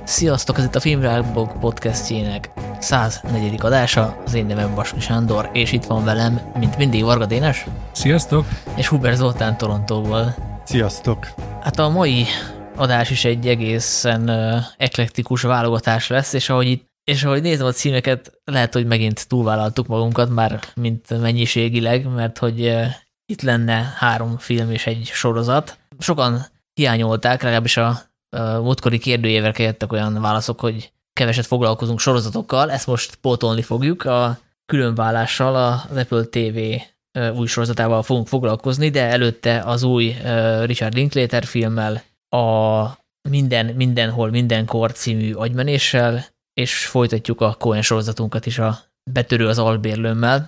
Sziasztok, ez itt a Filmvilágblog podcastjének 104. adása, az én nevem Baski Sándor, és itt van velem, mint mindig, Varga Dénes. Sziasztok! És Hubert Zoltán Torontóból. Sziasztok! Hát a mai adás is egy egészen eklektikus válogatás lesz, és ahogy nézem a címeket, lehet, hogy megint túlvállaltuk magunkat már, mint mennyiségileg, mert hogy itt lenne 3 film és egy sorozat. Sokan hiányolták, legalábbis a múltkori kérdőjévekre jöttek olyan válaszok, hogy keveset foglalkozunk sorozatokkal, ezt most pótolni fogjuk, a különválással, az Apple TV új sorozatával fogunk foglalkozni, de előtte az új Richard Linklater filmmel, a Mindenhol, Mindenkor című agymenéssel, és folytatjuk a Coen sorozatunkat is, a Betörő az albérlőmmel.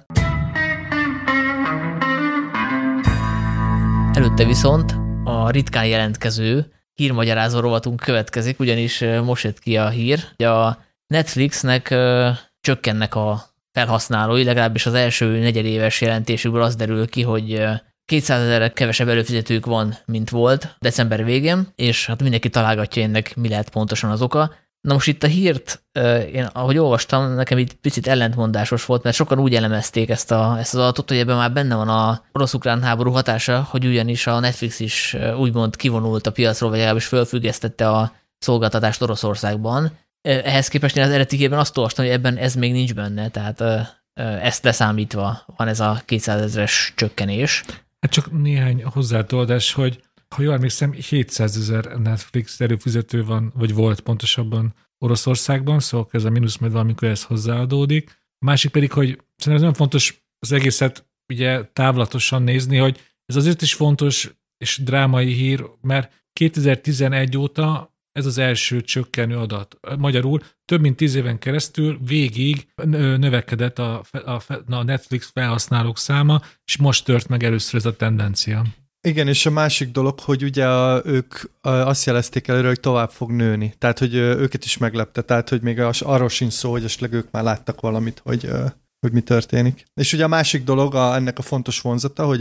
Előtte viszont a ritkán jelentkező hírmagyarázó rovatunk következik, ugyanis most jött ki a hír, hogy a Netflixnek csökkennek a felhasználói, legalábbis az első negyedéves jelentésükből az derül ki, hogy 200 000 kevesebb előfizetők van, mint volt december végén, és hát mindenki találgatja ennek, mi lehet pontosan az oka. Na most itt a hírt, én ahogy olvastam, nekem itt picit ellentmondásos volt, mert sokan úgy elemezték ezt az adatot, hogy ebben már benne van a orosz-ukrán háború hatása, hogy ugyanis a Netflix is úgymond kivonult a piacról, vagy legalábbis fölfüggesztette a szolgáltatást Oroszországban. Ehhez képest én az eredetiében azt olvastam, hogy ebben ez még nincs benne, tehát ezt leszámítva van ez a 200 000-es csökkenés. Hát csak néhány hozzátoldás, hogy ha jól emlékszem, 700 000 Netflix előfizető van, vagy volt pontosabban Oroszországban, szóval ez a mínusz majd valamikor ez hozzáadódik. A másik pedig, hogy szerintem ez nagyon fontos az egészet ugye távlatosan nézni, hogy ez azért is fontos és drámai hír, mert 2011 óta ez az első csökkenő adat. Magyarul több mint 10 éven keresztül végig növekedett a Netflix felhasználók száma, és most tört meg először ez a tendencia. Igen, és a másik dolog, hogy ugye ők azt jelezték előre, hogy tovább fog nőni. Tehát, hogy őket is meglepte. Tehát, hogy még arról sincs szó, hogy esetleg ők már láttak valamit, hogy mi történik. És ugye a másik dolog, ennek a fontos vonzata, hogy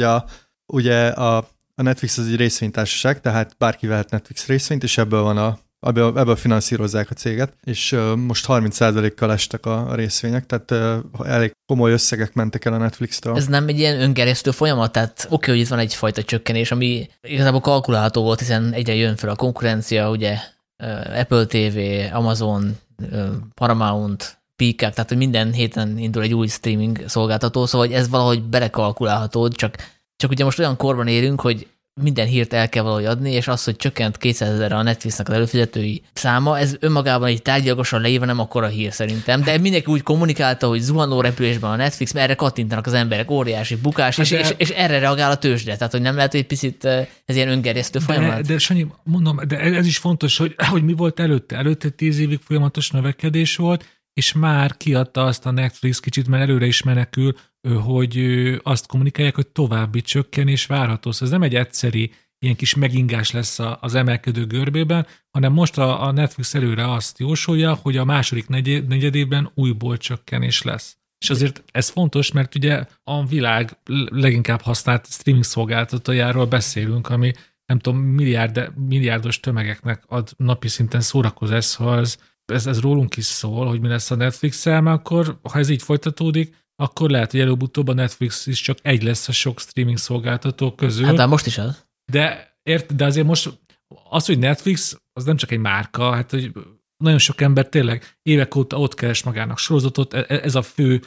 a Netflix az egy részvénytársaság, tehát bárki vehet Netflix részvényt, és ebből finanszírozzák a céget, és most 30%-kal estek a részvények, tehát elég komoly összegek mentek el a Netflix-től. Ez nem egy ilyen öngerjesztő folyamat? Tehát oké, hogy itt van egyfajta csökkenés, ami igazából kalkulálható volt, hiszen egyre jön fel a konkurencia, ugye Apple TV, Amazon, Paramount, Peacock, tehát hogy minden héten indul egy új streaming szolgáltató, szóval ez valahogy belekalkulálható, csak ugye most olyan korban élünk, hogy minden hírt el kell valahogy adni, és az, hogy csökkent 200 000 a Netflixnek az előfizetői száma, ez önmagában egy tárgyilagosan leírva nem akkora hír szerintem, de mindenki úgy kommunikálta, hogy zuhanó repülésben a Netflix, mert erre kattintanak az emberek, óriási bukás, és erre reagál a tőzsde, tehát hogy nem lehet, hogy egy picit ez ilyen öngerjesztő folyamat. De Sanyi, mondom, de ez is fontos, hogy mi volt előtte. Előtte 10 évig folyamatos növekedés volt, és már kiadta azt a Netflix kicsit, mert előre is menekül, hogy azt kommunikálják, hogy további csökkenés várható. Szóval ez nem egy egyszeri ilyen kis megingás lesz az emelkedő görbében, hanem most a Netflix előre azt jósolja, hogy a második negyedében újból csökkenés lesz. És azért ez fontos, mert ugye a világ leginkább használt streaming szolgáltatójáról beszélünk, ami nem tudom, milliárdos tömegeknek ad napi szinten szórakozás, szóval ez rólunk is szól, hogy mi lesz a Netflix-el, mert akkor, ha ez így folytatódik, akkor lehet, hogy előbb-utóbb a Netflix is csak egy lesz a sok streaming szolgáltató közül. Hát most is az. De azért most az, hogy Netflix, az nem csak egy márka, hát hogy nagyon sok ember tényleg évek óta ott keres magának sorozatot, ez a fő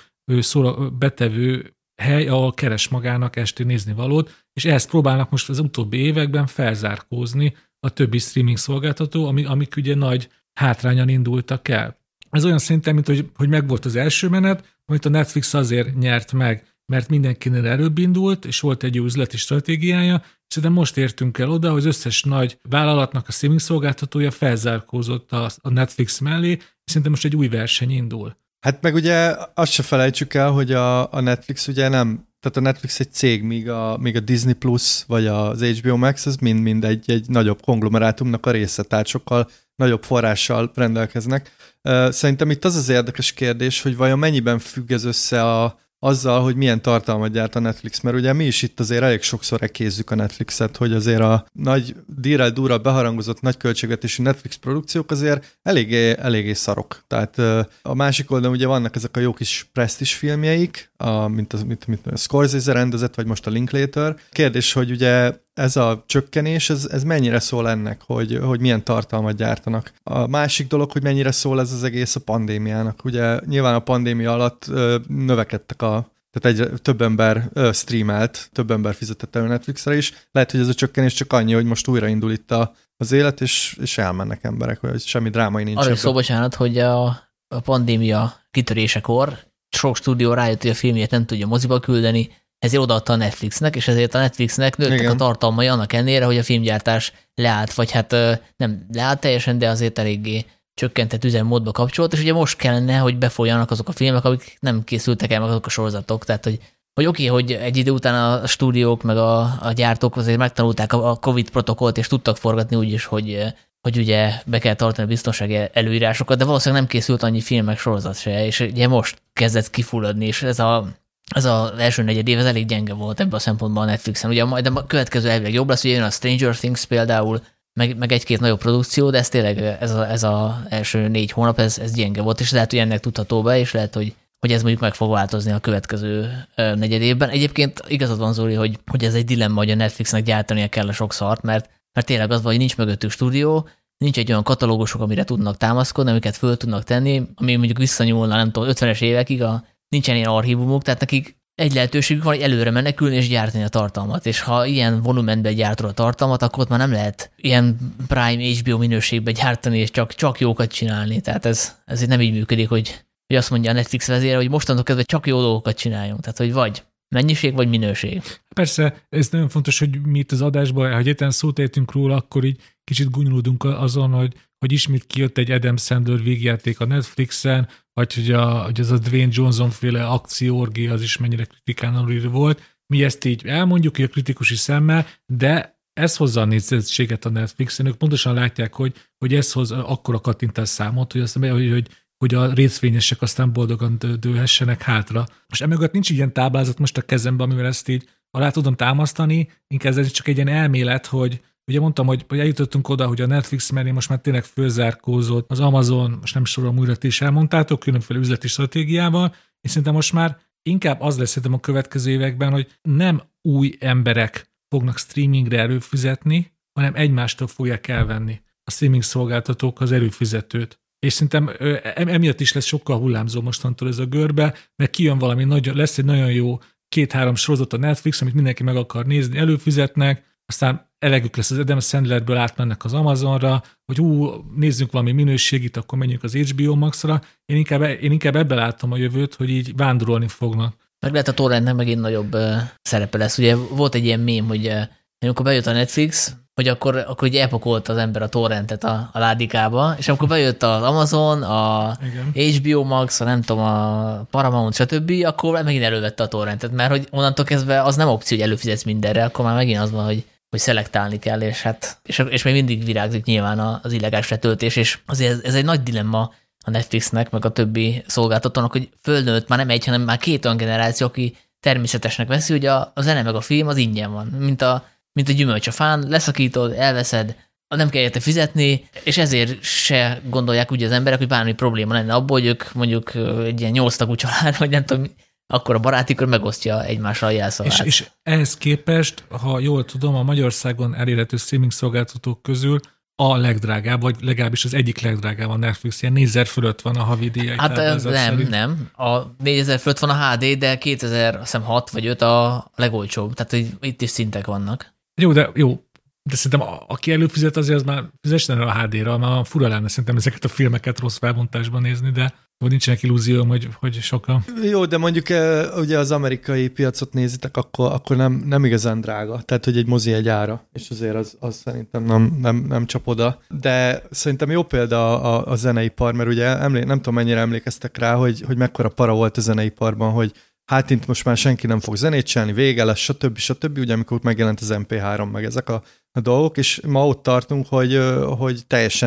betevő hely, ahol keres magának esti nézni valót, és ehhez próbálnak most az utóbbi években felzárkózni a többi streaming szolgáltató, amik ugye nagy hátrányan indultak el. Ez olyan szinten, mint hogy megvolt az első menet, amit a Netflix azért nyert meg, mert mindenkinél előbb indult, és volt egy jó üzleti stratégiája, és szerintem most értünk el oda, hogy az összes nagy vállalatnak a streaming szolgáltatója felzárkózott a Netflix mellé, és szerintem most egy új verseny indul. Hát meg ugye azt se felejtsük el, hogy a Netflix ugye nem, tehát a Netflix egy cég, míg a Disney Plus vagy az HBO Max, ez mind egy nagyobb konglomerátumnak a része, tehát sokkal nagyobb forrással rendelkeznek. Szerintem itt az érdekes kérdés, hogy vajon mennyiben függ ez össze azzal, hogy milyen tartalmat gyárt a Netflix, mert ugye mi is itt azért elég sokszor ekézzük a Netflixet, hogy azért a nagy dírrel durral beharangozott nagy költségvetésű Netflix produkciók azért eléggé szarok. Tehát a másik oldalon ugye vannak ezek a jó kis presztis filmjeik, mint a Scorsese rendezett, vagy most a Linklater. Kérdés, hogy ugye ez a csökkenés, ez mennyire szól ennek, hogy milyen tartalmat gyártanak. A másik dolog, hogy mennyire szól ez az egész a pandémiának. Ugye nyilván a pandémia alatt növekedtek tehát egyre több ember streamelt, több ember fizetett el a Netflixre is. Lehet, hogy ez a csökkenés csak annyi, hogy most újraindul itt az élet, és elmennek emberek, hogy semmi drámai nincs. Arra szó, bocsánat, hogy a pandémia kitörésekor sok stúdió rájött, hogy a filmjét nem tudja moziba küldeni, ezért odaadta a Netflixnek, és ezért a Netflixnek nőttek a tartalmai annak ellenére, hogy a filmgyártás leállt, vagy hát nem leállt teljesen, de azért eléggé csökkentett üzemmódba kapcsolt, és ugye most kellene, hogy befolyjanak azok a filmek, amik nem készültek el, meg azok a sorozatok. Tehát, hogy oké, hogy egy idő után a stúdiók, meg a gyártók azért megtanulták a Covid protokollt, és tudtak forgatni úgy is, hogy ugye be kell tartani a biztonsági előírásokat, de valószínűleg nem készült annyi film, meg sorozat se, és ugye most kezdett kifulladni, és ez az első negyed év, ez elég gyenge volt ebből a szempontból a Netflixen. Ugye majd a következő elvileg jobb lesz, ugye jön a Stranger Things például, meg egy-két nagyobb produkció, de ez tényleg ez az első 4 hónap, ez gyenge volt, és lehet, hogy ennek tudható be, és lehet, hogy ez mondjuk meg fog változni a következő negyed évben. Egyébként igazad van, Zoli, hogy ez egy dilemma, hogy a Netflixnek gyártania kell a sok szart, mert tényleg az van, hogy nincs mögöttük stúdió, nincs egy olyan katalógusok, amire tudnak támaszkodni, amiket föl tudnak tenni, ami mondjuk visszanyúlna, nem tudom, 50-es évekig, nincsen ilyen archívumuk, tehát nekik egy lehetőségük van, hogy előre menekülni és gyártani a tartalmat. És ha ilyen volumenben gyártod a tartalmat, akkor ott már nem lehet ilyen Prime HBO minőségben gyártani, és csak jókat csinálni. Tehát ez nem így működik, hogy azt mondja a Netflix vezére, hogy mostantól kezdve csak jó dolgokat csináljunk. Tehát, hogy vagy mennyiség, vagy minőség. Persze, ez nagyon fontos, hogy mi itt az adásban, ha egyetlen szót értünk róla, akkor így kicsit gúnyolódunk azon, hogy ismét kijött egy Adam Sandler végjáték a Netflixen, vagy hogy az a Dwayne Johnson-féle akcióorgia az is mennyire kritikán alul volt. Mi ezt így elmondjuk, hogy a kritikusi szemmel, de ez hozza a nézettséget a Netflixen. Ők pontosan látják, hogy ez hoz akkora kattintás számot, hogy a részvényesek aztán boldogan dőhessenek hátra. Most emögött nincs ilyen táblázat most a kezemben, amivel ezt így alá tudom támasztani, inkább ez csak egy ilyen elmélet, hogy ugye mondtam, hogy eljutottunk oda, hogy a Netflix mellé most már tényleg fölzárkózott, az Amazon, most nem sorolom újra, ti is elmondtátok, különféle üzleti stratégiával, és szerintem most már inkább az lesz szerintem a következő években, hogy nem új emberek fognak streamingre előfizetni, hanem egymástól fogják elvenni a streaming szolgáltatók az előfizetőt. És szerintem emiatt is lesz sokkal hullámzó mostantól ez a görbe, mert kijön valami lesz egy nagyon jó 2-3 sorozat a Netflix, amit mindenki meg akar nézni, előfizetnek, aztán elegük lesz az Adam Sandlerből, átmennek az Amazonra, hogy nézzünk valami minőségit, akkor menjünk az HBO Max-ra. Én inkább ebben látom a jövőt, hogy így vándorolni fognak. Meg lehet a torrentnek megint nagyobb szerepe lesz. Ugye volt egy ilyen mém, hogy amikor bejött a Netflix, hogy akkor ugye elpakolt az ember a torrentet a ládikába, és amikor bejött az Amazon, a igen. HBO Max, nem tudom, a Paramount, stb., akkor megint elővette a torrentet, mert hogy onnantól kezdve az nem opció, hogy előfizetsz mindenre, akkor már megint az van, hogy szelektálni kell, és még mindig virágzik nyilván az illegális letöltés, és azért ez egy nagy dilemma a Netflixnek, meg a többi szolgáltatónak, hogy fölnőtt már nem egy, hanem már 2 olyan generáció, aki természetesnek veszi, hogy a zene meg a film az ingyen van, mint a gyümölcs a fán, leszakítod, elveszed, nem kell érte fizetni, és ezért se gondolják úgy az emberek, hogy bármi probléma lenne abból, hogy ők mondjuk egy ilyen 8 tagú család, vagy nem tudom, akkor a barátikor megosztja egymással a jelszavát. És ehhez képest, ha jól tudom, a Magyarországon elérhető streaming szolgáltatók közül a legdrágább, vagy legalábbis az egyik legdrágább a Netflix, ilyen 4000 fölött van a havidíjai. Hát nem. A 4000 fölött van a HD, de 2006 vagy 5 a legolcsóbb. Tehát itt is szintek vannak. Jó, de szerintem aki előfizet, azért az már fizessen a HD-ra, már fura lenne szerintem ezeket a filmeket rossz felbontásban nézni, de hogy nincsenek illúzióm, hogy sokan. Jó, de mondjuk ugye az amerikai piacot nézitek, akkor nem igazán drága. Tehát, hogy egy mozi egy ára, és azért az szerintem nem csap oda. De szerintem jó példa a zeneipar, mert ugye nem tudom, mennyire emlékeztek rá, hogy mekkora para volt a zeneiparban, hogy hát itt most már senki nem fog zenét csinálni, vége lesz, stb. Ugye amikor megjelent az MP3, meg ezek a dolgok, és ma ott tartunk, hogy teljesen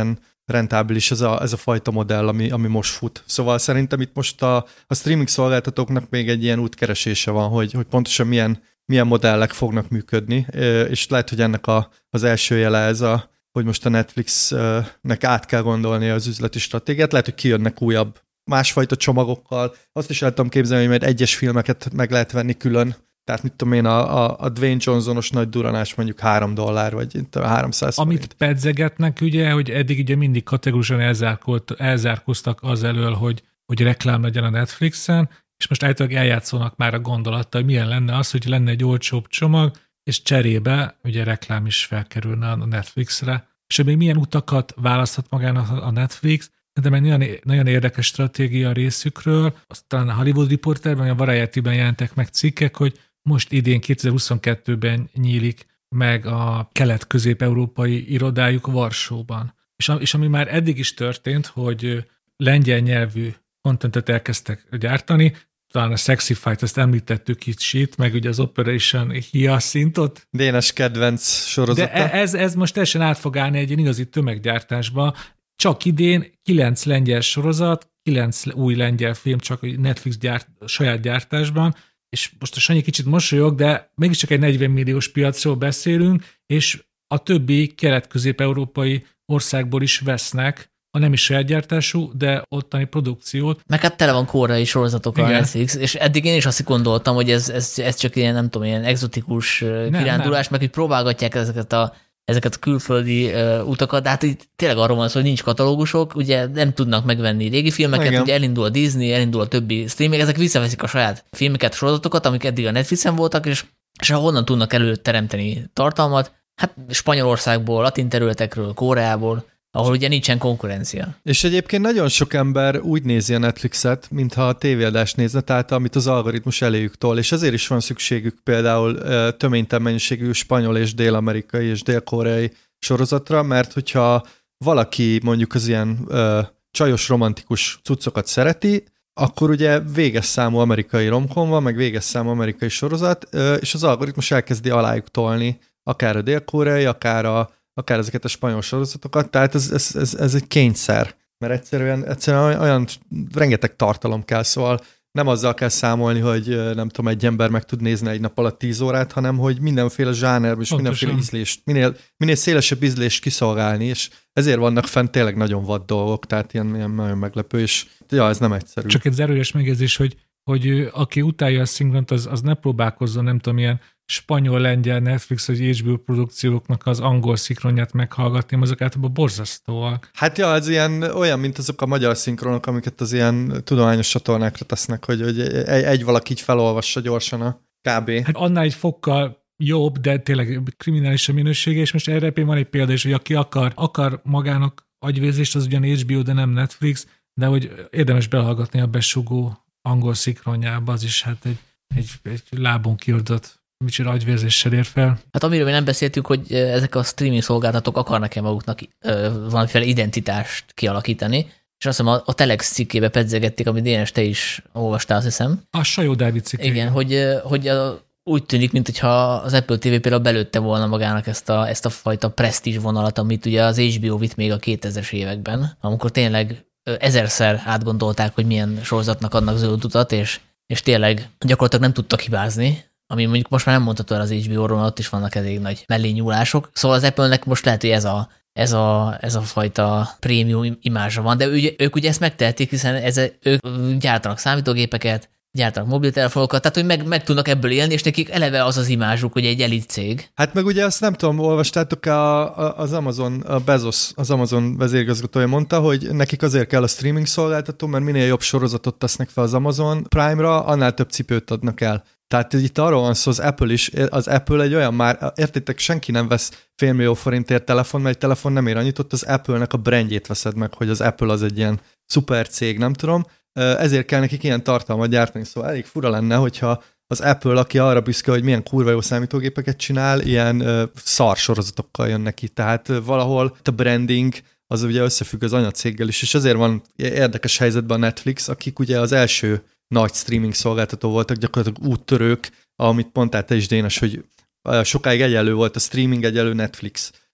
rentábilis ez a fajta modell, ami most fut. Szóval szerintem itt most a streaming szolgáltatóknak még egy ilyen útkeresése van, hogy pontosan milyen modellek fognak működni, és lehet, hogy ennek az első jele ez hogy most a Netflixnek át kell gondolni az üzleti stratégiát, lehet, hogy kijönnek újabb másfajta csomagokkal. Azt is el tudom képzelni, hogy majd egyes filmeket meg lehet venni külön. Tehát mit tudom én, a Dwayne Johnsonos nagy duranás mondjuk $3, vagy 300 Amit forint. pedzegetnek ugye, hogy eddig ugye mindig kategorikusan elzárkóztak az elől, hogy reklám legyen a Netflixen, és most állítólag eljátszónak már a gondolattal, hogy milyen lenne az, hogy lenne egy olcsóbb csomag, és cserébe ugye reklám is felkerülne a Netflixre. És hogy még milyen utakat választhat magának a Netflix, de meg nagyon érdekes stratégia a részükről. Aztán a Hollywood Reporterben, a Variety-ben jelentek meg cikkek, hogy most idén 2022-ben nyílik meg a kelet-közép-európai irodájuk Varsóban. És ami már eddig is történt, hogy lengyel nyelvű contentet elkezdtek gyártani, talán a Sexify-t, ezt említettük kicsit, meg ugye az Operation Hyacinth-ot. Dénes kedvenc sorozata. De ez most teljesen át fog állni egy igazi tömeggyártásba. Csak idén 9 lengyel sorozat, 9 új lengyel film, csak Netflix saját gyártásban, és most a Sanyi kicsit mosolyog, de mégiscsak egy 40 milliós piacról beszélünk, és a többi kelet-közép-európai országból is vesznek, ha nem is saját gyártású, de ottani produkciót. Meg hát tele van koreai sorozatokkal a Netflix, és eddig én is azt gondoltam, hogy ez csak ilyen, nem tudom, ilyen egzotikus kirándulás, meg hogy próbálgatják ezeket a külföldi utakat, de hát itt tényleg arról van szó, hogy nincs katalógusok, ugye nem tudnak megvenni régi filmeket, igen. Ugye elindul a Disney, elindul a többi streaming, ezek visszaveszik a saját filmeket, sorozatokat, amik eddig a Netflixen voltak, és honnan tudnak előteremteni tartalmat, hát Spanyolországból, latin területekről, Koreából, ahol ugye nincsen konkurencia. És egyébként nagyon sok ember úgy nézi a Netflixet, mintha a tévéadást nézne, tehát amit az algoritmus eléjük tol, és ezért is van szükségük például töménytelen mennyiségű spanyol és dél-amerikai és dél-koreai sorozatra, mert hogyha valaki mondjuk az ilyen csajos romantikus cuccokat szereti, akkor ugye véges számú amerikai romkom van, meg véges számú amerikai sorozat, és az algoritmus elkezdi alájuk tolni akár a dél-koreai, akár ezeket a spanyol sorozatokat, tehát ez egy kényszer, mert egyszerűen olyan rengeteg tartalom kell, szóval nem azzal kell számolni, hogy nem tudom, egy ember meg tud nézni egy nap alatt 10 órát, hanem hogy mindenféle zsánerben és mindenféle ízlést, minél szélesebb ízlést kiszolgálni, és ezért vannak fent tényleg nagyon vad dolgok, tehát ilyen nagyon meglepő, és ja, ez nem egyszerű. Csak egy erős megjegyzés, hogy aki utálja a szinkront, az ne próbálkozzon, nem tudom, ilyen spanyol, lengyel, Netflix vagy HBO produkcióknak az angol szinkronját meghallgatni, azok általában borzasztóak. Hát ja, ez olyan, mint azok a magyar szinkronok, amiket az ilyen tudományos csatornákra tesznek, hogy egy valaki így felolvassa gyorsan a kb. Hát annál egy fokkal jobb, de tényleg kriminális a minősége, és most erre van egy példa is, hogy aki akar magának agyvérzést, az ugyan HBO, de nem Netflix, de hogy érdemes belehallgatni a besugó angol szinkronjába, az is hát egy lábon kiordott micsoda agyvérzéssel ér fel. Hát amiről mi nem beszéltünk, hogy ezek a streaming szolgáltatók akarnak-e maguknak valamiféle identitást kialakítani, és azt hiszem a Telex cikkébe pedzegették, amit Dénes, te is olvastál, azt hiszem. A Sajó Dávid cikkében. Igen, hogy úgy tűnik, mintha az Apple TV például belőtte volna magának ezt a fajta presztízs vonalat, amit ugye az HBO vitt még a 2000-es években, amikor tényleg 1000-szer átgondolták, hogy milyen sorozatnak adnak zöld utat, és tényleg gyakorlatilag nem tudtak hibázni, ami mondjuk most már nem mondható el az HBO-ról, ott is vannak elég nagy mellényúlások. Szóval az Apple-nek most lehet, hogy ez a fajta prémium imázsa van, de ők ugye ezt megtehetik, hiszen ők gyártanak számítógépeket, gyártanak mobiltelefonokat, tehát hogy meg tudnak ebből élni, és nekik eleve az imázsuk, hogy egy elit cég. Hát meg ugye azt nem tudom, olvastátok az Amazon, a Bezos, az Amazon vezérigazgatója mondta, hogy nekik azért kell a streaming szolgáltató, mert minél jobb sorozatot tesznek fel az Amazon Prime-ra, annál több cipőt adnak el. Tehát itt arról van szó, az Apple egy olyan már, értitek, senki nem vesz $500 000 telefon, mert egy telefon nem ér annyit, ott az Apple-nek a brandjét veszed meg, hogy az Apple az egy ilyen szuper cég, nem tudom. Ezért kell nekik ilyen tartalmat gyártani, szóval elég fura lenne, hogyha az Apple, aki arra büszke, hogy milyen kurva jó számítógépeket csinál, ilyen szar sorozatokkal jön neki. Tehát valahol a branding az ugye összefügg az anyacéggel is, és ezért van érdekes helyzetben a Netflix, akik ugye az első nagy streaming szolgáltató voltak, gyakorlatilag úttörők, amit mondtál te is, Dénes, hogy sokáig egyenlő volt a streaming, egyenlő Netflix.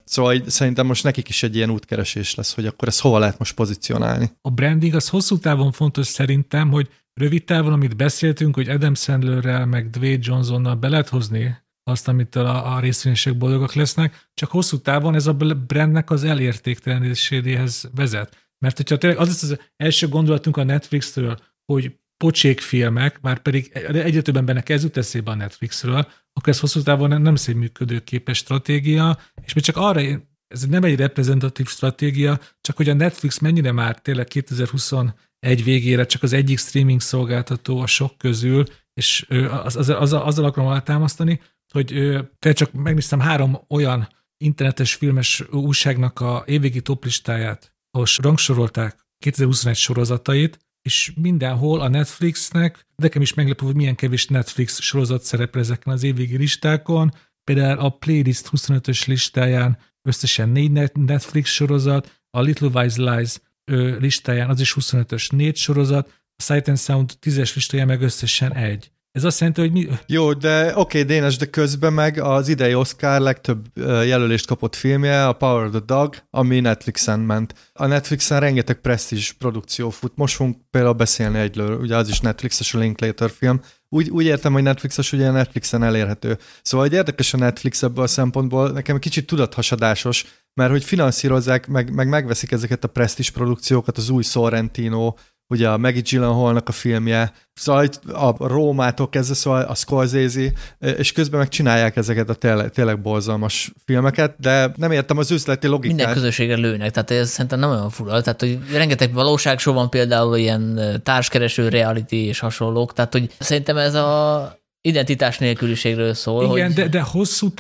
Szóval szerintem most nekik is egy ilyen útkeresés lesz, hogy akkor ezt hova lehet most pozícionálni. A branding az hosszú távon fontos szerintem, hogy rövid távon, amit beszéltünk, hogy Adam Sandlerrel, meg Dwayne Johnsonnal be lehet hozni azt, amitől a részvényesek boldogak lesznek, csak hosszú távon ez a brandnek az elértéktelenéséhez vezet. Mert hogyha tényleg az első gondolatunk a Netflixről, hogy pocsék filmek, már pedig egyre több embernek ez jut eszébe a Netflixről, akkor ez hosszú távon nem lesz egy működőképes stratégia, és még csak arra, ez nem egy reprezentatív stratégia, csak hogy a Netflix mennyire már tényleg 2021 végére csak az egyik streaming szolgáltató a sok közül, és azzal akarom alátámasztani, hogy te csak megnéztem 3 olyan internetes filmes újságnak a évvégi toplistáját, ahol rangsorolták 2021 sorozatait, és mindenhol a Netflixnek, nekem is meglepő, hogy milyen kevés Netflix sorozat szerepel ezeken az évvégi listákon, például a Playlist 25-ös listáján összesen 4 Netflix sorozat, a Little Wise Lies listáján az is 25-ös 4 sorozat, a Sight and Sound 10-es listáján meg összesen 1. Ez azt jelenti, hogy mi... Jó, de oké, Dénes, de közben meg az idei Oscar legtöbb jelölést kapott filmje, a Power of the Dog, ami Netflixen ment. A Netflixen rengeteg presztízs produkció fut. Most fogunk például beszélni egyről, ugye az is Netflixes, a Linklater film. Úgy értem, hogy Netflixes, ugye a Netflixen elérhető. Szóval, hogy érdekes a Netflix ebből a szempontból, nekem kicsit tudathasadásos, mert hogy finanszírozzák, meg megveszik ezeket a presztízs produkciókat, az új Sorrentino, ugye a Maggie Gyllenhaalnak a filmje, szóval a Rómától kezdve, szóval a Scorsese, és közben meg csinálják ezeket a tényleg borzalmas filmeket, de nem értem az üzleti logikát. Minden közösségre lőnek, tehát ez szerintem nem olyan fura, tehát hogy rengeteg valóságshow van például ilyen társkereső reality és hasonlók, tehát hogy szerintem ez a identitás nélküliségről szól. Igen, hogy... de hosszú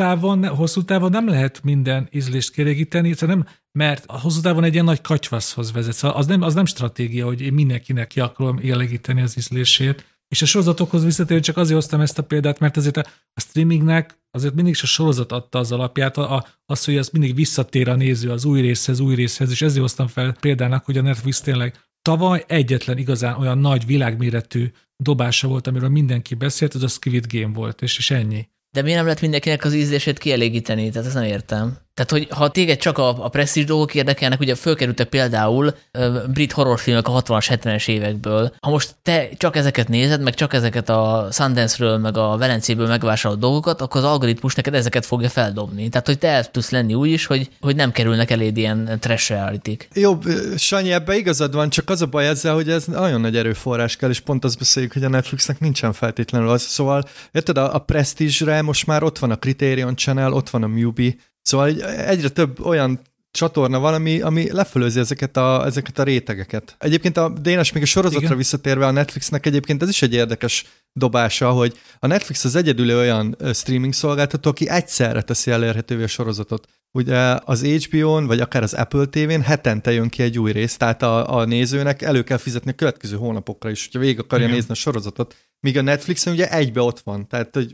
távon nem lehet minden ízlést kielégíteni, mert a hosszú távon egy ilyen nagy katyvaszhoz vezet. Szóval az nem stratégia, hogy én mindenkinek ki akarom elégíteni az ízlését. És a sorozatokhoz visszatérő csak azért hoztam ezt a példát, mert azért a streamingnek azért mindig is a sorozat adta az alapját, az, hogy az mindig visszatér a néző az új részhez, és ezért hoztam fel példának, hogy a Netflix tényleg tavaly egyetlen igazán olyan nagy világméretű dobása volt, amiről mindenki beszélt, az a Squid Game volt, és ennyi. De miért nem lehet mindenkinek az ízlését kielégíteni? Tehát ezt nem értem. Tehát, hogy ha téged csak a presztízs dolgok érdekelnek, ugye fölkerültek például brit horrorfilmek a 60-as, 70-es évekből. Ha most te csak ezeket nézed, meg csak ezeket a Sundance-ről, meg a Velencéből megvásárolt dolgokat, akkor az algoritmus neked ezeket fogja feldobni. Tehát, hogy te el tudsz lenni úgy is, hogy nem kerülnek eléd ilyen trash reality-k. Jó, Sanyi, ebben igazad van, csak az a baj ezzel, hogy ez nagyon nagy erőforrás kell, és pont azt beszéljük, hogy a Netflixnek nincsen feltétlenül az. Szóval, érted, a presztízsre most már ott van a Criterion Channel, ott van a Mubi, szóval egyre több olyan csatorna van, ami lefölözi ezeket a rétegeket. Egyébként a Dénes még a sorozatra igen. Visszatérve a Netflixnek egyébként ez is egy érdekes dobása, hogy a Netflix az egyedüli olyan streaming szolgáltató, aki egyszerre teszi elérhetővé a sorozatot. Ugye az HBO-n, vagy akár az Apple TV-n hetente jön ki egy új rész, tehát a nézőnek elő kell fizetni a következő hónapokra is, hogyha végig akarja nézni a sorozatot. Míg a Netflixen ugye egybe ott van, tehát hogy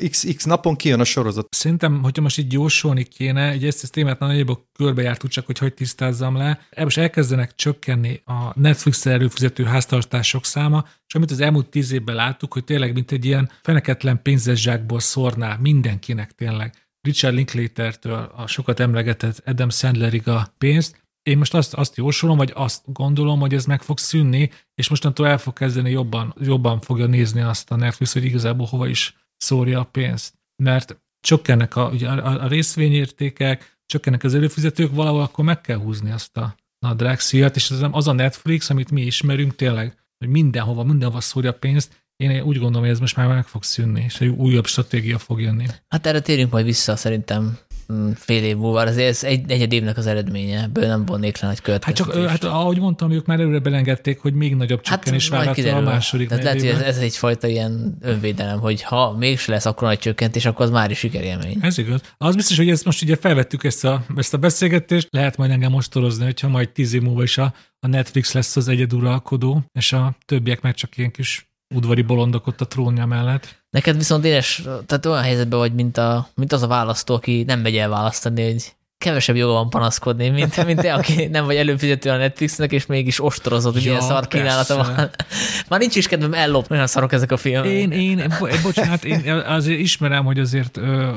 X napon kijön a sorozat. Szerintem, hogyha most így jósolni kéne, ugye ezt a témát nagyjából körbejártuk, csak hogy tisztázzam le. Most elkezdenek csökkenni a Netflix-el előfizető háztartások száma, és amit az elmúlt 10 évben láttuk, hogy tényleg mint egy ilyen feneketlen pénzes zsákból szórná mindenkinek tényleg. Richard Linklatertől a sokat emlegetett Adam Sandlerig a pénzt. Én most azt jósolom, vagy azt gondolom, hogy ez meg fog szűnni, és mostantól el fog kezdeni jobban fogja nézni azt a Netflix, hogy igazából hova is szórja a pénzt. Mert csökkennek a részvényértékek, csökkennek az előfizetők, valahol akkor meg kell húzni azt a drágszíjat, és az a Netflix, amit mi ismerünk tényleg, hogy mindenhova szórja a pénzt, én úgy gondolom, hogy ez most már meg fog szűnni, és egy újabb stratégia fog jönni. Hát erre térjünk majd vissza szerintem fél év múlva, azért ez egy negyed évnek az eredménye, ebből nem vonnék le nagy következtetést. Hát ahogy mondtam, ők már előre belengedték, hogy még nagyobb csökkenés várható a második negyedében. Tehát lehet, hogy ez egyfajta ilyen önvédelem, hogy ha mégse lesz akkor nagy csökkentés, akkor az már is sikerélmény. Ez igaz. Az biztos, hogy ezt most ugye felvettük ezt a beszélgetést, lehet majd engem mostorozni, hogyha majd 10 év múlva is a Netflix lesz az egyeduralkodó, és a többiek meg csak ilyen kis udvari bolondok ott a trónja mellett. Neked viszont Dénes, tehát olyan helyzetben vagy, mint az a választó, aki nem megy el választani, hogy kevesebb joga van panaszkodni, mint te, aki nem vagy előfizető a Netflixnek, és mégis ostorozott, hogy milyen szar kínálata van. Már nincs is kedvem ellopni, olyan szarok ezek a filmek. Bocsánat, én azért ismerem, hogy azért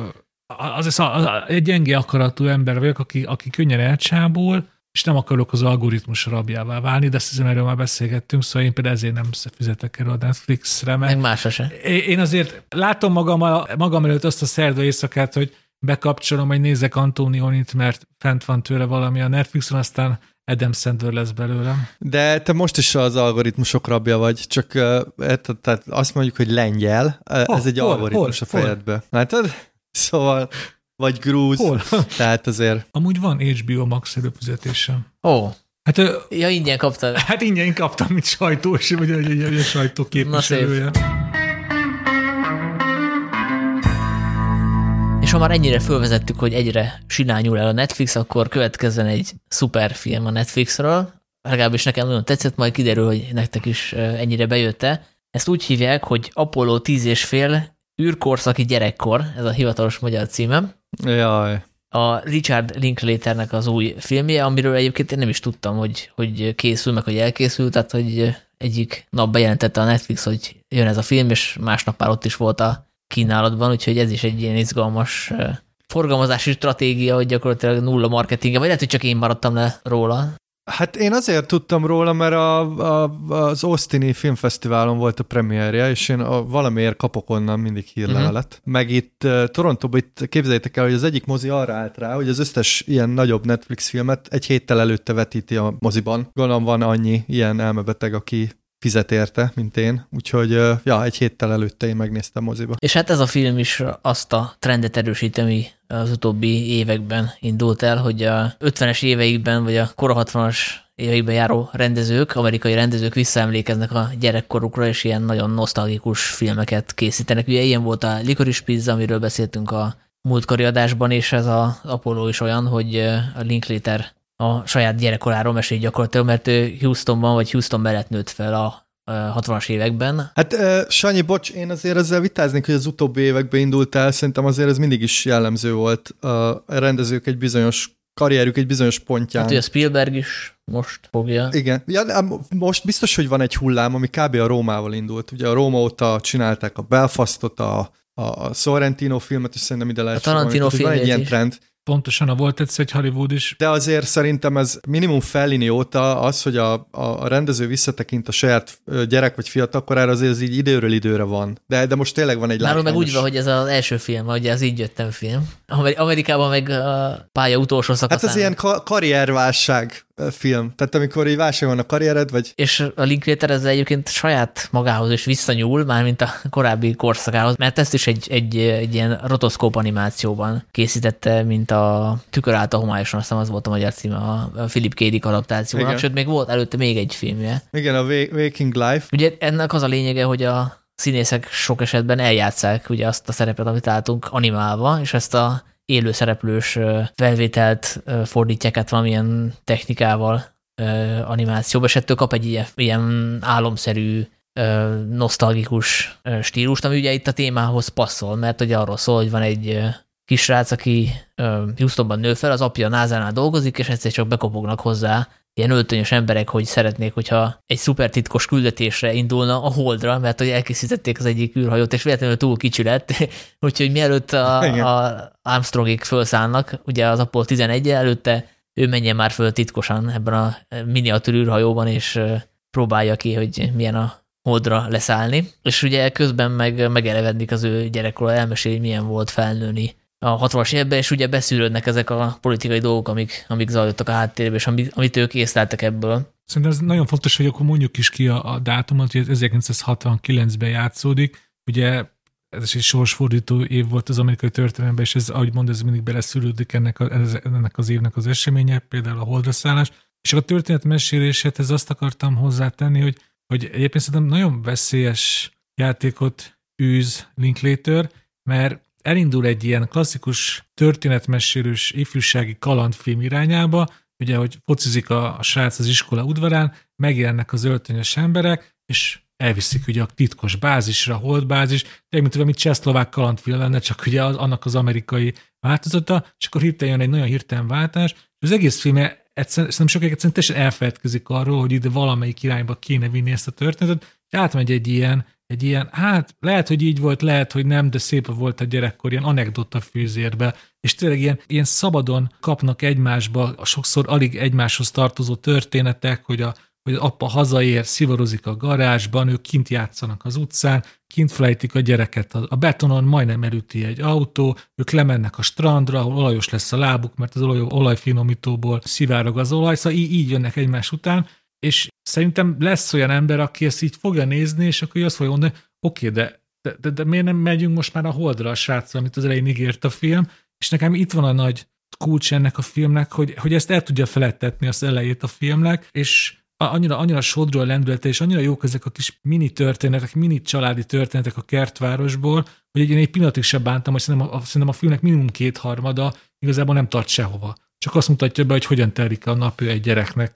egy gyenge akaratú ember vagyok, aki könnyen elcsábul, és nem akarok az algoritmus rabjává válni, de azt hiszem, erről már beszélgettünk, szóval én például ezért nem fizetek erről a Netflixre. Meg másra se. Én azért látom magam előtt azt a szerda éjszakát, hogy bekapcsolom, hogy nézek Antonionit, mert fent van tőle valami a Netflixen, aztán Adam Sandler lesz belőlem. De te most is az algoritmusok rabja vagy, csak tehát azt mondjuk, hogy lengyel, ez egy algoritmus a fejedbe. Látod? Szóval, vagy grúz, tehát azért... Amúgy van HBO Max előfizetésem. Hát, ja, ingyen kaptam. Hát ingyen kaptam, mint sajtós, vagy a sajtó képviselője. És ha már ennyire fölvezettük, hogy egyre silányul el a Netflix, akkor következzen egy szuper film a Netflixről. Legalábbis nekem nagyon tetszett, majd kiderül, hogy nektek is ennyire bejött-e. Ezt úgy hívják, hogy Apollo 10,5 űrkorszaki gyerekkor, ez a hivatalos magyar címe. Jaj. A Richard Linklaternek az új filmje, amiről egyébként én nem is tudtam, hogy készül, meg hogy elkészült, tehát hogy egyik nap bejelentette a Netflix, hogy jön ez a film, és másnap már ott is volt a kínálatban, úgyhogy ez is egy ilyen izgalmas forgalmazási stratégia, hogy gyakorlatilag nulla marketing, vagy lehet, hogy csak én maradtam le róla. Hát én azért tudtam róla, mert az Austini Filmfesztiválon volt a premierje, és én valamiért kapok onnan mindig hírlevelet. Meg itt Torontóban, itt képzeljétek el, hogy az egyik mozi arra állt rá, hogy az összes ilyen nagyobb Netflix filmet egy héttel előtte vetíti a moziban. Gondolom van annyi ilyen elmebeteg, aki fizet érte, mint én, úgyhogy egy héttel előtte én megnéztem moziba. És hát ez a film is azt a trendet erősíti, ami az utóbbi években indult el, hogy a 50-es éveikben, vagy a kora 60-as éveikben járó rendezők, amerikai rendezők visszaemlékeznek a gyerekkorukra, és ilyen nagyon nosztalgikus filmeket készítenek. Ugye ilyen volt a Licorice Pizza, amiről beszéltünk a múltkori adásban, és ez az Apollo is olyan, hogy a Linklater a saját gyerekkoráról mesél gyakorlatilag, mert ő Houstonban vagy Houston mellett nőtt fel a 60-as években. Hát Sanyi, bocs, én azért ezzel vitáznék, hogy az utóbbi években indult el, szerintem azért ez mindig is jellemző volt. A rendezők egy bizonyos karrierük egy bizonyos pontján. Hát, hogy a Spielberg is most fogja. Igen. Ja, most biztos, hogy van egy hullám, ami kb. A Rómával indult. Ugye a Róma óta csinálták a Belfastot, a Sorrentino filmet, és szerintem ide lehet. A Tarantino filmet van egy ilyen is. trend. Pontosan, volt egyszer egy Hollywood is. De azért szerintem ez minimum Fellini óta az, hogy a rendező visszatekint a saját gyerek vagy fiatalkorára, azért ez így időről időre van. De most tényleg van egy látványos. Meg úgy van, hogy ez az első film, ugye az Így jöttem film. Amerikában meg a pálya utolsó szakaszán. Hát ez ilyen karrierválság film. Tehát amikor így válság van a karriered, vagy... És a Linklater ezzel egyébként saját magához is visszanyúl, mármint a korábbi korszakához, mert ezt is egy ilyen rotoszkóp animációban készítette, mint a Tükör állt a homályosan, aztán az volt a magyar címe, a Philip K. Dick adaptációban, sőt még volt előtte még egy filmje. Igen, a Waking Life. Ugye ennek az a lényege, hogy a színészek sok esetben eljátszák ugye azt a szerepet, amit látunk animálva, és ezt a élő szereplős felvételt fordítják át valamilyen technikával animációba, és ettől kap egy ilyen álomszerű, nosztalgikus stílust, ami ugye itt a témához passzol, mert ugye arról szól, hogy van egy kisrác, aki Houstonban nő fel, az apja a NASA-nál dolgozik, és egyszer csak bekopognak hozzá ilyen öltönyös emberek, hogy szeretnék, hogyha egy szuper titkos küldetésre indulna a Holdra, mert hogy elkészítették az egyik űrhajót, és véletlenül túl kicsi lett, úgyhogy mielőtt a Armstrongig felszállnak, ugye az Apollo 11 előtte ő menjen már föl titkosan ebben a miniatűr űrhajóban, és próbálja ki, hogy milyen a Holdra leszállni. És ugye közben megelevedik az ő gyerekkora, elmeséli, hogy milyen volt felnőni a 60-as években, és ugye beszűrődnek ezek a politikai dolgok, amik zajlottak a háttérben, és amit ők észleltek ebből. Szerintem ez nagyon fontos, hogy akkor mondjuk is ki a dátumot, hogy 1969-ben játszódik. Ugye ez egy sorsfordító év volt az amerikai történelemben, és ez, ahogy mondod, ez mindig beleszűrődik ennek az évnek az eseménye, például a Holdra szállás. És a történet mesélését, azt akartam hozzátenni, hogy egyébként szerintem nagyon veszélyes játékot űz Linklater, mert elindul egy ilyen klasszikus történetmesélős ifjúsági kalandfilm irányába, ugye, hogy focizik a srác az iskola udvarán, megjelennek az öltönyös emberek, és elviszik ugye a titkos bázisra, holdbázis, mint valami csehszlovák kalandfilm lenne, csak ugye annak az amerikai változata, és akkor hirtelen jön egy nagyon hirtelen váltás, és az egész film szerintem sokáig teljesen elfeledkezik arról, hogy ide valamelyik irányba kéne vinni ezt a történetet, és átmegy egy ilyen egy ilyen, hát lehet, hogy így volt, lehet, hogy nem, de szép volt a gyerekkor, ilyen anekdota fűzérbe, és tényleg ilyen szabadon kapnak egymásba, sokszor alig egymáshoz tartozó történetek, hogy az apa hazaér, szivarozik a garázsban, ők kint játszanak az utcán, kint felejtik a gyereket a betonon, majdnem elüti egy autó, ők lemennek a strandra, ahol olajos lesz a lábuk, mert az olajfinomítóból szivárog az olaj, szóval így jönnek egymás után, és szerintem lesz olyan ember, aki ezt így fogja nézni, és akkor azt fogja mondani, oké, de miért nem megyünk most már a Holdra a sráccal, amit az elején ígért a film, és nekem itt van a nagy kulcs ennek a filmnek, hogy ezt el tudja felettetni az elejét a filmnek, és annyira sodró a lendülete, és annyira jók ezek a kis mini történetek, mini családi történetek a kertvárosból, hogy én egy pillanatig sem bántam, hogy szerintem a filmnek minimum 2/3 igazából nem tart sehova. Csak azt mutatja be, hogy hogyan telik a nap egy gyereknek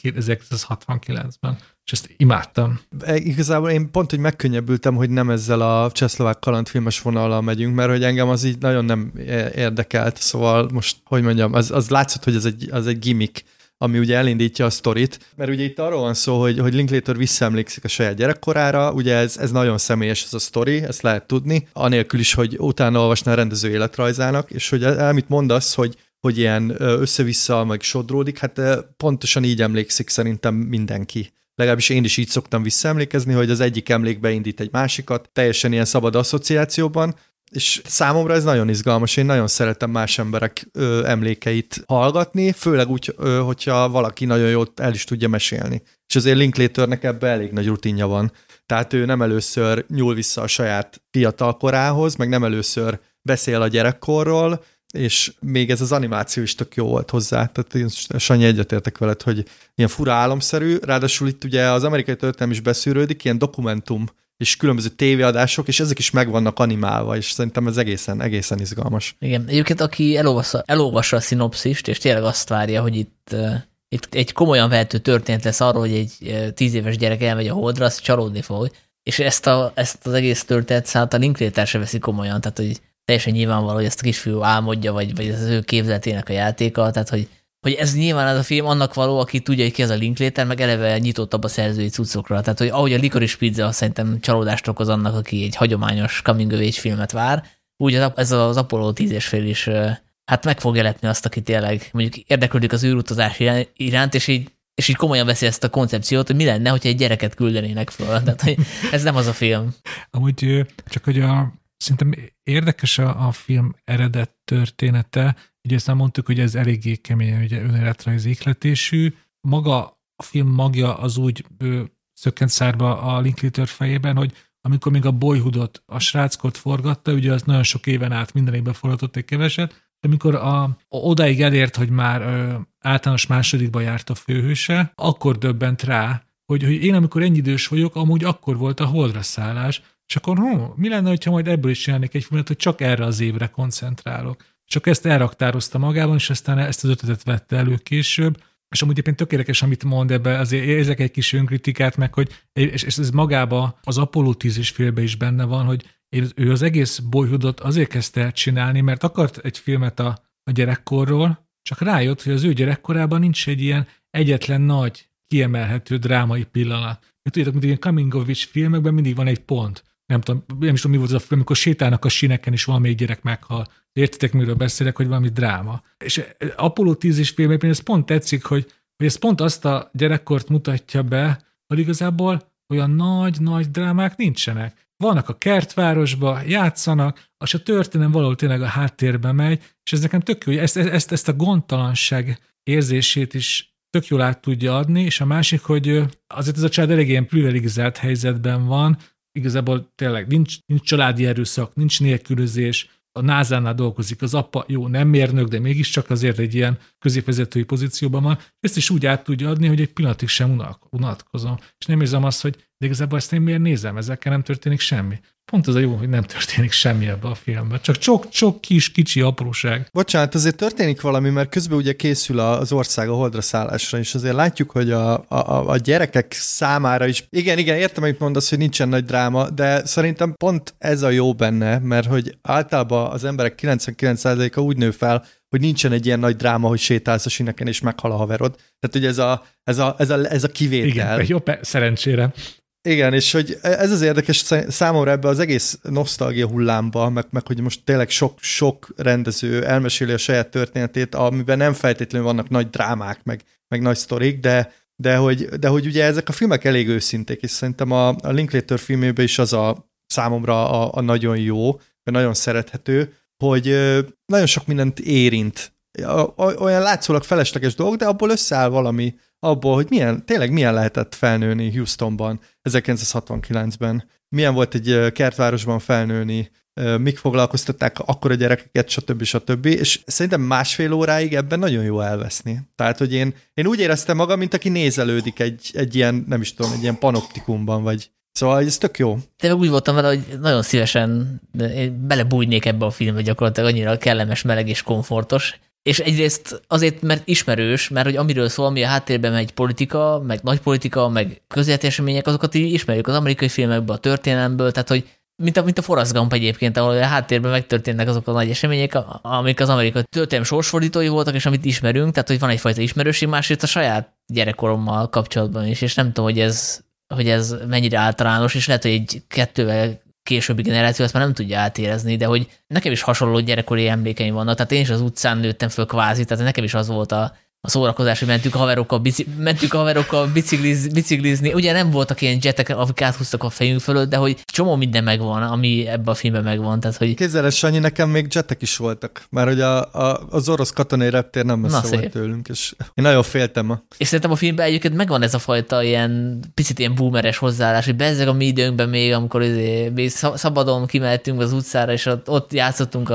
1969-ben. És ezt imádtam. Igazából én pont, hogy megkönnyebbültem, hogy nem ezzel a csehszlovák kalandfilmes vonallal megyünk, mert hogy engem az így nagyon nem érdekelt. Szóval most, hogy mondjam, az látszott, hogy az egy gimmick, ami ugye elindítja a sztorit, mert ugye itt arról van szó, hogy Linklater visszaemlékszik a saját gyerekkorára, ugye ez nagyon személyes ez a sztori, ezt lehet tudni, anélkül is, hogy utána olvasná a rendező életrajzának, és hogy amit mondasz, hogy ilyen össze-vissza meg sodródik, hát pontosan így emlékszik szerintem mindenki. Legalábbis én is így szoktam visszaemlékezni, hogy az egyik emlék beindít egy másikat, teljesen ilyen szabad asszociációban, és számomra ez nagyon izgalmas, én nagyon szeretem más emberek emlékeit hallgatni, főleg úgy, hogyha valaki nagyon jól el is tudja mesélni. És azért Linklaternek ebben elég nagy rutinja van. Tehát ő nem először nyúl vissza a saját fiatal korához, meg nem először beszél a gyerekkorról, és még ez az animáció is tök jó volt hozzá. Tehát én Sanyi egyetértek veled, hogy ilyen fura álomszerű, ráadásul itt ugye az amerikai történelem is beszűrődik, ilyen dokumentum és különböző tévéadások, és ezek is meg vannak animálva, és szerintem ez egészen izgalmas. Igen, egyébként aki elolvassa a szinopszist, és tényleg azt várja, hogy itt egy komolyan vehető történet lesz arról, hogy egy 10 éves gyerek elmegy a Holdra, az csalódni fog. És ezt az egész történetet a Linklater se veszi komolyan, tehát hogy teljesen nyilvánvaló, hogy ezt a kisfiú álmodja, vagy ez az ő képzeletének a játéka, tehát hogy ez nyilván az a film annak való, aki tudja, hogy ki az a Linklater, meg eleve nyitottabb a szerzői cuccokra. Tehát, hogy ahogy a Licorice Pizza szerintem csalódást okoz annak, aki egy hagyományos coming of age filmet vár, úgy ez az Apollo 10,5 is hát meg fogja lepni azt, aki tényleg mondjuk érdeklődik az űrutazás iránt, és így komolyan veszi ezt a koncepciót, hogy mi lenne, hogyha egy gyereket küldenének föl. Tehát, hogy ez nem az a film. Amúgy csak, hogy szerintem érdekes a film eredet története. Ugye ezt már mondtuk, hogy ez eléggé kemény, ugye önéletrajzi ihletésű. Maga a film magja az úgy szökkent szárba a Linklater fejében, hogy amikor még a Boyhoodot, a sráckort forgatta, ugye az nagyon sok éven át minden évben forgatott egy keveset, de amikor odáig elért, hogy már általános másodikba járt a főhőse, akkor döbbent rá, hogy én amikor ennyi idős vagyok, amúgy akkor volt a Holdra szállás, és akkor mi lenne, hogyha majd ebből is csinálnék egy filmet, hogy csak erre az évre koncentrálok. Csak ezt elraktározta magában, és aztán ezt az ötletet vette elő később, és amúgy éppen tökéletes, amit mond ebbe, azért érzek egy kis önkritikát, meg hogy, és ez magába az Apollo 10,5-ben is benne van, hogy ő az egész Boyhoodot azért kezdte el csinálni, mert akart egy filmet a gyerekkorról, csak rájött, hogy az ő gyerekkorában nincs egy ilyen egyetlen nagy, kiemelhető drámai pillanat. Mert tudjátok, mint ilyen coming of age filmekben mindig van egy pont. Nem is tudom, mi volt az a film, amikor sétálnak a síneken, és valamelyik gyerek meghal. Értitek, miről beszélek, hogy valami dráma. És Apollo 10,5-ben ez pont tetszik, hogy ez pont azt a gyerekkort mutatja be, hogy igazából olyan nagy drámák nincsenek. Vannak a kertvárosba, játszanak, és a történelem valahol tényleg a háttérben megy, és ez nekem tök jó, hogy ezt a gondtalanság érzését is tök jól át tudja adni, és a másik, hogy azért ez a család elég ilyen privilegizált helyzetben van, igazából tényleg nincs családi erőszak, nincs nélkülözés, a NASA-nál dolgozik az apa, jó, nem mérnök, de mégiscsak azért egy ilyen középvezetői pozícióban van, ezt is úgy át tudja adni, hogy egy pillanatig sem unatkozom. És nem érzem azt, hogy de igazából ezt én miért nézem, ezekkel nem történik semmi. Pont az a jó, hogy nem történik semmi ebben a filmben. Csak sok kicsi apróság. Bocsánat, azért történik valami, mert közben ugye készül az ország a Holdra szállásra, és azért látjuk, hogy a gyerekek számára is, igen, értem, amit mondasz, hogy nincsen nagy dráma, de szerintem pont ez a jó benne, mert hogy általában az emberek 99%-a úgy nő fel, hogy nincsen egy ilyen nagy dráma, hogy sétálsz a síneken, és meghal a haverod. Tehát ugye ez a kivétel. Igen, jó, szerencsére. Igen, és hogy ez az érdekes számomra ebbe az egész nosztalgia hullámba, meg hogy most tényleg sok rendező elmeséli a saját történetét, amiben nem feltétlenül vannak nagy drámák, meg nagy sztorik, de hogy ugye ezek a filmek elég őszinték, és szerintem a Linklater filmében is az a számomra a nagyon jó, vagy nagyon szerethető, hogy nagyon sok mindent érint. Olyan látszólag felesleges dolog, de abból összeáll valami, abból, hogy tényleg milyen lehetett felnőni Houstonban 1969-ben. Milyen volt egy kertvárosban felnőni, mik foglalkoztatták akkor a gyerekeket, stb. És szerintem 1,5 óráig ebben nagyon jó elveszni. Tehát, hogy én úgy éreztem magam, mint aki nézelődik egy ilyen, nem is tudom, egy ilyen panoptikumban, vagy szóval ez tök jó. Tényleg úgy voltam vele, hogy nagyon szívesen belebújnék ebbe a filmbe, gyakorlatilag annyira kellemes, meleg és komfortos. És egyrészt azért, mert ismerős, mert hogy amiről szól, ami a háttérben megy politika, meg nagy politika, meg közéleti események, azokat így ismerjük az amerikai filmekből, a történelemből, tehát hogy mint a Forrest Gump egyébként, ahol a háttérben megtörténnek azok a nagy események, amik az amerikai történelem sorsfordítói voltak, és amit ismerünk, tehát hogy van egyfajta ismerőség, másrészt a saját gyerekkorommal kapcsolatban is, és nem tudom, hogy ez mennyire általános, és lehet, hogy egy 2 későbbi generáció ezt már nem tudja átérezni, de hogy nekem is hasonló gyerekkori emlékeim vannak, tehát én is az utcán nőttem föl kvázi, tehát nekem is az volt a szórakozás, hogy mentünk a haverokkal biciklizni. Ugye nem voltak ilyen jetek, akik áthúztak a fejünk fölött, de hogy csomó minden megvan, ami ebben a filmben megvan. Tehát, hogy... Képzeld el, Sanyi, nekem még jetek is voltak, mert hogy az orosz katonai reptér nem messze volt tőlünk, és én nagyon féltem. És szerintem a filmben egyébként megvan ez a fajta ilyen picit ilyen boomeres hozzáállás, hogy bezzeg a mi időnkben még, amikor még szabadon kimehettünk az utcára, és ott játszottunk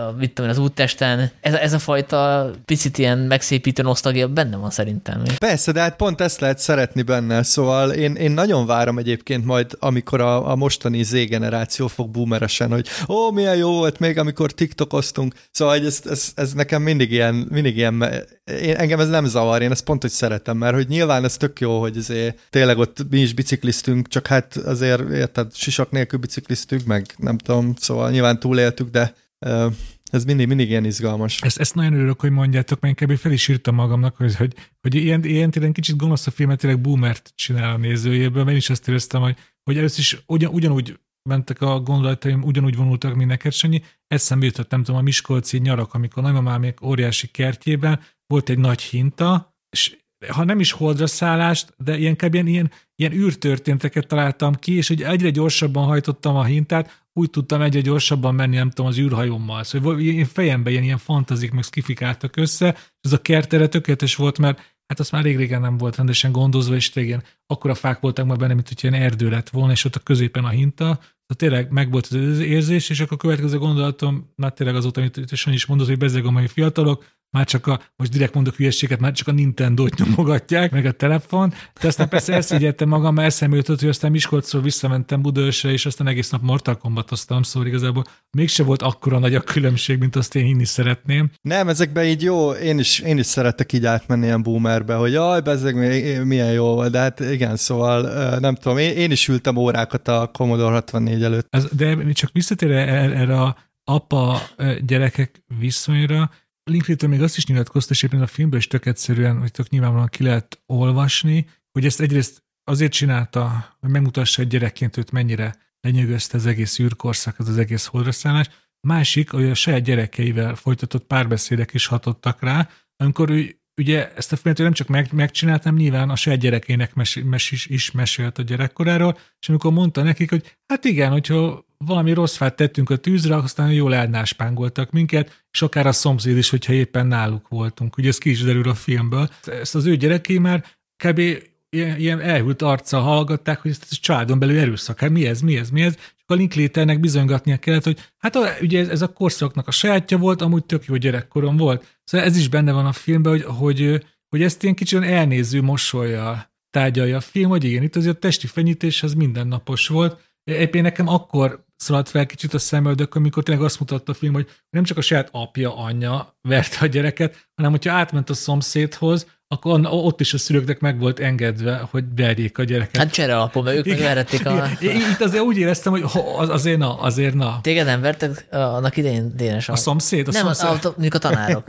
az úttesten. Ez a fajta picit ilyen megszépítő nosztalgia benne van szerintem. Persze, de hát pont ezt lehet szeretni benne, szóval én nagyon várom egyébként majd, amikor a mostani Z-generáció fog boomeresen, hogy milyen jó volt még, amikor TikTokoztunk, szóval ez nekem mindig ilyen engem ez nem zavar, én ezt pont, hogy szeretem, mert hogy nyilván ez tök jó, hogy azért tényleg ott mi is bicikliztünk, csak hát azért érted, sisak nélkül bicikliztünk, meg nem tudom, szóval nyilván túléltük, de ez mindig ilyen izgalmas. Ezt nagyon örülök, hogy mondjátok, mert inkább fel is írtam magamnak, hogy ilyen tényleg kicsit gonosz a filmet, tényleg boomert csinál a nézőjéből, mert én is azt éreztem, hogy először is ugyanúgy mentek a gondolataim, ugyanúgy vonultak, mint neked, Sanyi. Eszembe jutott, nem tudom, a miskolci nyarak, amikor nagymamámék óriási kertjében volt egy nagy hinta, és ha nem is holdra szállást, de ilyen űrtörténeteket találtam ki, és hogy egyre gyorsabban hajtottam a hintát, úgy tudtam egyre gyorsabban menni, nem tudom, az űrhajómmal. Szóval én fejemben ilyen fantazik, meg szkifikáltak össze, és ez a kert erre tökéletes volt, mert hát azt már elég régen nem volt rendesen gondozva, és tényleg akkora fák voltak már benne, mint hogy ilyen erdő lett volna, és ott a középen a hinta. Tehát tényleg megvolt az érzés, és akkor a következő gondolatom, már tényleg azóta, amit Sanyi is mondott, hogy bezzeg a mai fiatalok, már csak most direkt mondok hülyeséget, már csak a Nintendo-t nyomogatják, meg a telefon. De aztán persze elszégyeltem magam, mert eszembe jutott, hogy aztán Miskolcról visszamentem Budaörsre, és aztán egész nap Mortal Kombatoztam, szóval igazából mégse volt akkora nagy a különbség, mint azt én hinni szeretném. Nem, ezekben így jó, én is szeretek így átmenni ilyen boomerbe, hogy jaj, bezzeg milyen jó volt, de hát igen, szóval nem tudom, én is ültem órákat a Commodore 64 előtt. De csak visszatér erre a apa-gyerekek viszonyra, Linklater még azt is nyilatkozta, és éppen a filmből is tök egyszerűen, hogy tök nyilvánvalóan ki lehet olvasni, hogy ezt egyrészt azért csinálta, hogy megmutassa egy gyerekként őt mennyire lenyűgözte az egész űrkorszak, az egész holdraszállás. Másik, hogy a saját gyerekeivel folytatott párbeszédek is hatottak rá, amikor ő ugye ezt a filmet nem csak megcsináltam, nyilván a saját gyerekeinek is mesélt a gyerekkoráról, és amikor mondta nekik, hogy hát igen, hogyha valami rossz fát tettünk a tűzre, aztán jól elnáspángoltak minket, és akár a szomszéd is, hogyha éppen náluk voltunk. Ugye ez ki is derül a filmből. Ezt az ő gyerekei már kb. Ilyen elhűlt arccal hallgatták, hogy ez családon belül erőszak. Hát mi ez? És a Linklaternek bizonygatnia kellett, hogy hát ugye ez a korszaknak a sajátja volt, amúgy tök jó gyerekkorom volt. Szóval ez is benne van a filmben, hogy ezt ilyen kicsit elnéző mosollyal tárgyalja a film, hogy igen, itt azért a testi fenyítés az mindennapos volt. Éppen nekem akkor szaladt fel kicsit a szemöldök, amikor tényleg azt mutatta a film, hogy nem csak a saját apja, anyja verte a gyereket, hanem hogyha átment a szomszédhoz, akkor ott is a szülőknek meg volt engedve, hogy verjék a gyereket. Hát csere alapon, mert ők megverhették a... Itt azért úgy éreztem, hogy azért na. Téged nem vertek annak idején, Dénes? A szomszéd? Nem, mondjuk a tanárok.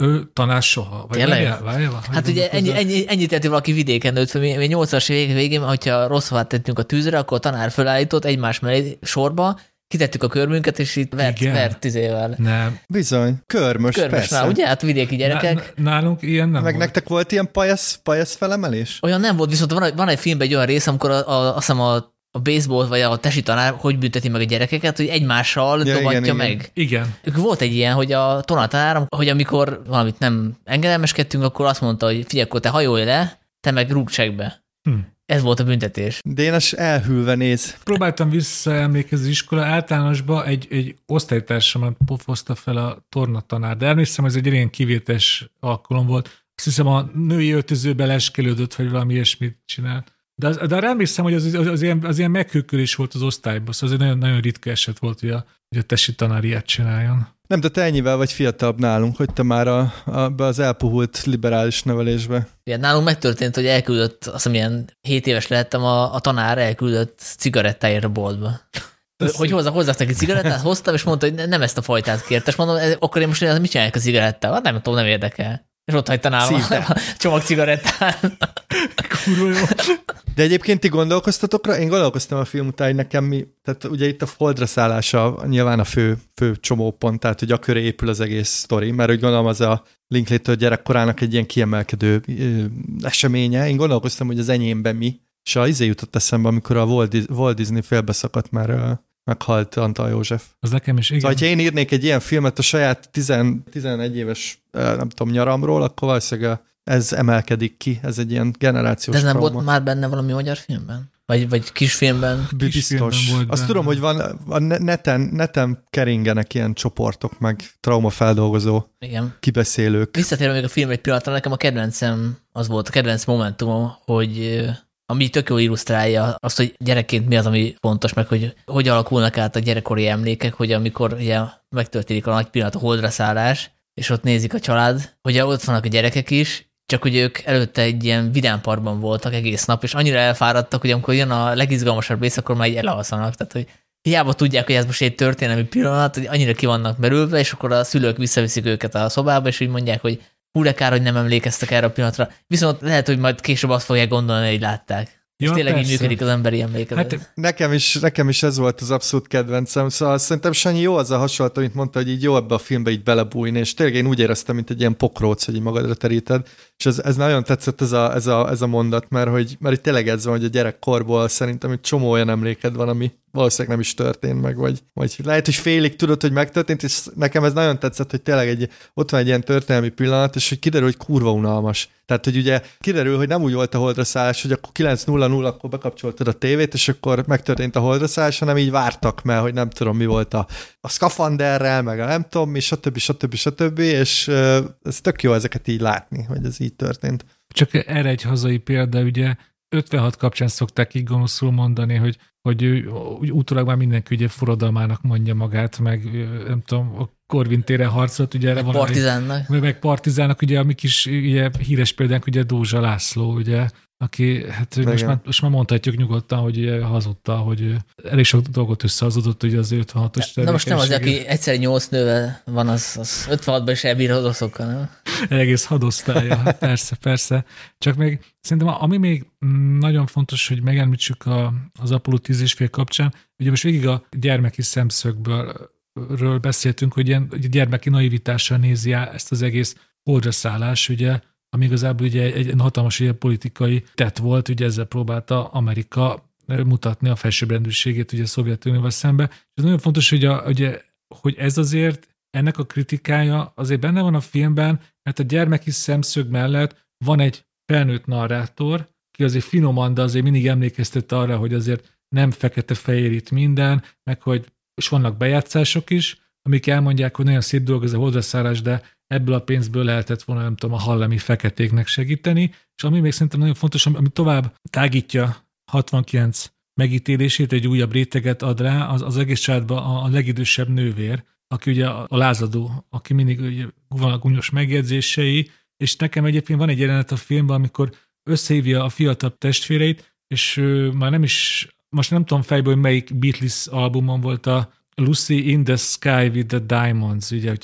Tanár soha. Várjál. Hát ugye ennyit tehető valaki vidéken nőtt fel. Mi 80-as évek végén, hogyha rossz szavát tettünk a tűzre, akkor a tanár fölállított egymás mellé sorba, kitettük a körmünket, és itt vert 10 évvel. Nem. Bizony. Körmös, persze. Ugye? Hát vidéki gyerekek. Nálunk ilyen nem Meg volt. nektek volt ilyen pajasz felemelés? Olyan nem volt, viszont van egy filmben egy olyan rész, amikor azt hiszem a baseball vagy a tesi tanár hogy bünteti meg a gyerekeket, hogy egymással dobatja meg. Igen. Volt egy ilyen, hogy a tanár, hogy amikor valamit nem engedelmeskedtünk, akkor azt mondta, hogy figyelj, akkor te hajolj le, te meg rúgd segbe. Ez volt a büntetés. Dénes elhűlve néz. Próbáltam visszaemlékezni az iskola általánosba, egy osztálytársamat pofozta fel a tornatanár, de emlékszem, ez egy ilyen kivétes alkalom volt. Azt hiszem, a női öltözőbe leskelődött, vagy valami ilyesmit csinált. De arra emlékszem, hogy az ilyen meghőkölés volt az osztályban, szóval ez egy nagyon, nagyon ritka eset volt, hogy a tesi tanár ilyet csináljon. Nem, de te ennyivel vagy fiatalabb nálunk, hogy te már az elpuhult liberális nevelésbe. Igen, nálunk megtörtént, hogy elküldött, azt hiszem ilyen 7 éves lehettem, a tanár elküldött cigarettáért a boltba. Hogy hozzak neki cigarettát, hoztam, és mondta, hogy nem ezt a fajtát kérte, és mondom, akkor én most mit csinálják a cigarettával? Hát nem tudom, nem érdekel. És ott hagyta nálam a csomag cigarettát. Kurva jó. De egyébként ti gondolkoztatok rá? Én gondolkoztam a film után, hogy nekem tehát ugye itt a holdra szállása nyilván a fő csomópont, tehát hogy a köré épül az egész sztori, mert úgy gondolom az a Linklater gyerekkorának egy ilyen kiemelkedő eseménye. Én gondolkoztam, hogy az enyémben mi, és jutott eszembe, amikor a Walt Disney félbeszakadt, mert meghalt Antal József. Az nekem is, igen. Szóval, ha én írnék egy ilyen filmet a saját 11 éves, nem tudom, nyaramról, akkor valószínűleg ez emelkedik ki, ez egy ilyen generációs de ez nem trauma. volt már benne valami magyar filmben? Vagy kisfilmben? Biztos. Azt tudom, hogy van a neten keringenek ilyen csoportok, meg traumafeldolgozó kibeszélők. Visszatérve még a film egy pillanatra, nekem a kedvencem az volt, a kedvenc momentumom, hogy ami tök jól illusztrálja azt, hogy gyerekként mi az, ami fontos, meg hogy alakulnak át a gyerekkori emlékek, hogy amikor ugye megtörténik a nagy pillanat, a holdra szállás, és ott nézik a család, hogy ott vannak a gyerekek is, csak hogy ők előtte egy ilyen vidámparkban voltak egész nap, és annyira elfáradtak, hogy amikor jön a legizgalmasabb rész, akkor már így elalszanak. Tehát, hogy hiába tudják, hogy ez most egy történelmi pillanat, hogy annyira ki vannak merülve, és akkor a szülők visszaviszik őket a szobába, és úgy mondják, hogy hú, de kár, hogy nem emlékeztek erre a pillanatra. Viszont lehet, hogy majd később azt fogják gondolni, hogy látták. És tényleg így működik az emberi emlékezet. Hát nekem is ez volt az abszolút kedvencem. Szóval szerintem Sanyi jó az a hasonlat, amit mondta, hogy így jó ebbe a filmbe így belebújni, és tényleg én úgy éreztem, mint egy ilyen pokróc, hogy így magadra teríted. És ez nagyon tetszett ez a mondat, mert itt tényleg ez van, hogy a gyerekkorból szerintem egy csomó olyan emléked van, ami valószínűleg nem is történt meg, vagy lehet, hogy félig tudod, hogy megtörtént, és nekem ez nagyon tetszett, hogy tényleg ott van egy ilyen történelmi pillanat, és hogy kiderül, hogy kurva unalmas. Tehát, hogy ugye kiderül, hogy nem úgy volt a holdra szállás, hogy akkor 9:00 akkor bekapcsoltad a tévét, és akkor megtörtént a holdra szállás, hanem így vártak, mert hogy nem tudom, mi volt a szkafanderrel, meg a nem tudom mi, stb. És ez tök jó ezeket így látni, hogy ez így történt. Csak erre egy hazai példa, ugye 56 kapcsán szokták így gonoszul mondani, hogy utólag már mindenki ugye forradalmának mondja magát, meg nem tudom, a Korvin téren harcolt, ugye erre van Partizánnak. Meg Partizánnak, ugye, amik is ugye, híres példánk, ugye Dózsa László, ugye, aki, hát most már mondhatjuk nyugodtan, hogy ugye hazudta, hogy elég sok dolgot összehazudott, ugye az 56-os. Na most nem az, aki egyszer 8 nővel van, az 56-ban is elbír az oszokkal, nem? Egész hadosztálya, persze. Csak még szerintem, ami még nagyon fontos, hogy megemlítsük az Apollo 10,5 kapcsán, ugye most végig a gyermeki szemszögből beszéltünk, hogy ilyen gyermeki naivitással nézi ezt az egész holdra szállás, ugye, ami igazából ugye egy hatalmas ugye, politikai tett volt, ugye ezzel próbálta Amerika mutatni a felsőbbrendűségét ugye a Szovjetunióval szembe. És ez nagyon fontos, hogy ez azért, ennek a kritikája azért benne van a filmben, mert a gyermeki szemszög mellett van egy felnőtt narrátor, ki azért finoman, de azért mindig emlékeztet arra, hogy azért nem fekete-fehér itt minden, meg hogy és vannak bejátszások is, amik elmondják, hogy nagyon szép dolog ez a holdraszállás, de ebből a pénzből lehetett volna, nem tudom, a hallemi feketéknek segíteni, és ami még szerintem nagyon fontos, ami tovább tágítja 69 megítélését, egy újabb réteget ad rá, az egész családban a legidősebb nővér, aki ugye a lázadó, aki mindig ugye, van a gúnyos megjegyzései, és nekem egyébként van egy jelenet a filmben, amikor összehívja a fiatalabb testvéreit, és már nem is, most nem tudom fejből, hogy melyik Beatles albumon volt a Lucy in the Sky with the Diamonds, ugye, hogyha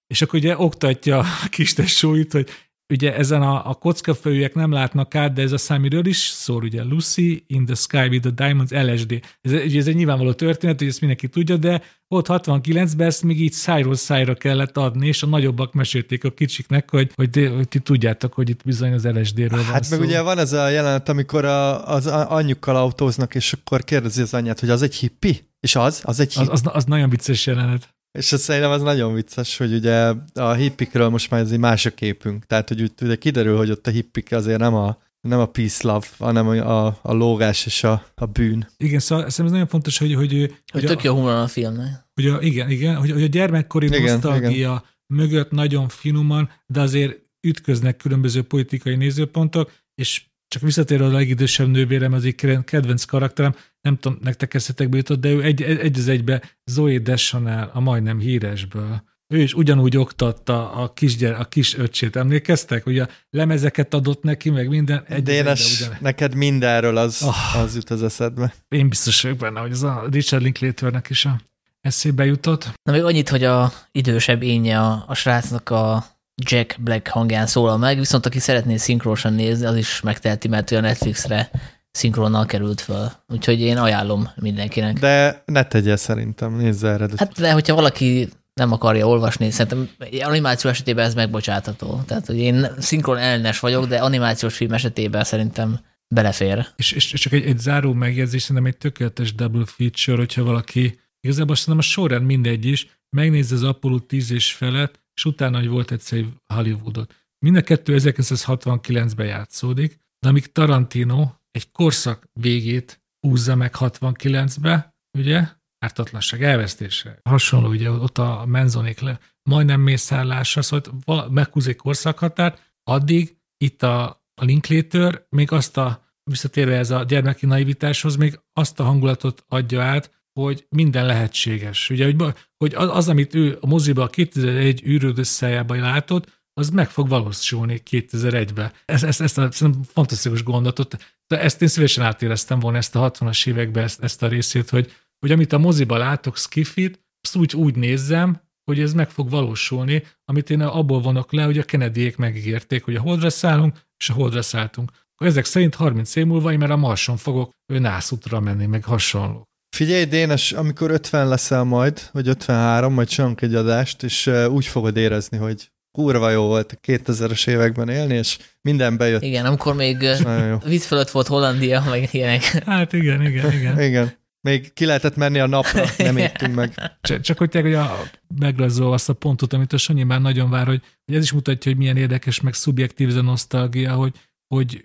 És akkor ugye oktatja a kis tesóit, hogy ugye ezen a kockafejűek nem látnak át, de ez a számiről is szól, ugye Lucy in the Sky with the Diamonds LSD. Ez egy nyilvánvaló történet, hogy ezt mindenki tudja, de ott 69-ben ezt még így szájról szájra kellett adni, és a nagyobbak mesélték a kicsiknek, hogy ti tudjátok, hogy itt bizony az LSD-ről van Hát szó. meg ugye van ez a jelenet, amikor az anyjukkal autóznak, és akkor kérdezi az anyját, hogy az egy hippi? És az egy hippi? Az nagyon vicces jelenet. És azt szerintem az nagyon vicces, hogy ugye a hippikről most már ez egy más a képünk. Tehát, hogy ugye kiderül, hogy ott a hippik azért nem a peace love, hanem a lógás és a bűn. Igen, szóval szerintem ez nagyon fontos, hogy tök jó humor a filmnek. Hogy a gyermekkori nosztalgia mögött nagyon finoman, de azért ütköznek különböző politikai nézőpontok, és csak visszatérve a legidősebb nővérem, az egy kedvenc karakterem, nem tudom, nektek eszetekbe jutott, de ő egy az egybe Zoe Deschanel, a Majdnem híresből. Ő is ugyanúgy oktatta a kis öccsét. Emlékeztek? Ugye lemezeket adott neki, meg minden. Dénes, neked mindenről az jut az eszedbe. Én biztos vagyok benne, hogy az a Richard Linklaternek is a eszébe jutott. Na még annyit, hogy a idősebb énje a srácnak a Jack Black hangján szólal meg, viszont aki szeretné szinkronosan nézni, az is megteheti, mert a Netflixre szinkronnal került föl. Úgyhogy én ajánlom mindenkinek. De ne tegye szerintem, nézze eredet. Hát de hogyha valaki nem akarja olvasni, szerintem animáció esetében ez megbocsátható. Tehát, hogy én szinkron ellenes vagyok, de animációs film esetében szerintem belefér. És csak egy záró megjegyzés, szerintem egy tökéletes double feature, hogyha valaki, igazából szerintem a sorrend mindegy is, megnézze az Apollo 10 és felett, és utána, hogy volt egyszer Hollywoodot. Mind a kettő 1969-ben játszódik, de amíg Tarantino egy korszak végét húzza meg 69-be, ugye, ártatlanság elvesztése. Hasonló, ugye ott a Manzonék majdnem mészárlása, szóval meghúz egy korszakhatárt, addig itt a Linklater még azt visszatérve ez a gyermeki naivitáshoz, még azt a hangulatot adja át, hogy minden lehetséges. Ugye, hogy az, amit ő a moziba a 2001 űrődő szájában látott, az meg fog valósulni 2001-ben. Ezt a fantasztikus gondolatot, de ezt én szívesen átéreztem volna ezt a 60-as években ezt a részét, hogy amit a moziba látok, Skiffit, azt úgy nézzem, hogy ez meg fog valósulni, amit én abból vonok le, hogy a Kennedyék megígérték, hogy a Holdra szállunk, és a Holdra szálltunk. Ezek szerint 30 év múlva én már a Marson fogok nászútra menni, meg hasonló. Figyelj, Dénes, amikor 50 leszel majd, vagy 53, majd csinálunk egy adást, és úgy fogod érezni, hogy kurva jó volt a 2000-es években élni, és minden bejött. Igen, amikor még víz fölött volt Hollandia, meg ilyenek. Hát igen. Igen. Még ki lehetett menni a napra, nem értünk meg. Csak hogy megrajzolva azt a pontot, amit a Sanyi már nagyon vár, hogy ez is mutatja, hogy milyen érdekes, meg szubjektív ez a nosztalgia, hogy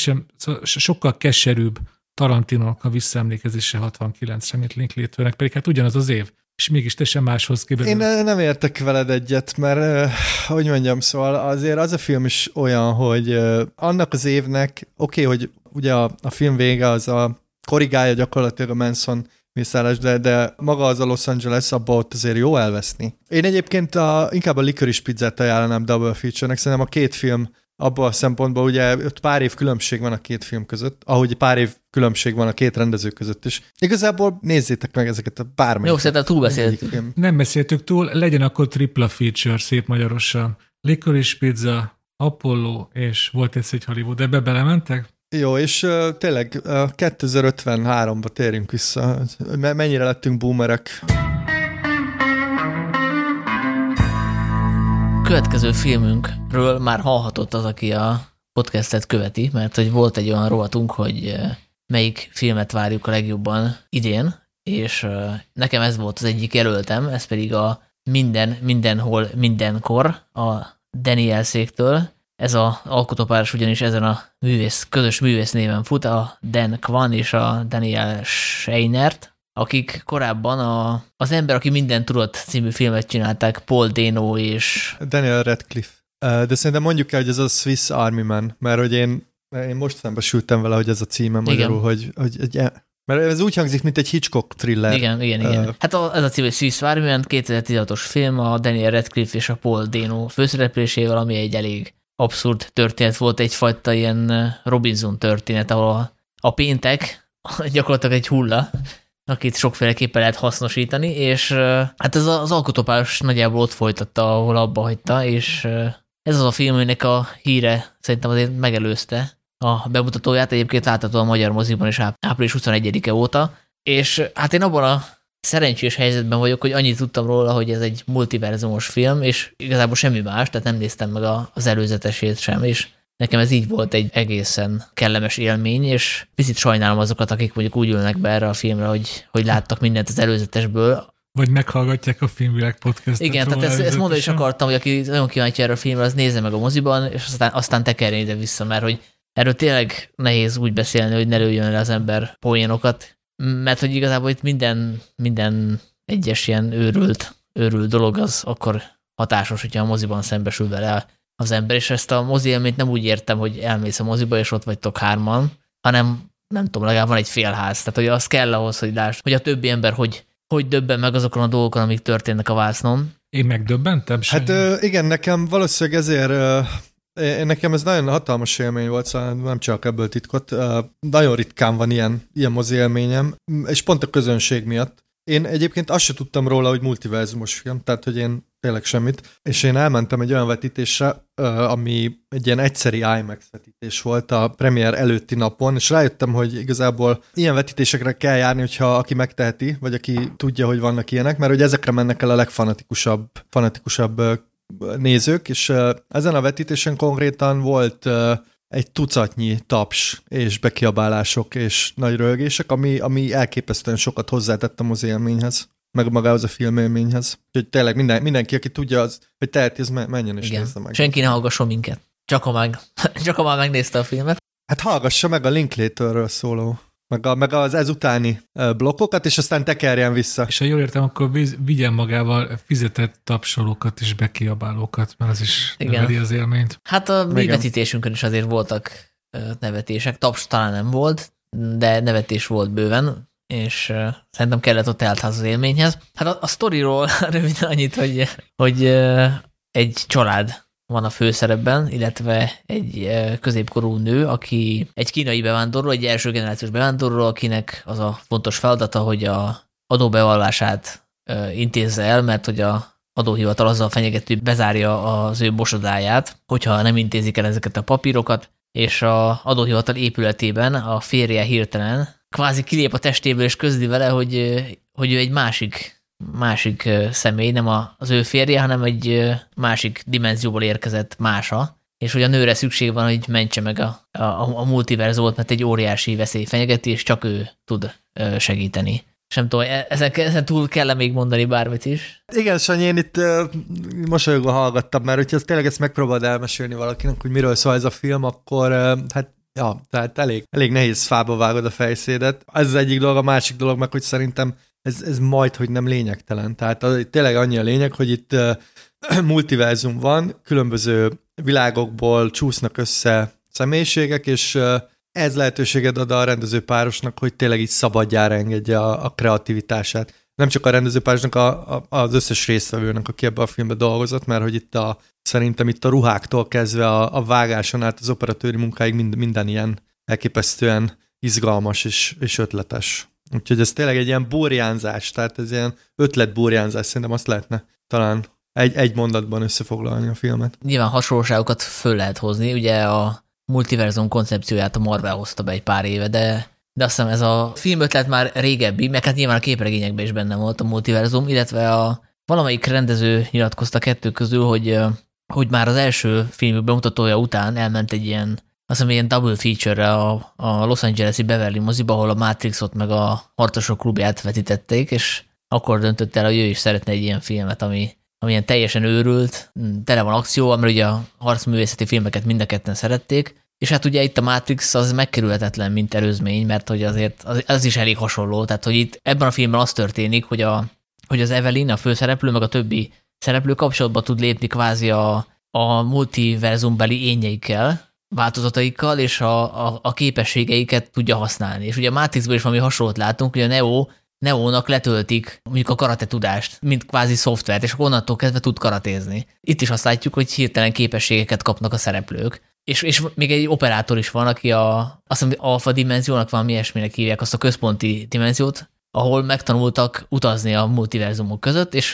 sokkal keserűbb Tarantinónak a visszaemlékezése 69-re, mint Linklaternek, pedig hát ugyanaz az év, és mégis teljesen máshoz képest. Én nem értek veled egyet, mert hogy mondjam, szóval azért az a film is olyan, hogy annak az évnek, oké, hogy ugye a film vége az korrigálja gyakorlatilag a Manson mészárlás, de maga az a Los Angeles, abba ott azért jó elveszni. Én egyébként inkább a Licorice Pizzát ajánlanám double feature-nek, szerintem a két film abban a szempontból ugye ott pár év különbség van a két film között, ahogy pár év különbség van a két rendező között is. Igazából nézzétek meg ezeket a bármelyik. Jó, szerintem túlbeszéltük. Nem beszéltük túl, legyen akkor tripla feature szép magyarosan. Licorice Pizza, Apollo és volt egy Hollywood. Ebbe belementek? Jó, és tényleg 2053-ba térjünk vissza. Mennyire lettünk boomerek? Következő filmünkről már hallhatott az, aki a podcastet követi, mert hogy volt egy olyan rovatunk, hogy melyik filmet várjuk a legjobban idén, és nekem ez volt az egyik jelöltem, ez pedig a Mindenhol, Mindenkor a Daniel széktől. Ez az alkotópáros ugyanis ezen a közös művész néven fut, a Dan Kwan és a Daniel Scheinert, akik korábban az Ember, aki mindent tudott című filmet csinálták, Paul Dano és Daniel Radcliffe. De szerintem mondjuk el, hogy ez a Swiss Army Man, mert hogy én most szembesültem vele, hogy ez a címe magyarul, hogy mert ez úgy hangzik, mint egy Hitchcock thriller. Igen. Hát ez a cím, hogy Swiss Army Man, 2016-os film, a Daniel Radcliffe és a Paul Dano főszereplésével, ami egy elég abszurd történet volt, egyfajta ilyen Robinson történet, ahol a péntek gyakorlatilag egy hulla, akit sokféleképpen lehet hasznosítani, és hát ez az alkotópáros nagyjából ott folytatta, ahol abba hagyta, és ez az a film, aminek a híre szerintem azért megelőzte a bemutatóját, egyébként látható a magyar moziban is április 21-e óta, és hát én abban a szerencsés helyzetben vagyok, hogy annyit tudtam róla, hogy ez egy multiverzumos film, és igazából semmi más, tehát nem néztem meg az előzetesét sem, és nekem ez így volt egy egészen kellemes élmény, és picit sajnálom azokat, akik mondjuk úgy ülnek be erre a filmre, hogy láttak mindent az előzetesből. Vagy meghallgatják a Filmvilág podcastot. Igen, tehát ezt mondani is akartam, hogy aki nagyon kíváncsi erre a filmre, az nézze meg a moziban, és aztán tekerjen ide vissza, mert hogy erről tényleg nehéz úgy beszélni, hogy ne lőjön le az ember poénokat, mert hogy igazából itt minden egyes ilyen őrült dolog az akkor hatásos, hogyha a moziban szembesül vele az ember, és ezt a mozi élményt nem úgy értem, hogy elmész a moziba, és ott vagytok hárman, hanem nem tudom, legalább van egy félház, tehát hogy az kell ahhoz, hogy lásd, hogy a többi ember hogy döbben meg azokon a dolgokon, amik történnek a vásznon. Én megdöbbentem? Hát igen, nekem valószínűleg ezért nekem ez nagyon hatalmas élmény volt, szóval nem csak ebből titkot. Nagyon ritkán van ilyen mozi élményem, és pont a közönség miatt. Én egyébként azt se tudtam róla, hogy multiverzumos film, tehát hogy én tényleg semmit, és én elmentem egy olyan vetítésre, ami egy ilyen egyszeri IMAX vetítés volt a premier előtti napon, és rájöttem, hogy igazából ilyen vetítésekre kell járni, hogyha aki megteheti, vagy aki tudja, hogy vannak ilyenek, mert hogy ezekre mennek el a legfanatikusabb nézők, és ezen a vetítésen konkrétan volt egy tucatnyi taps és bekiabálások és nagy röhögések, ami elképesztően sokat hozzátett a mozi élményhez, meg magához a filmélményhez. Úgyhogy tényleg mindenki, aki tudja, hogy teheti, az menjen és nézze meg. Senki ne hallgasson minket. Csak ha már megnézte a filmet. Hát hallgassa meg a Linklaterről szóló, meg az ezutáni blokkokat, és aztán tekerjen vissza. És ha jól értem, akkor vigyen magával fizetett tapsolókat és bekiabálókat, mert az is növeli az élményt. Hát a mi vetítésünkön is azért voltak nevetések. Taps talán nem volt, de nevetés volt bőven, és szerintem kellett ott eltház az élményhez. Hát a sztoriról röviden annyit, hogy egy család van a főszerepben, illetve egy középkorú nő, aki egy kínai bevándorló, egy első generációs bevándorló, akinek az a fontos feladata, hogy a adóbevallását intézze el, mert hogy a adóhivatal azzal fenyeget, hogy bezárja az ő bosodáját, hogyha nem intézik el ezeket a papírokat, és az adóhivatal épületében a férje hirtelen kvázi kilép a testéből, és közli vele, hogy ő egy másik személy, nem az ő férje, hanem egy másik dimenzióból érkezett mása, és hogy a nőre szükség van, hogy mentse meg a multiverzumot, mert egy óriási veszély fenyegeti, és csak ő tud segíteni. És nem tudom, ezen túl kell még mondani bármit is? Igen, Sanyi, én itt mosolyogva hallgattam, mert hogyha tényleg ezt megpróbáld elmesélni valakinek, hogy miről szól ez a film, akkor tehát elég nehéz fába vágod a fejszédet. Ez az egyik dolog, a másik dolog meg, hogy szerintem ez majd, hogy nem lényegtelen. Tehát tényleg annyi a lényeg, hogy itt multiverzum van, különböző világokból csúsznak össze személyiségek, és ez lehetőséget ad a rendezőpárosnak, hogy tényleg így szabadjára engedje a kreativitását. Nem csak a rendezőpárosnak, az összes résztvevőnek, aki ebben a filmben dolgozott, mert hogy szerintem itt a ruháktól kezdve a vágáson át az operatőri munkáig minden ilyen elképesztően izgalmas és ötletes. Úgyhogy ez tényleg egy ilyen burjánzás, tehát ez ilyen ötletburjánzás, szerintem azt lehetne talán egy mondatban összefoglalni a filmet. Nyilván hasonlóságokat föl lehet hozni, ugye a multiverzum koncepcióját a Marvel hozta be egy pár éve, de azt hiszem ez a filmötlet már régebbi, meg hát nyilván a képregényekben is benne volt a multiverzum, illetve valamelyik rendező nyilatkozta kettő közül, hogy már az első filmük bemutatója után elment egy ilyen, azt hiszem ilyen double feature-re a Los Angeles-i Beverly moziba, ahol a Matrixot meg a Harcosok klubját vetítették, és akkor döntött el, hogy ő is szeretne egy ilyen filmet, ami ilyen teljesen őrült, tele van akcióval, mert ugye a harcművészeti filmeket mind a ketten szerették, és hát ugye itt a Matrix az megkerülhetetlen, mint előzmény, mert hogy azért az is elég hasonló, tehát hogy itt ebben a filmben az történik, hogy az Evelyn, a főszereplő, meg a többi szereplő kapcsolatba tud lépni kvázi a multiverzumbeli énjeikkel, változataikkal, és a képességeiket tudja használni. És ugye a Matrixban is valami hasonlót látunk, hogy a Neónak letöltik mondjuk a karate tudást, mint kvázi szoftvert, és onnantól kezdve tud karatézni. Itt is azt látjuk, hogy hirtelen képességeket kapnak a szereplők. És még egy operátor is van, aki azt hiszem, alfa dimenziónak valami ilyesminek hívják, azt a központi dimenziót ahol megtanultak utazni a multiverzumok között, és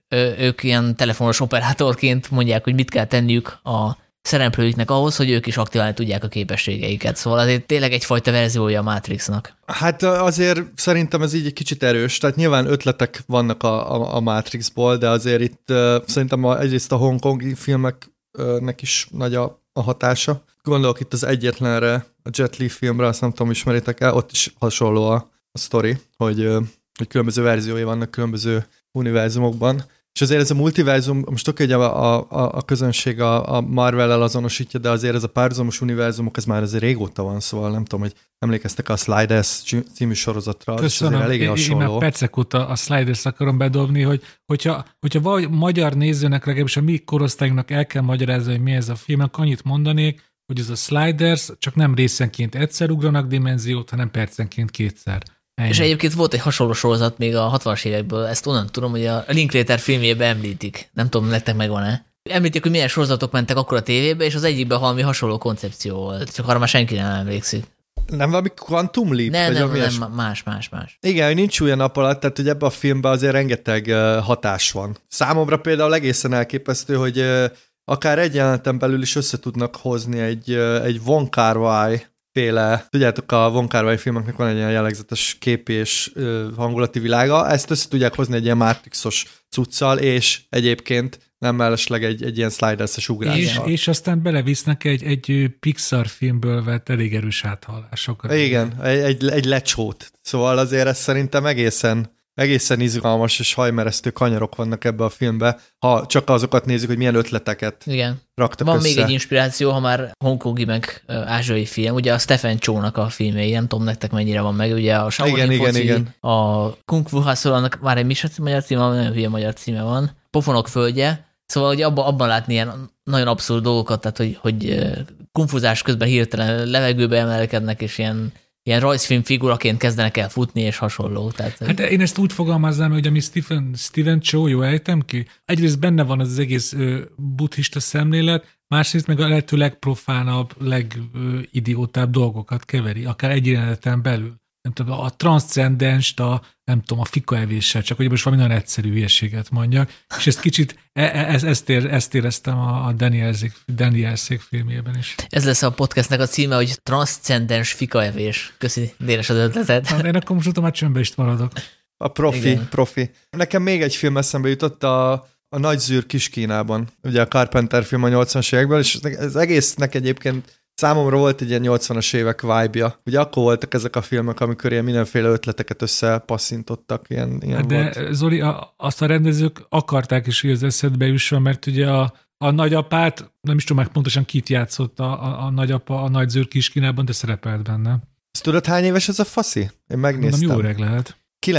ők ilyen telefonos operátorként mondják, hogy mit kell tenniük a szereplőiknek ahhoz, hogy ők is aktiválni tudják a képességeiket. Szóval azért tényleg egyfajta verziója a Matrixnak. Hát azért szerintem ez így egy kicsit erős, tehát nyilván ötletek vannak a Matrixból, de azért itt szerintem egyrészt a hongkongi filmeknek is nagy a hatása. Gondolok itt az egyetlenre, a Jet Li filmre, azt nem tudom, ismeritek el, ott is hasonló a sztori, hogy különböző verziói vannak különböző univerzumokban. És azért ez a multiverzum, most oké, hogy a közönség a Marvel-el azonosítja, de azért ez a párhuzamos univerzumok, ez már azért régóta van, szóval nem tudom, hogy emlékeztek a Sliders című sorozatra, az köszönöm, eléggé hasonló. Én már percek óta a Sliders akarom bedobni, hogyha valahogy magyar nézőnek, legalábbis a mi korosztályunknak el kell magyarázni, hogy mi ez a film, akkor annyit mondanék, hogy ez a Sliders csak nem részenként egyszer ugranak dimenziót, hanem percenként kétszer. Ennyi. És egyébként volt egy hasonló sorozat még a 60-as évekből, ezt onnan tudom, hogy a Linklater filmjében említik. Nem tudom, nektek megvan-e. Említik, hogy milyen sorozatok mentek akkor a tévébe, és az egyikben valami hasonló koncepció volt. Csak arra már senki nem emlékszik. Nem valami Quantum Leap? Nem, más. Igen, hogy nincs olyan nap alatt, tehát hogy ebben a filmben azért rengeteg hatás van. Számomra például egészen elképesztő, hogy akár egy jeleneten belül is össze tudnak hozni egy Wong Kar-wai féle, tudjátok, a Wong Kar-wai filmeknek van egy ilyen jellegzetes képi és hangulati világa, ezt össze tudják hozni egy ilyen Matrixos cuccal, és egyébként nem mellesleg egy ilyen Sliders-es ugrással. És aztán belevisznek egy Pixar filmből vett elég erős áthallásokat. Igen, egy lecsót. Szóval azért ez szerintem egészen izgalmas és hajmeresztő kanyarok vannak ebbe a filmbe, ha csak azokat nézzük, hogy milyen ötleteket raktak Van össze. még egy inspiráció, ha már hongkongi meg ázsiai film, ugye a Stephen Chow-nak a filmjei, nem tudom nektek mennyire van meg, ugye a Shaolin foci, a Kung Fu Hustle, annak már egy magyar címe, nagyon hülye magyar címe van, Pofonok földje, szóval hogy abban látni ilyen nagyon abszurd dolgokat, tehát hogy kungfuzás közben hirtelen levegőbe emelkednek, és ilyen rajzfilm figuraként kezdenek el futni, és hasonló. Tehát, hát én ezt úgy fogalmaznám, hogy ami Stephen Chow, jó ejtem ki? Egyrészt benne van az egész buddhista szemlélet, másrészt meg a lehető legprofánabb, legidiótább dolgokat keveri, akár egy jeleneten belül. Nem tudom, a transzcendenst, nem tudom, a fikaevéssel, csak hogy most valami nagyon egyszerű hülyeséget mondjak, és ezt kicsit, ezt éreztem a Danielszék filmjében is. Ez lesz a podcastnek a címe, hogy transzcendens fikaevés. Köszi, Dénes az ötletet. Hát én akkor most utána csömbbe is maradok. A profi. Nekem még egy film eszembe jutott, a Nagy zűr Kis-Kínában, ugye a Carpenter film a 80-as évekből, és az egésznek egyébként számomra volt egy ilyen 80-as évek vibe-ja. Ugye akkor voltak ezek a filmek, amikor ilyen mindenféle ötleteket összepasszintottak. Ilyen de volt. Zoli, azt a rendezők akarták is, hogy az eszedbe jusson, mert ugye a nagyapát, nem is tudom meg pontosan kit játszott a nagyapa a Nagy zűr Kis-Kínában, de szerepelt benne. Ezt tudod, hány éves ez a faszi? Én megnéztem. Mondom, jó öreg lehet.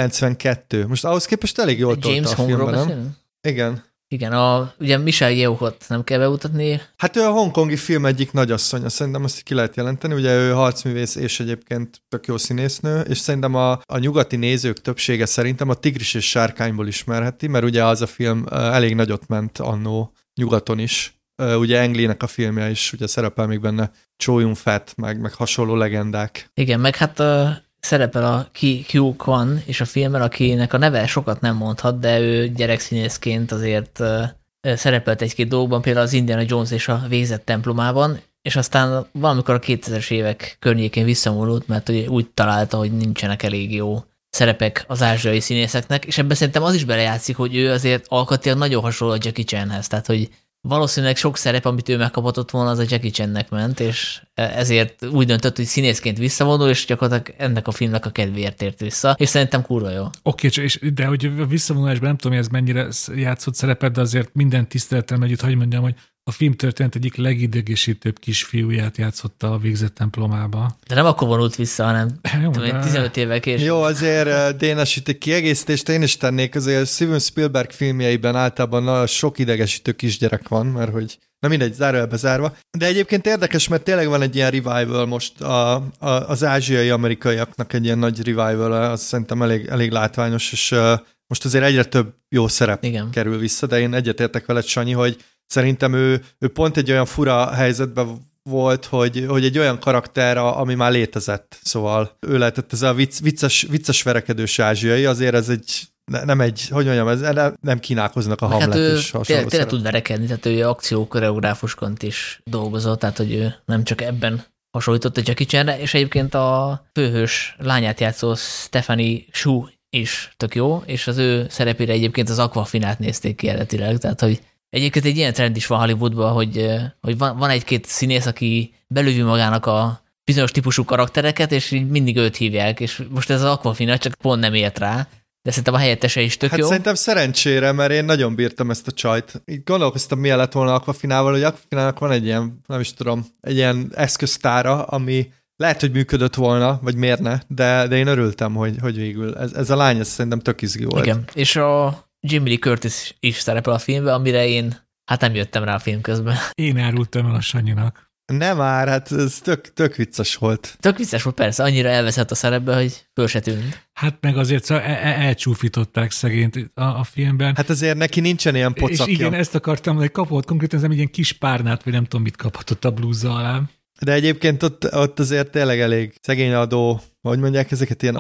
92. Most ahhoz képest elég jól tolta a filmben, nem? Igen. Igen, ugye Michelle Yeohot nem kell bemutatni. Hát ő a hongkongi film egyik nagyasszonya, szerintem azt ki lehet jelenteni, ugye ő harcművész és egyébként tök jó színésznő, és szerintem a nyugati nézők többsége szerintem a Tigris és Sárkányból ismerheti, mert ugye az a film elég nagyot ment annó nyugaton is. Ugye Ang Lee-nek a filmje is, ugye szerepel még benne Chow Yun-fat, meg hasonló legendák. Igen, meg hát szerepel a Ki Kyu Kwan és a filmben, akinek a neve sokat nem mondhat, de ő gyerekszínészként azért szerepelt egy-két dolgokban, például az Indiana Jones és a Végzett templomában, és aztán valamikor a 2000-es évek környékén visszamúlott, mert úgy találta, hogy nincsenek elég jó szerepek az ázsiai színészeknek, és ebben szerintem az is belejátszik, hogy ő azért alkatilag nagyon hasonló a Jackie Chanhez, tehát hogy valószínűleg sok szerep, amit ő megkapott volna, az a Jackie Channek ment, és ezért úgy döntött, hogy színészként visszavonul, és gyakorlatilag ennek a filmnek a kedvéért tért vissza, és szerintem kurva jó. Oké, de hogy a visszavonulásban nem tudom, hogy ez mennyire játszott szerepet, de azért minden tiszteletem együtt, hogy mondjam, hogy a filmtörténet egyik legidegesítőbb kisfiúját játszotta a Végzett templomába. De nem akkor vonult vissza, hanem jó, 15 évvel később. Jó, azért Dénes itt egy kiegészítést én is tennék, azért Steven Spielberg filmjeiben általában sok idegesítő kisgyerek van, mert hogy na mindegy, zárójelbe zárva. De egyébként érdekes, mert tényleg van egy ilyen revival most az ázsiai amerikaiaknak egy ilyen nagy revival, az szerintem elég látványos, és most azért egyre több jó szerep kerül vissza, de én egyetértek veled, Sanyi, hogy szerintem ő pont egy olyan fura helyzetben volt, hogy egy olyan karakter, ami már létezett. Szóval ő lehetett ez a vicces verekedős ázsiai, azért ez nem egy, hogy mondjam, ez nem kínálkoznak a Hamlet és hasonló. Tényleg tud verekedni, tehát ő akciókoreográfusként is dolgozott, tehát hogy ő nem csak ebben hasonlított egy kicsenre, és egyébként a főhős lányát játszó Stephanie Shu is tök jó, és az ő szerepére egyébként az Aquafinát nézték ki eredetileg, tehát hogy egyébként egy ilyen trend is van Hollywoodban, hogy van egy-két színész, aki belővi magának a bizonyos típusú karaktereket, és így mindig őt hívják, és most ez az Aquafina csak pont nem ért rá, de szerintem a helyettese is tök jó. Szerintem szerencsére, mert én nagyon bírtam ezt a csajt. Így gondolkoztam, milyen lett volna Aquafinával, hogy Aquafinának van egy ilyen, nem is tudom, egy ilyen eszköztára, ami lehet, hogy működött volna, vagy miért ne, de én örültem, hogy végül ez a lány, ez szerintem tök izgi volt. Igen, és a Jamie Lee Curtis is szerepel a filmben, amire én nem jöttem rá a film közben. Én árultam el a Sanyinak. Nem már, hát ez tök vicces volt. Tök vicces volt, persze, annyira elveszett a szerepbe, hogy föl se tűnt. Hát meg azért szóval elcsúfították szegényt a filmben. Hát azért neki nincsen ilyen pocakja. És igen, ezt akartam, hogy kapott konkrétan egy ilyen kis párnát, vagy nem tudom, mit kaphatott a blúzza alá. De egyébként ott azért tényleg elég szegény adó, hogy mondják ezeket, ilyen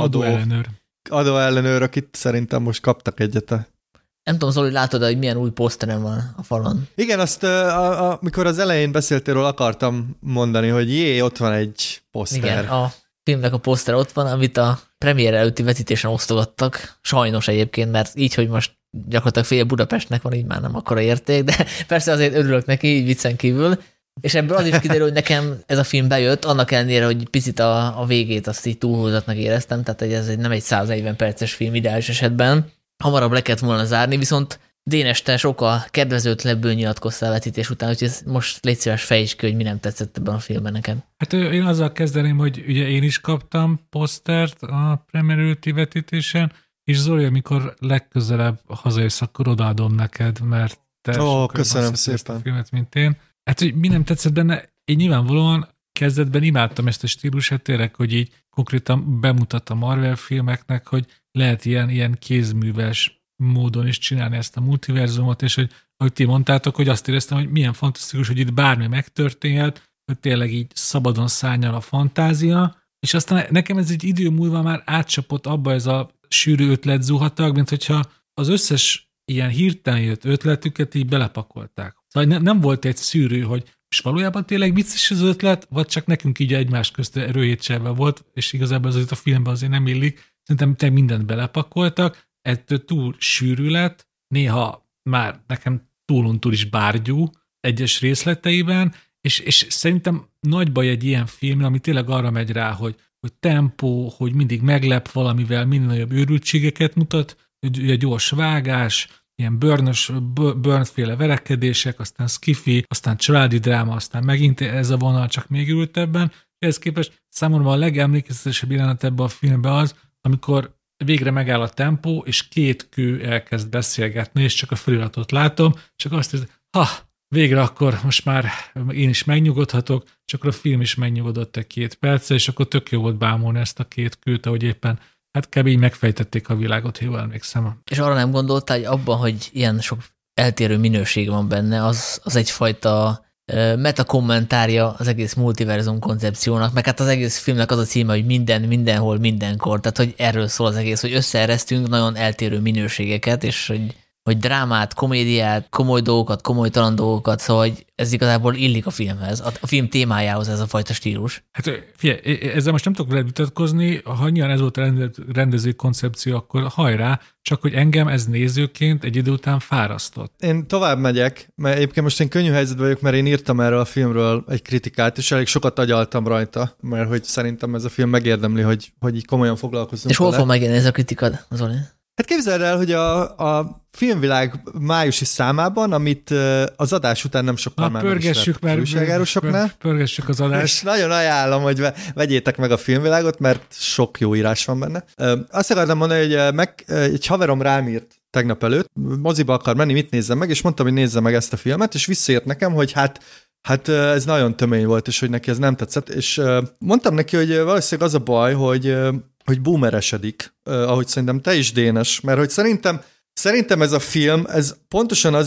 adóellenőr, akit szerintem most kaptak egyet. Nem tudom, Zoli, látod, hogy milyen új poszterem van a falon? Igen, azt amikor az elején beszéltél róla, akartam mondani, hogy ott van egy poszter. Igen, a filmnek a poszter ott van, amit a premier előtti vetítésen osztogattak. Sajnos egyébként, mert így, hogy most gyakorlatilag fél Budapestnek van, így már nem akkora érték, de persze azért örülök neki, így viccen kívül. És ebből az is kiderül, hogy nekem ez a film bejött, annak ellenére, hogy picit a végét azt így túlhúzatnak éreztem, tehát ez nem egy 140 perces film ideális esetben. Hamarabb le kellett volna zárni, viszont Dénes, te sokkal kedvezőtlebből nyilatkoztál vetítés után, úgyhogy most légy szíves, fejtsd ki, hogy mi nem tetszett ebben a filmben nekem. Hát én azzal kezdeném, hogy ugye én is kaptam posztert a premier előtti vetítésen, és Zoli, amikor legközelebb hazajössz, akkor odaadom neked, mert te köszönöm szépen. A filmet, mint én. Hát, hogy mi nem tetszett benne, én nyilvánvalóan kezdetben imádtam ezt a stílusát, tényleg, hogy így konkrétan bemutat a Marvel filmeknek, hogy lehet ilyen kézműves módon is csinálni ezt a multiverzumot, és hogy ahogy ti mondtátok, hogy azt éreztem, hogy milyen fantasztikus, hogy itt bármi megtörténhet, hogy tényleg így szabadon szárnyal a fantázia, és aztán nekem ez egy idő múlva már átcsapott abba ez a sűrű ötlet zuhatag, mint hogyha az összes ilyen hirtelen jött ötletüket így belepakolták. Szóval nem volt egy szűrő, hogy és valójában tényleg vicces az ötlet, vagy csak nekünk így egymás közt erőhétselve volt, és igazából azért a filmben azért nem illik. Szerintem mindent belepakoltak, ettől túl sűrű lett, néha már nekem túl is bárgyú egyes részleteiben, és szerintem nagy baj egy ilyen film, ami tényleg arra megy rá, hogy tempó, hogy mindig meglep valamivel, minél nagyobb őrültségeket mutat, hogy a gyors vágás, ilyen Burns-féle verekedések, aztán skifi, aztán családi dráma, aztán megint ez a vonal csak még ültebben. Ehhez képest számomra a legemlékezetesebb jelenet ebben a filmben az, amikor végre megáll a tempó, és két kő elkezd beszélgetni, és csak a feliratot látom, csak azt hiszem, végre akkor most már én is megnyugodhatok, csak a film is megnyugodott egy 2 percre, és akkor tök jó volt bámulni ezt a két kőt, ahogy éppen kb. Így megfejtették a világot, jól emlékszem. És arra nem gondoltál, hogy abban, hogy ilyen sok eltérő minőség van benne, az egyfajta metakommentárja az egész multiverzum koncepciónak, meg hát az egész filmnek az a címe, hogy minden, mindenhol, mindenkor, tehát hogy erről szól az egész, hogy összeeresztünk nagyon eltérő minőségeket, és hogy drámát, komédiát, komoly dolgokat, komolytalan dolgokat, szóval hogy ez igazából illik a filmhez, a film témájához ez a fajta stílus. Hát figyelj, ezzel most nem tudok veled vitatkozni, ha nyilván ez volt a rendezői koncepció, akkor hajrá, csak hogy engem ez nézőként egy idő után fárasztott. Én tovább megyek, mert egyébként most én könnyű helyzetben vagyok, mert én írtam erről a filmről egy kritikát, és elég sokat agyaltam rajta, mert hogy szerintem ez a film megérdemli, hogy így komolyan foglalkozzunk. És hol fog megjelenni ez a kritika, Zoli? Hát képzeld el, hogy a Filmvilág májusi számában, amit az adás után nem sokkal már pörgessük már újságárusoknál. Pörgessük az adást. És nagyon ajánlom, hogy vegyétek meg a Filmvilágot, mert sok jó írás van benne. Azt akartam mondani, hogy egy haverom rám írt tegnap előtt, moziba akar menni, mit nézzem meg, és mondtam, hogy nézze meg ezt a filmet, és visszaírt nekem, hogy hát ez nagyon tömény volt, és hogy neki ez nem tetszett, és mondtam neki, hogy valószínűleg az a baj, hogy boomeresedik, ahogy szerintem te is, Dénes, mert hogy szerintem ez a film, ez pontosan azért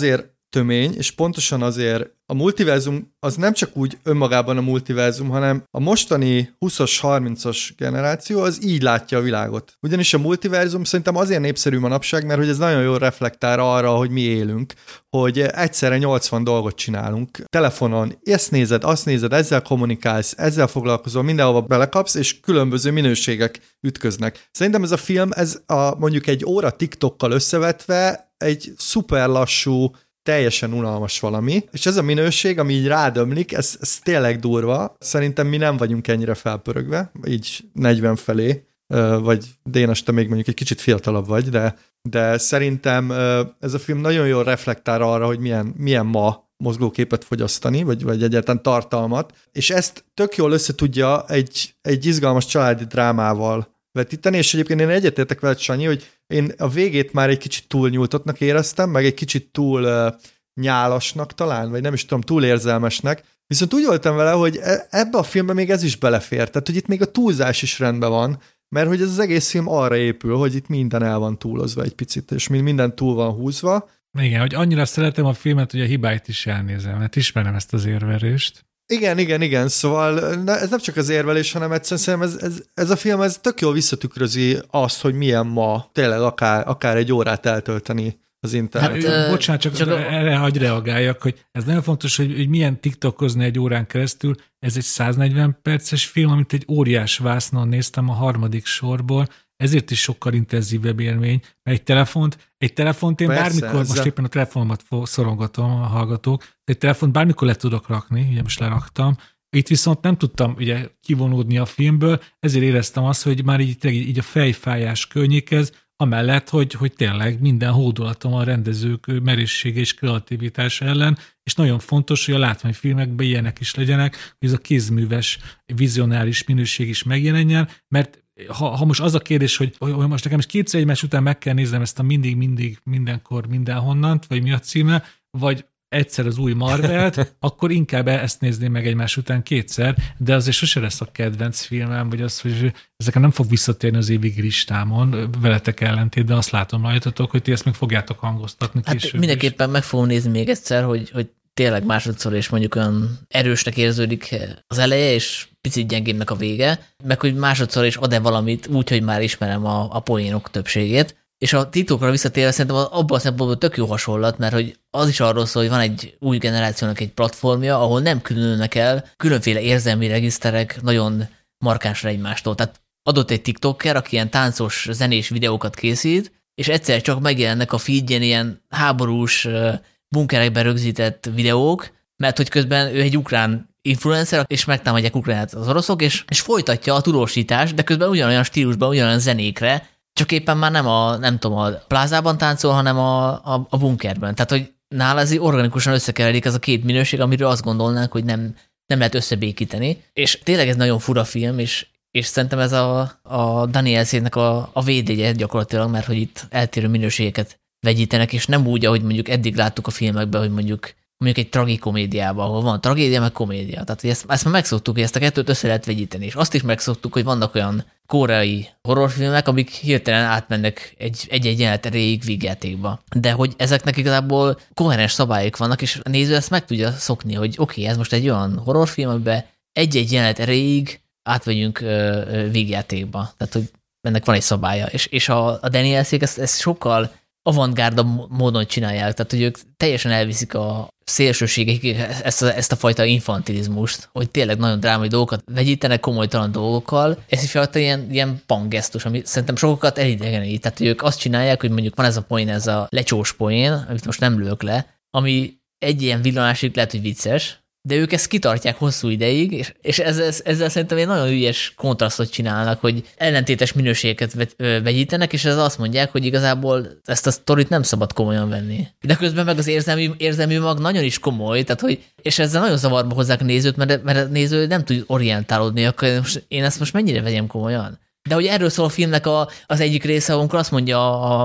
tömény, és pontosan azért a multiverzum az nem csak úgy önmagában a multiverzum, hanem a mostani 20-as, 30-as generáció az így látja a világot. Ugyanis a multiverzum szerintem azért népszerű manapság, mert hogy ez nagyon jól reflektál arra, hogy mi élünk, hogy egyszerre 80 dolgot csinálunk. Telefonon ezt nézed, azt nézed, ezzel kommunikálsz, ezzel foglalkozol, mindenhova belekapsz, és különböző minőségek ütköznek. Szerintem ez a film, mondjuk egy óra TikTokkal összevetve egy szuper lassú, teljesen unalmas valami, és ez a minőség, ami így rádömlik, ez tényleg durva. Szerintem mi nem vagyunk ennyire felpörögve, így 40 felé, vagy Dénes, te még mondjuk egy kicsit fiatalabb vagy, de szerintem ez a film nagyon jól reflektál arra, hogy milyen ma mozgóképet fogyasztani, vagy egyáltalán tartalmat, és ezt tök jól összetudja egy izgalmas családi drámával vetíteni, és egyébként én egyetértek veled, Sanyi, hogy én a végét már egy kicsit túl nyújtottnak éreztem, meg egy kicsit túl nyálasnak talán, vagy nem is tudom, túl érzelmesnek, viszont úgy voltam vele, hogy ebbe a filmbe még ez is belefér, tehát hogy itt még a túlzás is rendben van, mert hogy ez az egész film arra épül, hogy itt minden el van túlozva egy picit, és minden túl van húzva. Igen, hogy annyira szeretem a filmet, hogy a hibáit is elnézem, mert ismerem ezt az érvelést. Igen, szóval ez nem csak az érvelés, hanem egyszerűen ez a film ez tök jól visszatükrözi azt, hogy milyen ma tényleg akár egy órát eltölteni az interneten. Hát, bocsánat, csak erre hagy reagáljak, hogy ez nagyon fontos, hogy milyen tiktokozni egy órán keresztül. Ez egy 140 perces film, amit egy óriás vásznon néztem a harmadik sorból, ezért is sokkal intenzívebb élmény, mert egy telefont én persze, bármikor, most éppen a telefonomat szorongatom a hallgatók, egy telefont bármikor le tudok rakni, ugye most leraktam, itt viszont nem tudtam ugye kivonódni a filmből, ezért éreztem azt, hogy már így a fejfájás környékez, amellett, hogy tényleg minden hódolatom a rendezők merészsége és kreativitás ellen, és nagyon fontos, hogy a látványfilmekben ilyenek is legyenek, hogy ez a kézműves, vizionáris minőség is megjelenjen, mert ha most az a kérdés, hogy most nekem is kétszer egymás után meg kell néznem ezt a mindig, mindenkor, mindenhonnant, vagy mi a címe, vagy egyszer az új Marvelt, akkor inkább ezt nézném meg egymás után kétszer, de azért sose lesz a kedvenc filmem, vagy az, hogy ezeken nem fog visszatérni az évig listámon, veletek ellentétben azt látom rajtatok, hogy ti ezt meg fogjátok hangoztatni később. Hát mindenképpen meg fogom nézni még egyszer, hogy tényleg másodszor és mondjuk olyan erősnek érződik az eleje, és picit gyengébbnek a vége, meg hogy másodszor is ad-e valamit úgy, hogy már ismerem a poénok többségét. És a TikTokra visszatérve szerintem abban a szempontból tök jó hasonlat, mert hogy az is arról szól, hogy van egy új generációnak egy platformja, ahol nem különülnek el különféle érzelmi regiszterek nagyon markánsra egymástól. Tehát adott egy TikToker, aki ilyen táncos, zenés videókat készít, és egyszer csak megjelennek a feedjen ilyen háborús bunkerekben rögzített videók, mert hogy közben ő egy ukrán influencer, és megtámadják Ukránát az oroszok, és folytatja a tudósítást, de közben ugyanolyan stílusban, ugyanolyan zenékre, csak éppen már nem a plázában táncol, hanem a bunkerben. Tehát, hogy nála ez organikusan összekeveredik ez a két minőség, amiről azt gondolnánk, hogy nem lehet összebékíteni. És tényleg ez nagyon fura film, és szerintem ez a Danielsének a védjegye gyakorlatilag, mert hogy itt eltérő minőségeket vegyítenek, és nem úgy, ahogy mondjuk eddig láttuk a filmekben, hogy mondjuk egy tragikomédiában, ahol van tragédia, meg komédia. Tehát hogy ezt már megszoktuk, hogy ezt a kettőt össze lehet vegyíteni, és azt is megszoktuk, hogy vannak olyan koreai horrorfilmek, amik hirtelen átmennek egy jelenet erejéig vígjátékba. De hogy ezeknek igazából koherens szabályok vannak, és a néző ezt meg tudja szokni, hogy oké, ez most egy olyan horrorfilm, amiben egy jelenet erejéig átvegyünk vígjátékba. Tehát, hogy ennek van egy szabálya. És a Danielsék ezt sokkal avantgárdabb módon csinálják, tehát hogy ők teljesen elviszik a szélsőségekig ezt a fajta infantilizmust, hogy tényleg nagyon drámai dolgokat vegyítenek komolytalan dolgokkal. Ez is fajta ilyen pangesztus, ami szerintem sokakat elidegenít. Tehát hogy ők azt csinálják, hogy mondjuk van ez a poén, ez a lecsós poén, amit most nem lők le, ami egy ilyen villanásig lehet, hogy vicces, de ők ezt kitartják hosszú ideig, és ezzel szerintem egy nagyon ügyes kontrasztot csinálnak, hogy ellentétes minőségeket vegyítenek, és ez azt mondják, hogy igazából ezt a sztorit nem szabad komolyan venni. De közben meg az érzelmű mag nagyon is komoly, tehát hogy, és ezzel nagyon zavarba hozzák a nézőt, mert a néző nem tud orientálódni, akkor én ezt most mennyire vegyem komolyan. De hogy erről szól a filmnek az egyik része, amikor azt mondja a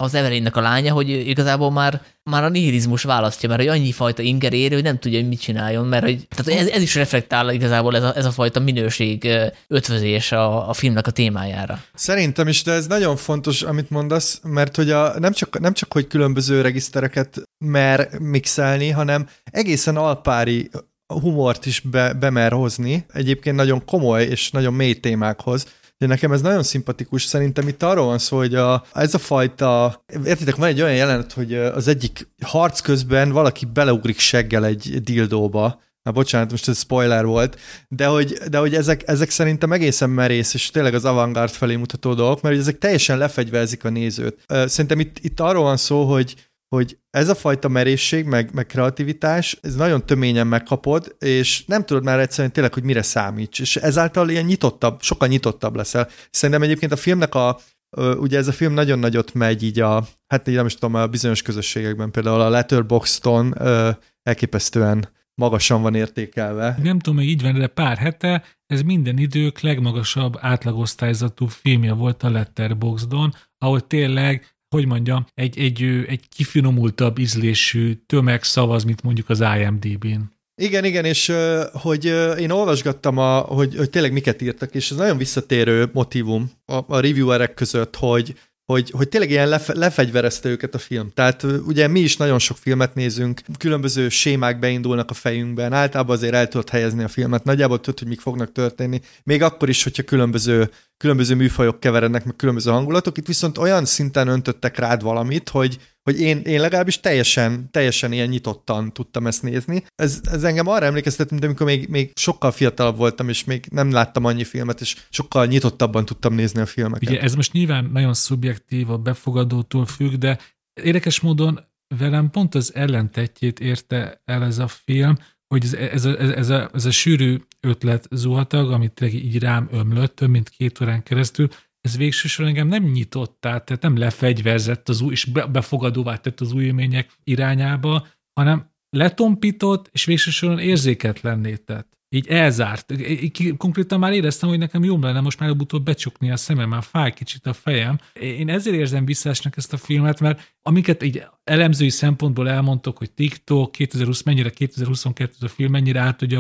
az Evelynnek a lánya, hogy igazából már a nihilizmus választja, mert hogy annyi fajta inger ér, hogy nem tudja, hogy mit csináljon, mert hogy, tehát ez is reflektál igazából ez a fajta minőség ötvözés a filmnek a témájára. Szerintem is, de ez nagyon fontos, amit mondasz, mert hogy nem csak hogy különböző regisztereket mer mixelni, hanem egészen alpári humort is bemer hozni, egyébként nagyon komoly és nagyon mély témákhoz. De nekem ez nagyon szimpatikus, szerintem itt arról van szó, hogy ez a fajta, értitek, van egy olyan jelenet, hogy az egyik harc közben valaki beleugrik seggel egy dildóba. Bocsánat, most ez spoiler volt, de hogy ezek szerintem egészen merész, és tényleg az avantgárd felé mutató dolgok, mert ezek teljesen lefegyverzik a nézőt. Szerintem itt arról van szó, hogy ez a fajta merészség, meg kreativitás, ez nagyon töményen megkapod, és nem tudod már egyszerűen tényleg, hogy mire számíts, és ezáltal ilyen nyitottabb, sokkal nyitottabb leszel. Szerintem egyébként a filmnek ugye ez a film nagyon nagyot megy így hát így nem is tudom, a bizonyos közösségekben, például a Letterboxdon elképesztően magasan van értékelve. Nem tudom, hogy így van, de pár hete ez minden idők legmagasabb átlagosztályzatú filmje volt a Letterboxdon, ahol tényleg, hogy mondjam, egy kifinomultabb ízlésű tömeg szavaz, mint mondjuk az IMDb-n. Igen, és hogy én olvasgattam, hogy tényleg miket írtak, és ez nagyon visszatérő motívum a reviewerek között, hogy tényleg ilyen lefegyverezte őket a film. Tehát ugye mi is nagyon sok filmet nézünk, különböző sémák beindulnak a fejünkben, általában azért el tudod helyezni a filmet, nagyjából tudod, hogy mik fognak történni, még akkor is, hogyha különböző műfajok keverednek, meg különböző hangulatok, itt viszont olyan szinten öntöttek rád valamit, hogy én legalábbis teljesen ilyen nyitottan tudtam ezt nézni. Ez engem arra emlékeztet, mint amikor még sokkal fiatalabb voltam, és még nem láttam annyi filmet, és sokkal nyitottabban tudtam nézni a filmeket. Ugye ez most nyilván nagyon szubjektív, a befogadótól függ, de érdekes módon velem pont az ellentetjét érte el ez a film, hogy ez a sűrű ötlet zuhatag, amit így rám ömlött több mint 2 órán keresztül, ez végső soron engem nem nyitott át, tehát nem lefegyverzett és befogadóvá tett az új élmények irányába, hanem letompított, és végső soron érzéketlenné tett. Így elzárt. Konkrétan már éreztem, hogy nekem jobb lenne most már utóbb becsukni a szemem, már fáj kicsit a fejem. Én ezért érzem visszásnak ezt a filmet, mert amiket így elemzői szempontból elmondtok, hogy TikTok, 2020, mennyire 2022 a film, mennyire átadja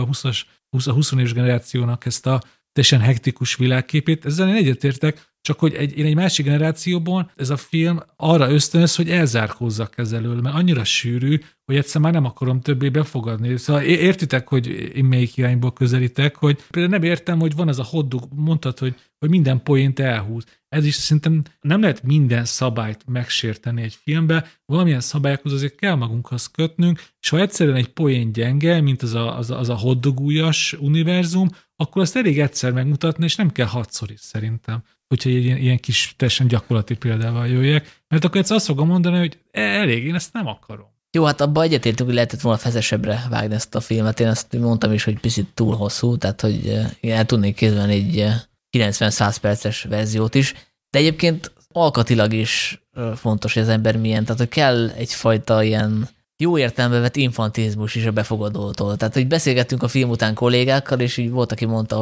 a 20 éves generációnak ezt a teljesen hektikus világképét, ezzel én egyetértek, csak hogy én egy másik generációban ez a film arra ösztönöz, hogy elzárkózzak ez elől, mert annyira sűrű, hogy egyszer már nem akarom többé befogadni. Szóval értitek, hogy én melyik irányból közelítek, hogy például nem értem, hogy van ez a hotdog, mondtad, hogy minden poént elhúz. Ez is szerintem nem lehet minden szabályt megsérteni egy filmbe, valamilyen szabályokhoz azért kell magunkhoz kötnünk, és ha egyszerűen egy poén gyenge, mint az a hotdogújas univerzum, akkor azt elég egyszer megmutatni, és nem kell 6-szor is szerintem, hogyha egy ilyen kis teljesen gyakorlati példával jöjjek, mert akkor egyszer azt fogom mondani, hogy elég, én ezt nem akarom. Jó, hát abban egyetértünk, hogy lehetett volna fezesebbre vágni ezt a filmet. Én azt mondtam is, hogy picit túl hosszú, tehát hogy én el tudnék képzelni egy 90-100 perces verziót is, de egyébként alkatilag is fontos, hogy az ember milyen, tehát hogy kell egyfajta ilyen jó értelembe vett infantilizmus is a befogadótól. Tehát, hogy beszélgettünk a film után kollégákkal, és így volt, aki mondta,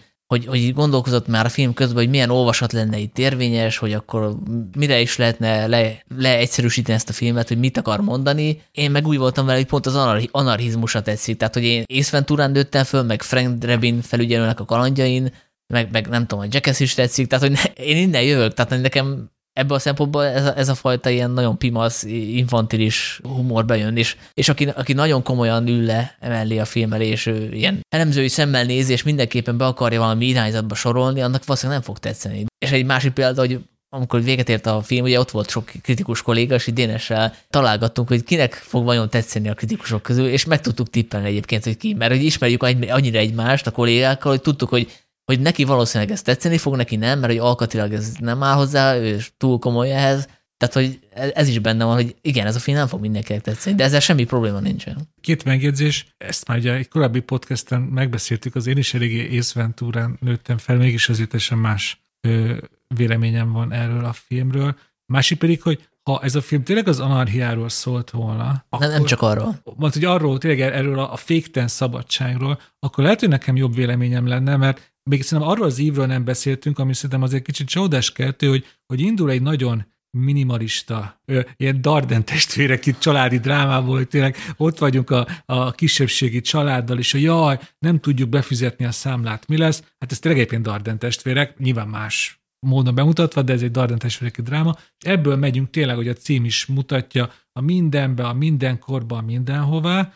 hogy gondolkozott már a film közben, hogy milyen olvasat lenne itt érvényes, hogy akkor mire is lehetne leegyszerűsíteni ezt a filmet, hogy mit akar mondani. Én meg úgy voltam vele, hogy pont az anarchizmusa tetszik. Tehát, hogy én Ace Venturán nőttem föl, meg Frank Drebin felügyelőnek a kalandjain, meg nem tudom, hogy Jackass is tetszik, tehát, hogy én innen jövök, tehát nekem ebből a szempontból ez a fajta ilyen nagyon pimasz, infantilis humor bejön, és aki nagyon komolyan ül le emellé a film elé, és ő ilyen elemzői szemmel nézi, és mindenképpen be akarja valami irányzatba sorolni, annak valószínűleg nem fog tetszeni. És egy másik példa, hogy amikor véget ért a film, ugye ott volt sok kritikus kolléga, és így Dénessel találgattunk, hogy kinek fog vajon tetszeni a kritikusok közül, és meg tudtuk tippelni egyébként, hogy ki, mert hogy ismerjük annyira egymást a kollégákkal, hogy tudtuk, hogy neki valószínűleg ez tetszeni fog, neki nem, mert hogy alkatilag ez nem áll hozzá, ő túl komoly ehhez. Tehát, hogy ez is benne van, hogy igen, ez a film nem fog mindenkinek tetszeni, de ezzel semmi probléma nincsen. 2 megjegyzés, ezt már ugye egy korábbi podcasten megbeszéltük, az én is eléggé Ace Venturán nőttem fel, mégis azért teljesen más véleményem van erről a filmről. Másik pedig, hogy ha ez a film tényleg az anarchiáról szólt volna, akkor, nem csak arról. Mert hogy arról, tényleg erről a féktelen szabadságról, akkor lehet, hogy nekem jobb véleményem lenne, mert még szerintem arról az ívről nem beszéltünk, ami szerintem azért kicsit csodáskeltő, hogy indul egy nagyon minimalista, ilyen Darden testvérek itt családi drámából, hogy tényleg ott vagyunk a kisebbségi családdal, és jaj, nem tudjuk befizetni a számlát, mi lesz? Hát ez tényleg egyébként Darden testvérek, nyilván más módon bemutatva, de ez egy Darden testvéreki dráma, és ebből megyünk tényleg, hogy a cím is mutatja, a mindenbe, a mindenkorba, a mindenhová.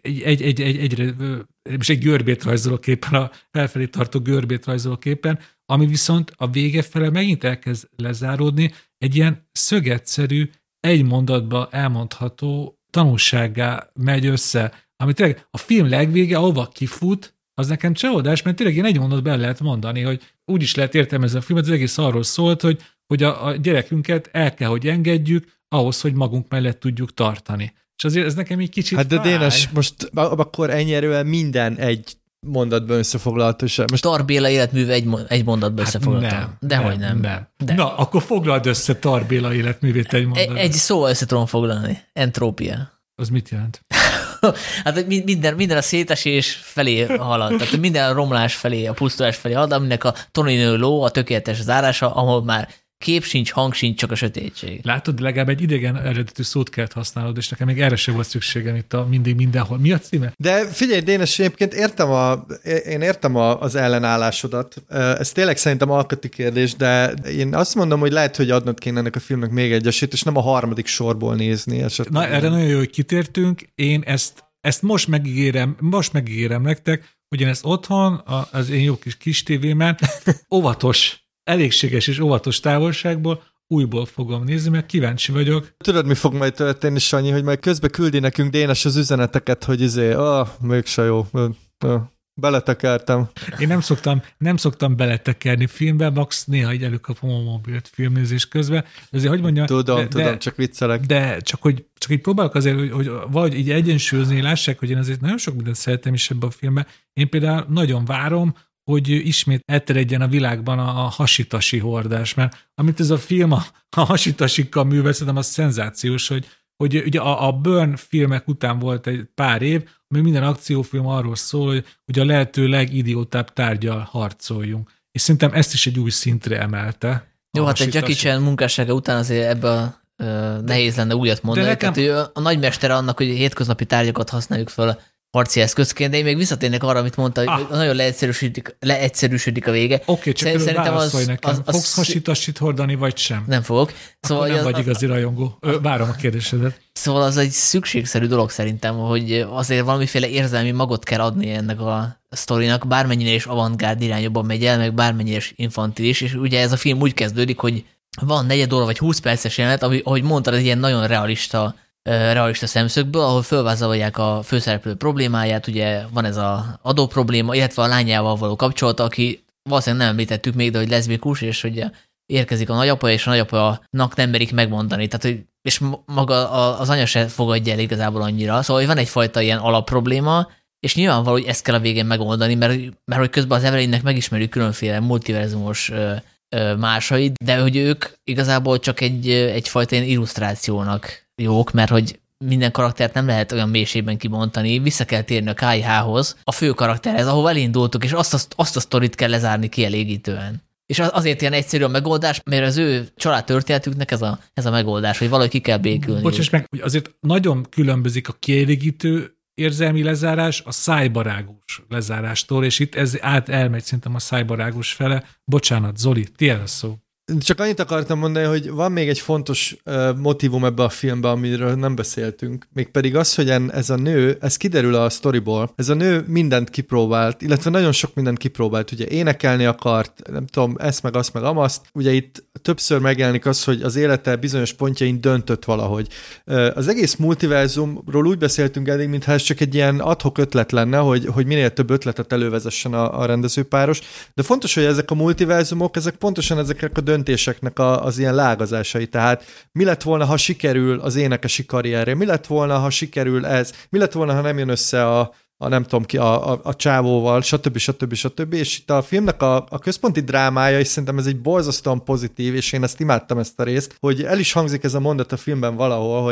Egy görbét rajzolok éppen, a felfelé tartó görbét rajzolok éppen, ami viszont a vége fele megint elkezd lezáródni, egy ilyen szögetszerű, egy mondatba elmondható tanulsággá megy össze, ami tényleg a film legvége, ahova kifut, az nekem csalódás, mert tényleg én egy mondatban el lehet mondani, hogy úgy is lehet értelmezni a filmet, az egész arról szólt, hogy a gyerekünket el kell, hogy engedjük, ahhoz, hogy magunk mellett tudjuk tartani. És azért ez nekem egy kicsit hát de Dénes, most akkor ennyi erővel minden egy mondatban összefoglalható sem. Most Tarbéla életműve egy mondatban összefoglalható. Nem. Dehogy nem. De. Na, akkor foglald össze Tarbéla életművét egy mondatban. Egy szóval össze tudom foglalni. Entrópia. Az mit jelent? Hát minden a szétesés felé halad, tehát minden a romlás felé, a pusztulás felé halad, aminek a Tonino ló a tökéletes zárása, ahol már kép sincs, hang sincs, csak a sötétség. Látod, legalább egy idegen eredetű szót kellett használnod, és nekem még erre sem volt szükségem itt a mindig mindenhol. Mi a címe? De figyelj, Dénes, egyébként én értem az ellenállásodat. Ez tényleg szerintem alkati kérdés, de én azt mondom, hogy lehet, hogy adnod kéne ennek a filmnek még egy esélyt, és nem a harmadik sorból nézni. Esetleg. Na, erre nagyon jó, hogy kitértünk. Én ezt most megígérem nektek, hogy én ezt otthon, az én jó kis tévémen óvatos, elégséges és óvatos távolságból újból fogom nézni, mert kíváncsi vagyok. Tudod, mi fog majd történni, Sanyi, hogy majd közben küldi nekünk Dénes az üzeneteket, hogy mégse jó, beletekertem. Én nem szoktam beletekerni filmbe, max néha így előkapom a mobilt filmnézés közben. De azért, hogy mondjam, Tudom, csak viccelek. De csak így próbálok azért, hogy valahogy így egyensúlyozni, lássák, hogy én azért nagyon sok mindent szeretem is ebben a filmben. Én például nagyon várom, hogy ismét elterjedjen a világban a hasitasi hordás, mert amit ez a film a hasitasikkal művel, szerintem az szenzációs, hogy ugye a Burn filmek után volt egy pár év, ami minden akciófilm arról szól, hogy a lehető legidiótább tárgyal harcoljunk. És szerintem ezt is egy új szintre emelte. Jó, hát egy Jackie Chan munkássága után azért ebbe nehéz lenne újat mondani. Nekem... Tehát a nagymestere annak, hogy hétköznapi tárgyakat használjuk fel harci eszközként, de én még visszatérnek arra, amit mondta, hogy nagyon leegyszerűsödik a vége. Oké, csak szerintem válaszolj nekem. Fogsz hasitasit hordani, vagy sem? Nem fogok. Szóval nem vagy igazi rajongó. Várom a kérdésedet. Szóval az egy szükségszerű dolog szerintem, hogy azért valamiféle érzelmi magot kell adni ennek a sztorinak, bármennyire is avantgárd irányokban megy el, meg bármennyire is infantilis, és ugye ez a film úgy kezdődik, hogy van 4 óra vagy 20 perces jelenet, ahogy mondtad, egy ilyen nagyon realista szemszögből, ahol fölvázolják a főszereplő problémáját, ugye van ez az adó probléma, illetve a lányával való kapcsolata, aki valószínűleg nem említettük még, de hogy leszbikus, és hogy érkezik a nagyapa, és a nagyapanak nem merik megmondani, tehát hogy, és maga az anya se fogadja el igazából annyira, szóval hogy van egyfajta ilyen alapprobléma, és nyilvánvaló, hogy ezt kell a végén megoldani, mert hogy közben az Evelynnek megismerjük különféle multiverzumos másait, de hogy ők igazából csak egyfajta ilyen illusztrációnak jók, mert hogy minden karaktert nem lehet olyan mélységben kibontani, vissza kell térni a KIH-hoz, a fő karakterhez, ahol elindultuk, és azt a sztorit kell lezárni kielégítően. És azért ilyen egyszerű a megoldás, mert az ő családtörténetüknek ez a megoldás, hogy valahogy ki kell békülni. Bocsáss meg, hogy azért nagyon különbözik a kielégítő érzelmi lezárás a szájbarágos lezárástól, és itt ez elmegy szerintem a szájbarágos fele. Bocsánat, Zoli, tiéd a szó. Csak annyit akartam mondani, hogy van még egy fontos motívum ebbe a filmbe, amiről nem beszéltünk, mégpedig az, hogy ez a nő, ez kiderül a sztoriból, ez a nő mindent kipróbált, illetve nagyon sok mindent kipróbált, ugye énekelni akart, nem tudom, ezt meg azt meg amaszt, ugye itt többször megjelenik az, hogy az élete bizonyos pontjain döntött valahogy. Az egész multiverzumról úgy beszéltünk eddig, mintha ez csak egy ilyen ad-hoc ötlet lenne, hogy minél több ötletet elővezessen a rendezőpáros, de fontos, hogy ezek a multiverzumok, ezek pontosan ezeknek a döntéseknek az ilyen lágazásai. Tehát mi lett volna, ha sikerül az énekesi karrierje? Mi lett volna, ha sikerül ez? Mi lett volna, ha nem jön össze a nem tudom ki, a csávóval, stb. És itt a filmnek a központi drámája, és szerintem ez egy borzasztóan pozitív, és én ezt imádtam ezt a részt, hogy el is hangzik ez a mondat a filmben valahol, hogy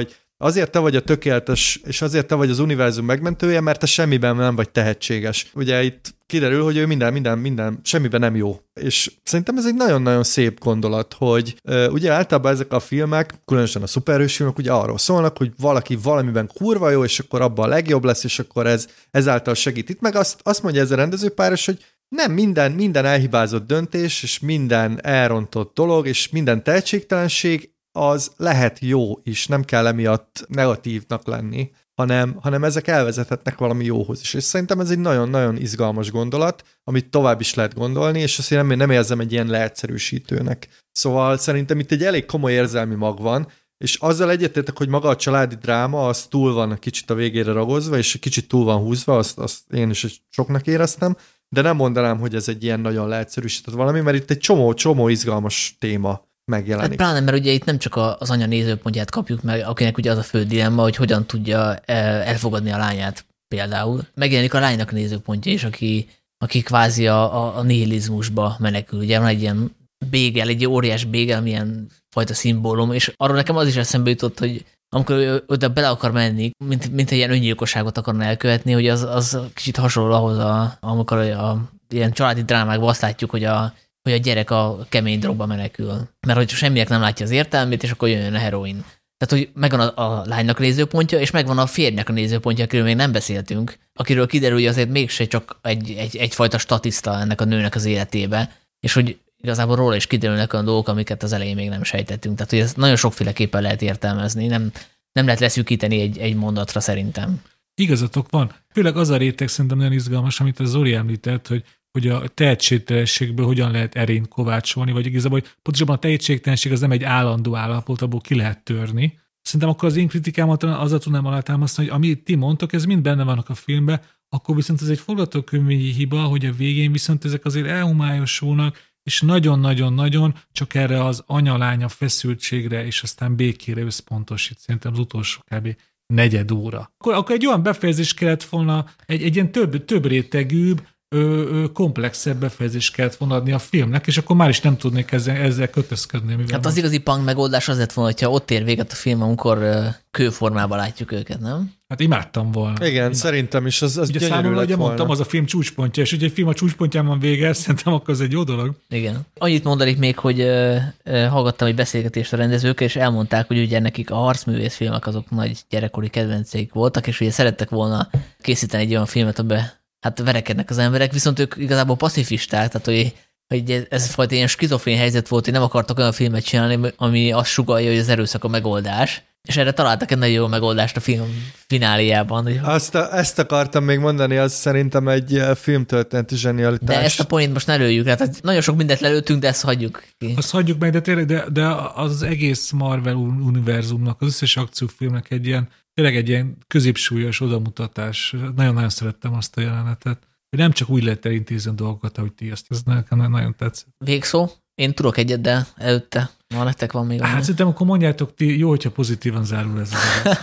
azért te vagy a tökéletes, és azért te vagy az univerzum megmentője, mert te semmiben nem vagy tehetséges. Ugye itt kiderül, hogy ő minden semmiben nem jó. És szerintem ez egy nagyon-nagyon szép gondolat, hogy ugye általában ezek a filmek, különösen a szuperhős filmek ugye arról szólnak, hogy valaki valamiben kurva jó, és akkor abban a legjobb lesz, és akkor ezáltal segít. Itt meg azt mondja ez a rendezőpáros, hogy nem minden elhibázott döntés, és minden elrontott dolog, és minden tehetségtelenség az lehet jó is, nem kell emiatt negatívnak lenni, hanem ezek elvezethetnek valami jóhoz is. És szerintem ez egy nagyon-nagyon izgalmas gondolat, amit tovább is lehet gondolni, és azt én nem érzem egy ilyen leegyszerűsítőnek. Szóval szerintem itt egy elég komoly érzelmi mag van, és azzal egyetértek, hogy maga a családi dráma, az túl van kicsit a végére ragozva, és kicsit túl van húzva, azt én is soknak éreztem, de nem mondanám, hogy ez egy ilyen nagyon leegyszerűsített valami, mert itt egy csomó izgalmas téma megjelenik. Hát pláne, mert ugye itt nem csak az anya nézőpontját kapjuk meg, akinek ugye az a fő dilemma, hogy hogyan tudja elfogadni a lányát például. Megjelenik a lánynak nézőpontja is, aki kvázi a nihilizmusba menekül. Ugye van egy ilyen bégel, egy óriás bégel, milyen fajta szimbólum, és arról nekem az is eszembe jutott, hogy amikor ő oda bele akar menni, mint egy ilyen öngyilkosságot akarna elkövetni, hogy az kicsit hasonló ahhoz, amikor ilyen családi drámákban azt látjuk, hogy a gyerek a kemény drogba menekül. Mert hogy semminek nem látja az értelmét, és akkor jön a heroin. Tehát, hogy megvan a lánynak nézőpontja, és megvan a férjnek a nézőpontja, akiről még nem beszéltünk, akiről kiderül, hogy azért mégse csak egyfajta statiszta ennek a nőnek az életébe, és hogy igazából róla is kiderülnek olyan dolgok, amiket az elején még nem sejtettünk. Tehát, hogy ezt nagyon sokféleképpen lehet értelmezni, nem lehet leszűkíteni egy mondatra szerintem. Igazatok van. Főleg az a réteg szerintem nagyon izgalmas, amit a Zoli említett, hogy a tehetségtelenségből hogyan lehet erényt kovácsolni, vagy igazából, hogy pontosabban a tehetségtelenség az nem egy állandó állapot, abból ki lehet törni. Szerintem akkor az én kritikámat azzal tudnám alátámasztani, hogy amit ti mondtok, ez mind benne vannak a filmben, akkor viszont ez egy forgatókönyvi hiba, hogy a végén viszont ezek azért elhomályosulnak, és nagyon-nagyon-nagyon csak erre az anya-lánya feszültségre, és aztán békére összpontosít. Szerintem az utolsó kb. 4 óra. Akkor egy olyan befejezés kellett volna, egy ilyen több rétegűbb, komplexebb befejezést kellett volna adni a filmnek, és akkor már is nem tudnék ezzel kötözködni. Hát az igazi punk megoldás az lett volna, hogyha ott ér véget a film, amikor kőformában látjuk őket, nem? Hát imádtam volna. Igen, szerintem is az ugye számomra, ugye mondtam, az a film csúcspontja, és ugye egy film a csúcspontján van vége, szerintem akkor az egy jó dolog. Igen. Annyit mondanék még, hogy hallgattam egy beszélgetést a rendezőkkel, és elmondták, hogy ugye nekik a harcművész filmek azok nagy gyerekkori kedvenceik voltak, és ugye szerettek volna készíteni egy olyan filmet, amiben hát verekednek az emberek, viszont ők igazából pacifisták, tehát hogy ez fajta ilyen skizofrén helyzet volt, hogy nem akartak olyan filmet csinálni, ami azt sugallja, hogy az erőszak a megoldás, és erre találtak egy nagyon jó megoldást a film fináliában. Ezt akartam még mondani, az szerintem egy filmtörténeti zsenialitás. De ezt a point most ne lőjük, hát nagyon sok mindent lelőttünk, de ezt hagyjuk ki. Azt hagyjuk meg, de tényleg, de az egész Marvel univerzumnak, az összes akciófilmnek tényleg egy ilyen középsúlyos odamutatás. Nagyon-nagyon szerettem azt a jelenetet. Nem csak úgy lehet elintézni a dolgokat, ahogy ti ezt. Ez nekem nagyon tetszett. Végszó? Én tudok egyet, de előtte nektek van még. Hát szerintem akkor mondjátok ti, jó, hogyha pozitívan zárul ez.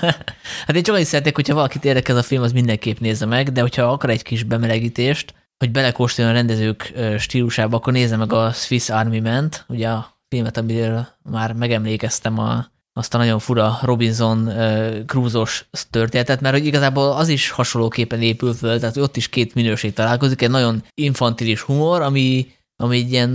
Hát én csak annyit szeretnék, hogyha valakit érdekel a film, az mindenképp nézze meg, de hogyha akar egy kis bemelegítést, hogy belekóstoljon a rendezők stílusába, akkor nézze meg a Swiss Army Man-t, ugye a filmet, amiről már megemlékeztem azt a nagyon fura Robinson Crusoe-os történetet, mert hogy igazából az is hasonlóképpen épül föl, tehát ott is két minőség találkozik, egy nagyon infantilis humor, ami egy ilyen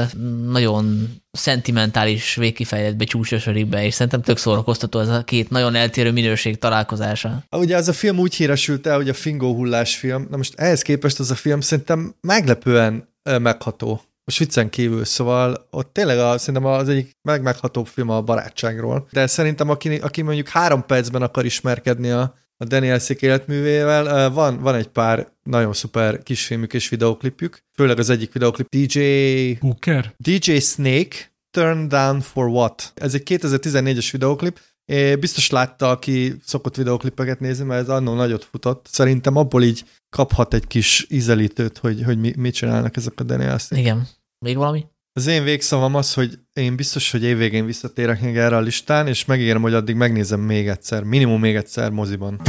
nagyon szentimentális végkifejletbe csúcsosodik be, és szerintem tök szórakoztató ez a két nagyon eltérő minőség találkozása. Ugye az a film úgy híresült el, hogy a Fingó hullás film, na most ehhez képest az a film szerintem meglepően megható. Most viccen kívül, szóval ott tényleg szerintem az egyik meghatóbb film a barátságról. De szerintem aki mondjuk 3 percben akar ismerkedni a Daniel Szék életművével, van egy pár nagyon szuper kisfilmük és videoklipjük. Főleg az egyik videoklip DJ Snake, Turn Down for What. Ez egy 2014-es videoklip. Biztos látta, aki szokott videoklipeket nézni, mert ez annól nagyot futott. Szerintem abból így kaphat egy kis ízelítőt, hogy mit csinálnak ezek a Daniel Szék. Igen. Még valami? Az én végszavam az, hogy én biztos, hogy évvégén visszatérek még erre a listán, és megígérem, hogy addig megnézem még egyszer, minimum még egyszer moziban.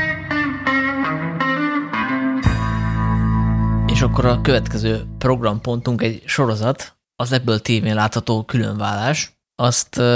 És akkor a következő programpontunk egy sorozat, az Apple TV-n látható Különválás. Azt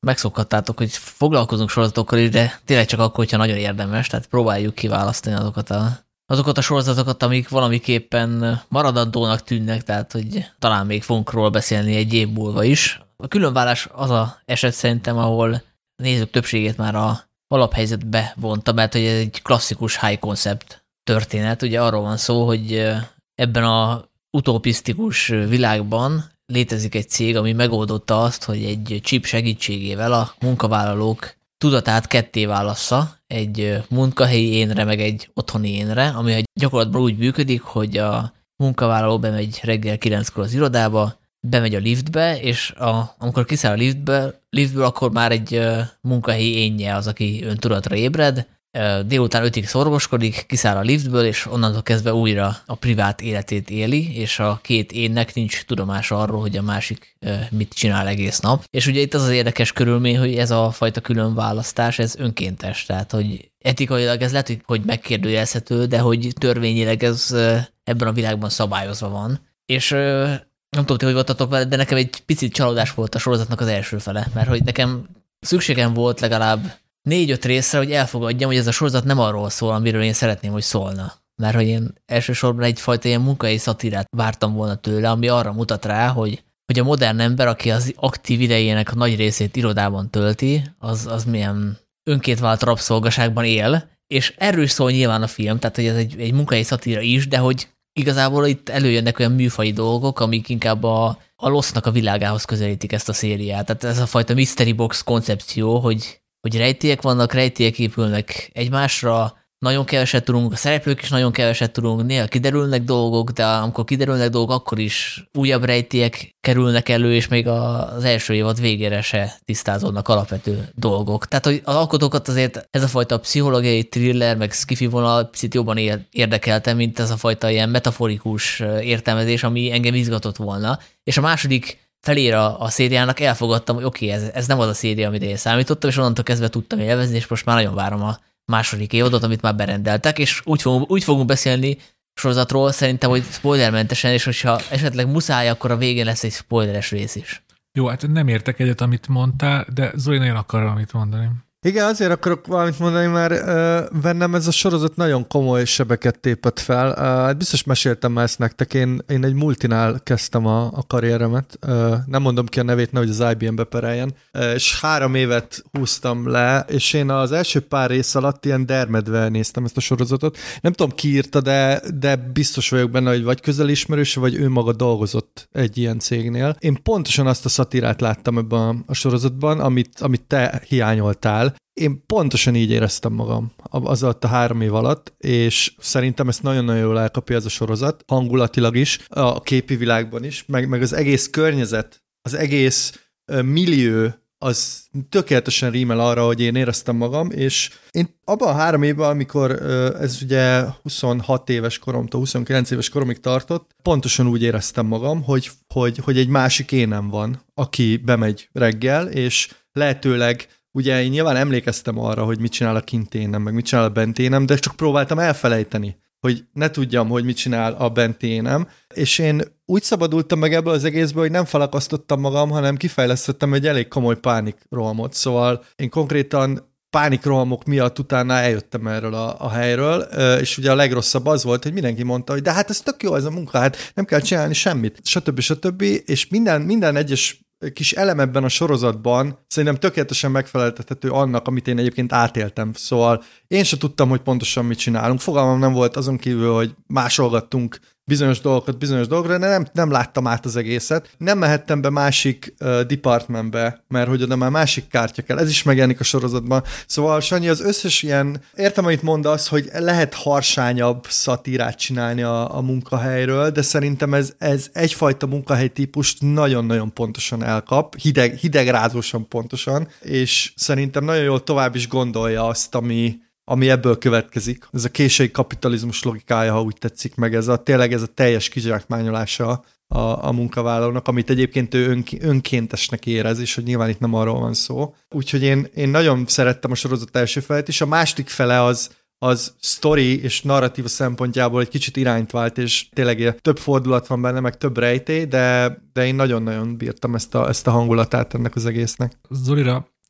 megszokhattátok, hogy foglalkozunk sorozatokkal is, de tényleg csak akkor, hogyha nagyon érdemes, tehát próbáljuk kiválasztani azokat a sorozatokat, amik valamiképpen maradandónak tűnnek, tehát hogy talán még fogunk róla beszélni egy év múlva is. A különvállás az a eset szerintem, ahol a nézők többségét már a alaphelyzetbe vonta, mert hogy ez egy klasszikus high concept történet. Ugye arról van szó, hogy ebben a utopisztikus világban létezik egy cég, ami megoldotta azt, hogy egy chip segítségével a munkavállalók tudatát ketté válassza, egy munkahelyi énre, meg egy otthoni énre, ami gyakorlatban úgy működik, hogy a munkavállaló bemegy reggel 9-kor az irodába, bemegy a liftbe, és amikor kiszáll a liftből, akkor már egy munkahelyi énje az, aki öntudatra ébred, délután 5-ig szorgoskodik, kiszáll a liftből, és onnantól kezdve újra a privát életét éli, és a két énnek nincs tudomása arról, hogy a másik mit csinál egész nap. És ugye itt az érdekes körülmény, hogy ez a fajta különválasztás, ez önkéntes, tehát hogy etikailag ez lehet, hogy megkérdőjelezhető, de hogy törvényileg ez ebben a világban szabályozva van. És nem tudom, hogy voltatok vele, de nekem egy picit csalódás volt a sorozatnak az első fele, mert hogy nekem szükségem volt legalább 4-5 részre, hogy elfogadjam, hogy ez a sorozat nem arról szól, amiről én szeretném, hogy szólna. Mert hogy én elsősorban egyfajta ilyen munkai szatírát vártam volna tőle, ami arra mutat rá, hogy a modern ember, aki az aktív idejének a nagy részét irodában tölti, az milyen önként vált rabszolgaságban él, és erről is szól nyilván a film, tehát hogy ez egy munkai szatíra is, de hogy igazából itt előjönnek olyan műfaji dolgok, amik inkább a Lost-nak a világához közelítik ezt a szériát. Tehát ez a fajta mystery box koncepció, hogy rejtélyek vannak, rejtélyek épülnek egymásra, nagyon keveset tudunk, a szereplők is nagyon keveset tudunk, néha kiderülnek dolgok, de amikor kiderülnek dolgok, akkor is újabb rejtélyek kerülnek elő, és még az első évad végére se tisztázódnak alapvető dolgok. Tehát, hogy az alkotókat azért ez a fajta pszichológiai thriller, meg sci-fi vonal picit jobban érdekelte, mint ez a fajta ilyen metaforikus értelmezés, ami engem izgatott volna. És a második felére a szériának elfogadtam, hogy oké, ez nem az a széria, amire én számítottam, és onnantól kezdve tudtam élvezni, és most már nagyon várom a második évadot, amit már berendeltek, és úgy fogunk beszélni sorozatról, szerintem, hogy spoilermentesen, és hogyha esetleg muszáj, akkor a végén lesz egy spoileres rész is. Jó, hát nem értek egyet, amit mondtál, de Zoli nagyon akar valamit mondani. Igen, azért akarok valamit mondani, mert bennem ez a sorozat nagyon komoly sebeket tépett fel. Biztos meséltem már ezt nektek, én egy multinál kezdtem a karrieremet. Nem mondom ki a nevét, nehogy az IBM-be pereljen. És 3 évet húztam le, és én az első pár rész alatt ilyen dermedve néztem ezt a sorozatot. Nem tudom, ki írta, de biztos vagyok benne, hogy vagy közelismerőse, vagy ő maga dolgozott egy ilyen cégnél. Én pontosan azt a szatírát láttam ebben a sorozatban, amit te hiányoltál. Én pontosan így éreztem magam az alatt a 3 év alatt, és szerintem ezt nagyon-nagyon jól elkapja ez a sorozat, hangulatilag is, a képi világban is, meg az egész környezet, az egész millió, az tökéletesen rímel arra, hogy én éreztem magam, és én abban a 3 évben, amikor ez ugye 26 éves koromtól 29 éves koromig tartott, pontosan úgy éreztem magam, hogy egy másik énem van, aki bemegy reggel, és lehetőleg ugye én nyilván emlékeztem arra, hogy mit csinál a kinténem, meg mit csinál a benténem, de csak próbáltam elfelejteni, hogy ne tudjam, hogy mit csinál a benténem, és én úgy szabadultam meg ebből az egészből, hogy nem falakasztottam magam, hanem kifejlesztettem egy elég komoly pánikrohamot, szóval én konkrétan pánikrohamok miatt utána eljöttem erről a helyről, és ugye a legrosszabb az volt, hogy mindenki mondta, hogy de hát ez tök jó ez a munka, hát nem kell csinálni semmit, stb. És minden egyes kis elem ebben a sorozatban szerintem tökéletesen megfeleltethető annak, amit én egyébként átéltem. Szóval én sem tudtam, hogy pontosan mit csinálunk. Fogalmam nem volt azon kívül, hogy másolgattunk bizonyos dolgokra, de nem láttam át az egészet. Nem mehettem be másik departmentbe, mert hogy oda már másik kártya kell. Ez is megjelenik a sorozatban. Szóval Sanyi, az összes ilyen, értem, amit mondasz, hogy lehet harsányabb szatírát csinálni a munkahelyről, de szerintem ez egyfajta munkahely típust nagyon-nagyon pontosan elkap, hidegrázósan pontosan, és szerintem nagyon jól tovább is gondolja azt, ami ebből következik. Ez a késői kapitalizmus logikája, ha úgy tetszik meg, tényleg ez a teljes kizsákmányolása a munkavállalónak, amit egyébként ő önkéntesnek érez, és hogy nyilván itt nem arról van szó. Úgyhogy én nagyon szerettem a sorozat első felét, és a második fele az sztori és narratíva szempontjából egy kicsit irányt vált, és tényleg több fordulat van benne, meg több rejtély, de én nagyon-nagyon bírtam ezt a hangulatát ennek az egésznek. Zolira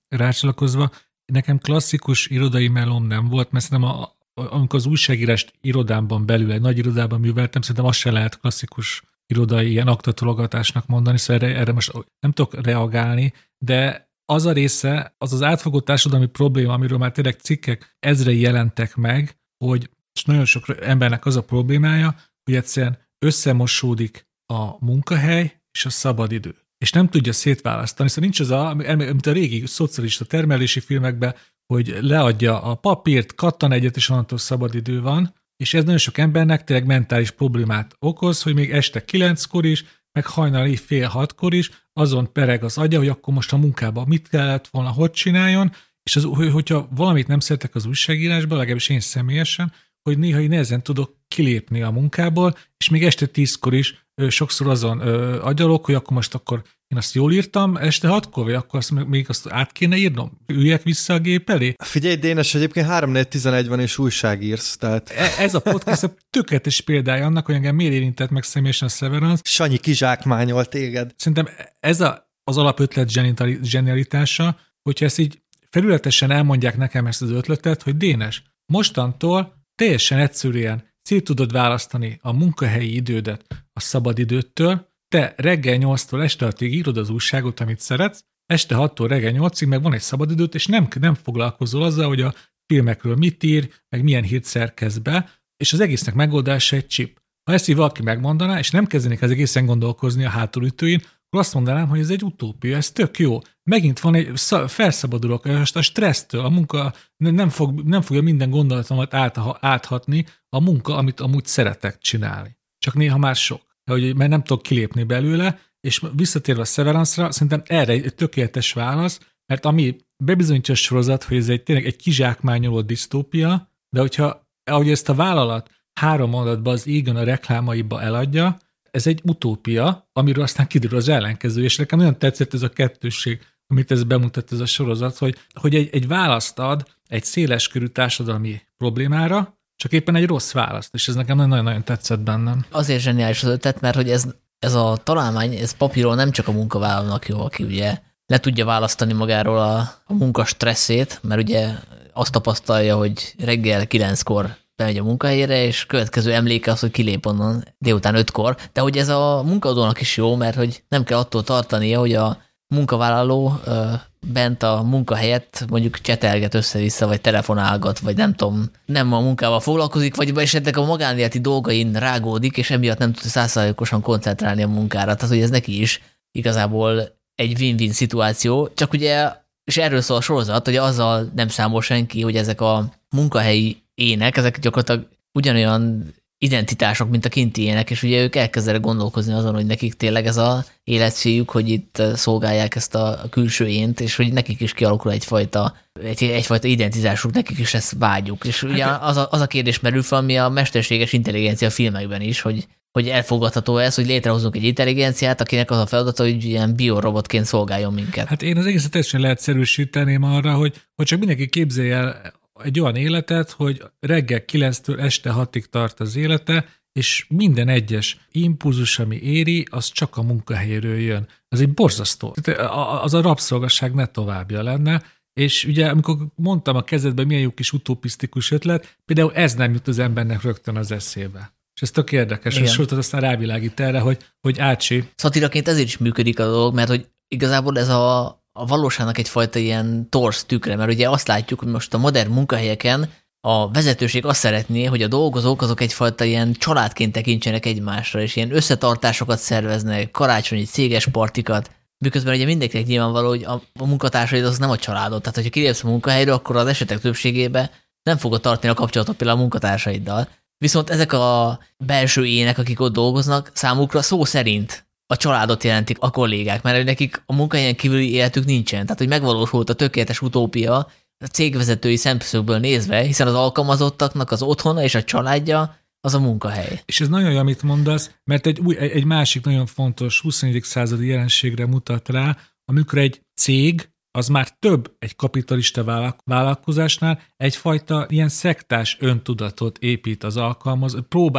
rácsalakozva, nekem klasszikus irodai melóm nem volt, mert szerintem amikor az újságírást irodámban belül, egy nagy irodában műveltem, szerintem azt se lehet klasszikus irodai ilyen aktatologatásnak mondani, szóval erre most nem tudok reagálni, de az a része, az az átfogó társadalmi probléma, amiről már tényleg cikkek ezrei jelentek meg, hogy nagyon sok embernek az a problémája, hogy egyszerűen összemosódik a munkahely és a szabadidő. És nem tudja szétválasztani. Szóval nincs az mint a régi szocialista termelési filmekben, hogy leadja a papírt, kattan egyet, és onnantól szabadidő van, és ez nagyon sok embernek tényleg mentális problémát okoz, hogy még este 9-kor is, meg hajnali 5:30 is azon pereg az agya, hogy akkor most a munkában mit kellett volna, hogy csináljon, és hogyha valamit nem szeretek az újságírásban, legalábbis én személyesen, hogy néha én nehezen tudok kilépni a munkából, és még este 10-kor is sokszor azon agyalok, hogy akkor én azt jól írtam, este 6-kor, vagy akkor még azt át kéne írnom? Üljek vissza a gép elé? Figyelj, Dénes, egyébként 3-4-11 van, és újságírsz, tehát... Ez a podcast a tökéletes példája annak, hogy engem miért érintett meg személyesen a Severance. Sanyi kizsákmányol téged. Szerintem ez az alapötlet zsenialitása, hogyha ezt így felületesen elmondják nekem ezt az ötletet, hogy Dénes, mostantól teljesen egyszerűen szét tudod választani a munkahelyi idődet a szabadidőtől, te reggel 8-tól este 6-ig írod az újságot, amit szeretsz, este 6-tól reggel 8-ig meg van egy szabadidőt, és nem foglalkozol azzal, hogy a filmekről mit ír, meg milyen hírt szerkesz be, és az egésznek megoldása egy chip. Ha ezt így valaki megmondaná, és nem kezdenék az egészen gondolkozni a hátulütőin, akkor azt mondanám, hogy ez egy utópia, ez tök jó. Megint van felszabadulok a stressztől, a munka nem fogja minden gondolatomat áthatni a munka, amit amúgy szeretek csinálni. Csak néha már sok, mert nem tudok kilépni belőle, és visszatérve a Severance-ra, szerintem erre egy tökéletes válasz, mert ami bebizonyítja a sorozat, hogy ez tényleg egy kizsákmányoló disztópia, de ahogy ezt a vállalat 3 mondatban az égen a reklámaiba eladja, ez egy utópia, amiről aztán kiderül az ellenkező, és nekem nagyon tetszett ez a kettősség, amit ez bemutat ez a sorozat, hogy egy választ ad egy széleskörű társadalmi problémára, csak éppen egy rossz választ, és ez nekem nagyon-nagyon tetszett bennem. Azért zseniális az ötlet, mert hogy ez a találmány, ez papíron nem csak a munkavállalónak jó, aki ugye le tudja választani magáról a munka stresszét, mert ugye azt tapasztalja, hogy reggel 9-kor bemegy a munkahelyére, és következő emléke az, hogy kilép onnan délután 5-kor, de hogy ez a munkaadónak is jó, mert hogy nem kell attól tartania, hogy a munkavállaló bent a munkahelyet mondjuk csetelget össze-vissza, vagy telefonálgat, vagy nem tudom, nem a munkával foglalkozik, vagy esetleg a magánéleti dolgain rágódik, és emiatt nem tud 100%-osan koncentrálni a munkára. Tehát, hogy ez neki is igazából egy win-win szituáció, csak ugye, és erről szól a sorozat, hogy azzal nem számol senki, hogy ezek a munkahelyi ének, ezek gyakorlatilag ugyanolyan identitások, mint a kinti ének, és ugye ők elkezdenek gondolkozni azon, hogy nekik tényleg ez az életcéljük, hogy itt szolgálják ezt a külső ént, és hogy nekik is kialakul egyfajta identitásuk, nekik is ezt vágyjuk. És ugye az a kérdés merül fel, ami a mesterséges intelligencia filmekben is, hogy elfogadható ez, hogy létrehozunk egy intelligenciát, akinek az a feladata, hogy ilyen biorobotként szolgáljon minket. Hát én az egészet teljesen leegyszerűsíteném arra, hogy csak mindenki képzelje el egy olyan életet, hogy reggel 9-től este 6-ig tart az élete, és minden egyes impulzus, ami éri, az csak a munkahelyről jön. Az egy borzasztó. Az a rabszolgasság ne továbbja lenne, és ugye amikor mondtam a kezdetben, milyen jó kis utopisztikus ötlet, például ez nem jut az embernek rögtön az eszébe. És ez tök érdekes, hogy sortad aztán rávilágít erre, hogy Ácsi. Szatiraként ezért is működik a dolog, mert hogy igazából ez a valóságnak egyfajta ilyen torz tükre, mert ugye azt látjuk, hogy most a modern munkahelyeken a vezetőség azt szeretné, hogy a dolgozók azok egyfajta ilyen családként tekintsenek egymásra, és ilyen összetartásokat szerveznek, karácsonyi céges partikat, miközben ugye mindenkinek nyilvánvaló, hogy a munkatársaid az nem a családod, tehát hogyha kilépsz a munkahelyről, akkor az esetek többségében nem fogod tartani a kapcsolatot például a munkatársaiddal. Viszont ezek a belső ének, akik ott dolgoznak, számukra szó szerint a családot jelentik a kollégák, mert nekik a munkahelyen kívüli életük nincsen. Tehát, hogy megvalósult a tökéletes utópia a cégvezetői szemszögből nézve, hiszen az alkalmazottaknak az otthona és a családja az a munkahely. És ez nagyon jó, amit mondasz, mert egy másik nagyon fontos 21. századi jelenségre mutat rá, amikor egy cég az már több egy kapitalista vállalkozásnál egyfajta ilyen szektás öntudatot épít az próbál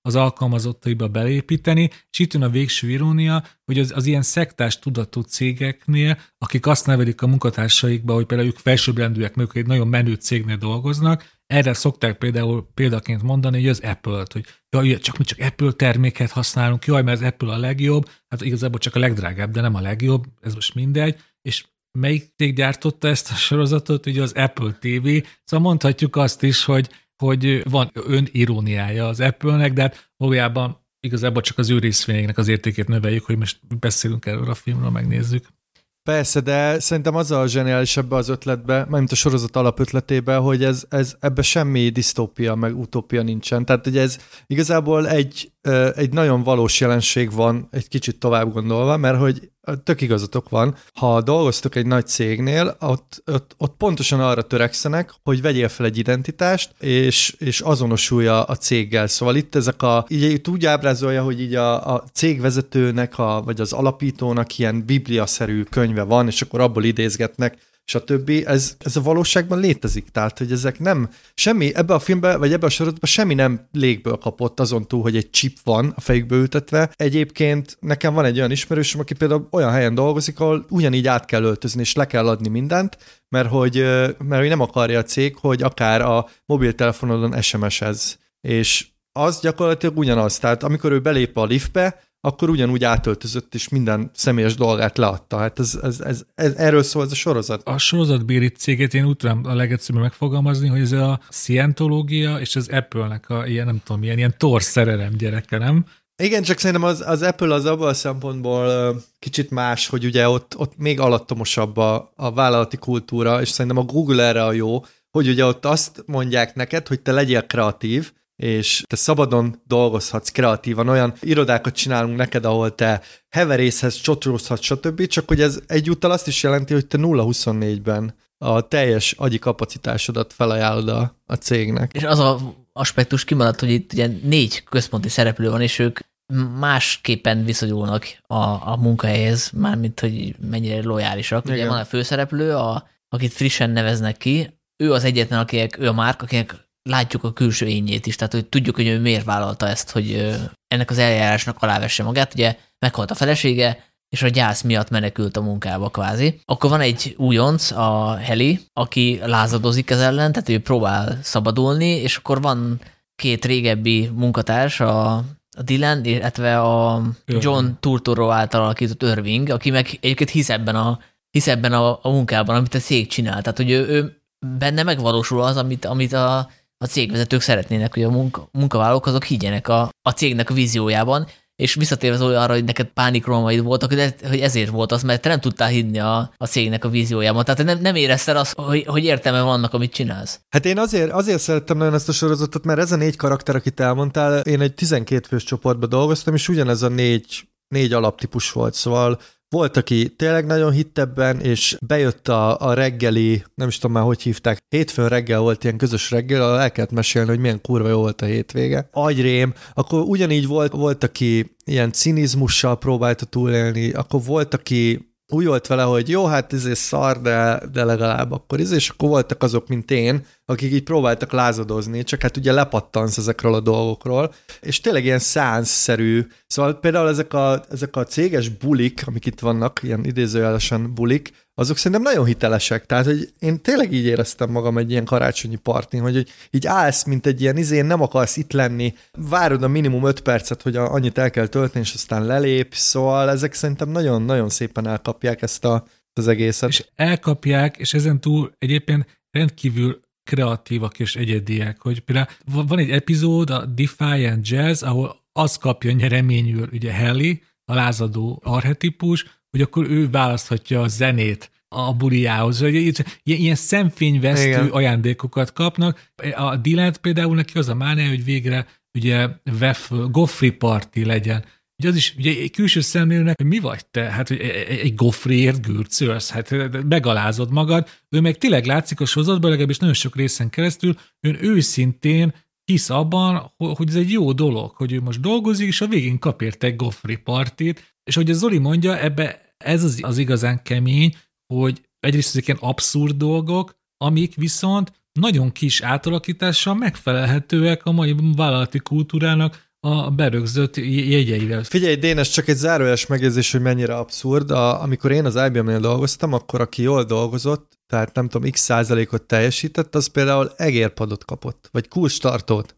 az alkalmazottaiba belépíteni, és itt jön a végső irónia, hogy az ilyen szektás tudatú cégeknél, akik azt nevelik a munkatársaikba, hogy például ők felsőbbrendűek, mert ők egy nagyon menő cégnél dolgoznak, erre szokták példaként mondani, hogy az Apple-t, hogy jaj, mi csak Apple terméket használunk, jaj, mert az Apple a legjobb, hát igazából csak a legdrágább, de nem a legjobb, ez most mindegy, és melyik cég gyártotta ezt a sorozatot? Ugye az Apple TV, szóval mondhatjuk azt is, hogy van öniróniája az Apple-nek, de hát valójában igazából csak az ő részvényeknek az értékét növeljük, hogy most beszélünk erről a filmről, megnézzük. Persze, de szerintem az a zseniális ebbe az ötletbe, mármint a sorozat alapötletébe, hogy ebbe semmi disztópia, meg utópia nincsen. Tehát, hogy ez igazából egy nagyon valós jelenség van, egy kicsit tovább gondolva, mert hogy tök igazatok van, ha dolgoztok egy nagy cégnél, ott pontosan arra törekszenek, hogy vegyél fel egy identitást, és azonosulj a céggel. Szóval itt így úgy ábrázolja, hogy így a cégvezetőnek, vagy az alapítónak ilyen bibliaszerű könyve van, és akkor abból idézgetnek, stb. Ez a valóságban létezik. Tehát, hogy ezek nem semmi, ebbe a filmben, vagy ebbe a sorozatban semmi nem légből kapott azon túl, hogy egy chip van a fejükbe ültetve. Egyébként nekem van egy olyan ismerősöm, aki például olyan helyen dolgozik, ahol ugyanígy át kell öltözni, és le kell adni mindent, mert hogy nem akarja a cég, hogy akár a mobiltelefonodon SMS-ez. És az gyakorlatilag ugyanaz. Tehát amikor ő belép a liftbe, akkor ugyanúgy átöltözött, és minden személyes dolgát leadta. Hát erről szól ez a sorozat. A sorozatbéli céget én úgy tudom a legegyszerűbben megfogalmazni, hogy ez a scientológia és az Apple-nek ilyen torz szerelem gyereke, nem? Igen, csak szerintem az Apple az abban a szempontból kicsit más, hogy ugye ott még alattomosabb a vállalati kultúra, és szerintem a Google erre a jó, hogy ugye ott azt mondják neked, hogy te legyél kreatív, és te szabadon dolgozhatsz kreatívan, olyan irodákat csinálunk neked, ahol te heverészhez, csotrózhatsz, stb., csak hogy ez egyúttal azt is jelenti, hogy te 0-24-ben a teljes agyi kapacitásodat felajánlod a cégnek. És az a aspektus kimaradt, hogy itt ugye 4 központi szereplő van, és ők másképpen viszonyulnak a munkahelyhez, mármint, hogy mennyire lojálisak. Ugye van a főszereplő, akit frissen neveznek ki, ő az egyetlen, ő a Mark, akinek látjuk a külső énjét is, tehát hogy tudjuk, hogy ő miért vállalta ezt, hogy ennek az eljárásnak alávesse magát. Ugye meghalt a felesége, és a gyász miatt menekült a munkába kvázi. Akkor van egy újonc, a Heli, aki lázadozik ez ellen, tehát ő próbál szabadulni, és akkor van 2 régebbi munkatárs, a Dylan, illetve a John Turturro által alakított Irving, aki meg egyébként hisz ebben a munkában, amit a cég csinál. Tehát, hogy ő benne megvalósul az, amit a cégvezetők szeretnének, hogy a munkavállalók azok higgyenek a cégnek a víziójában, és visszatérve Zoli arra, hogy neked pánikromaid voltak, hogy ezért volt az, mert te nem tudtál hinni a cégnek a víziójában. Tehát nem érezted azt, hogy értelme vannak, amit csinálsz. Hát én azért szerettem nagyon ezt a sorozatot, mert ez a 4 karakter, akit elmondtál, én egy 12 fős csoportban dolgoztam, és ugyanez a 4 alaptípus volt, szóval volt, aki tényleg nagyon hitt ebben, és bejött a reggeli, nem is tudom már, hogy hívták, hétfőn reggel volt ilyen közös reggel, ahol el kellett mesélni, hogy milyen kurva jó volt a hétvége. Agyrém, akkor ugyanígy volt, aki ilyen cinizmussal próbálta túlélni, akkor volt, aki úgy volt vele, hogy jó, hát ez szar, de legalább akkor és akkor voltak azok, mint én, akik így próbáltak lázadozni, csak hát ugye lepattansz ezekről a dolgokról, és tényleg ilyen szánszszerű, szóval például ezek a céges bulik, amik itt vannak, ilyen idézőjelesen bulik, azok szerintem nagyon hitelesek, tehát hogy én tényleg így éreztem magam egy ilyen karácsonyi partin, hogy így állsz, mint egy ilyen nem akarsz itt lenni, várod a minimum 5 percet, hogy annyit el kell tölteni, és aztán lelépsz, szóval ezek szerintem nagyon-nagyon szépen elkapják ezt az egészet. És elkapják, és ezen túl egyébként rendkívül kreatívak és egyediek, hogy például van egy epizód, a Defiant Jazz, ahol az kapja nyereményül ugye Haley, a lázadó archetipus, hogy akkor ő választhatja a zenét a buliához. Ilyen szemfényvesztő igen. ajándékokat kapnak. A Dylan például neki az a mánia, hogy végre ugye Goffrey party legyen. Ugye az is ugye egy külső szemlélőnek, hogy mi vagy te? Hát hogy egy Goffreyért gürcölsz, hát megalázod magad. Ő meg tényleg látszik a sorozatban, legalábbis nagyon sok részen keresztül, ő őszintén hisz abban, hogy ez egy jó dolog, hogy ő most dolgozik, és a végén kap érte egy Goffrey partit, és ahogy a Zoli mondja, ebbe ez az igazán kemény, hogy egyrészt ezek ilyen abszurd dolgok, amik viszont nagyon kis átalakítással megfelelhetőek a mai vállalati kultúrának, a berögzött jegyeivel. Figyelj, Dénes, csak egy zárójeles megjegyzés, hogy mennyire abszurd. Amikor én az IBM-nél dolgoztam, akkor aki jól dolgozott, tehát nem tudom, x% teljesített, az például egérpadot kapott, vagy kulcstartót.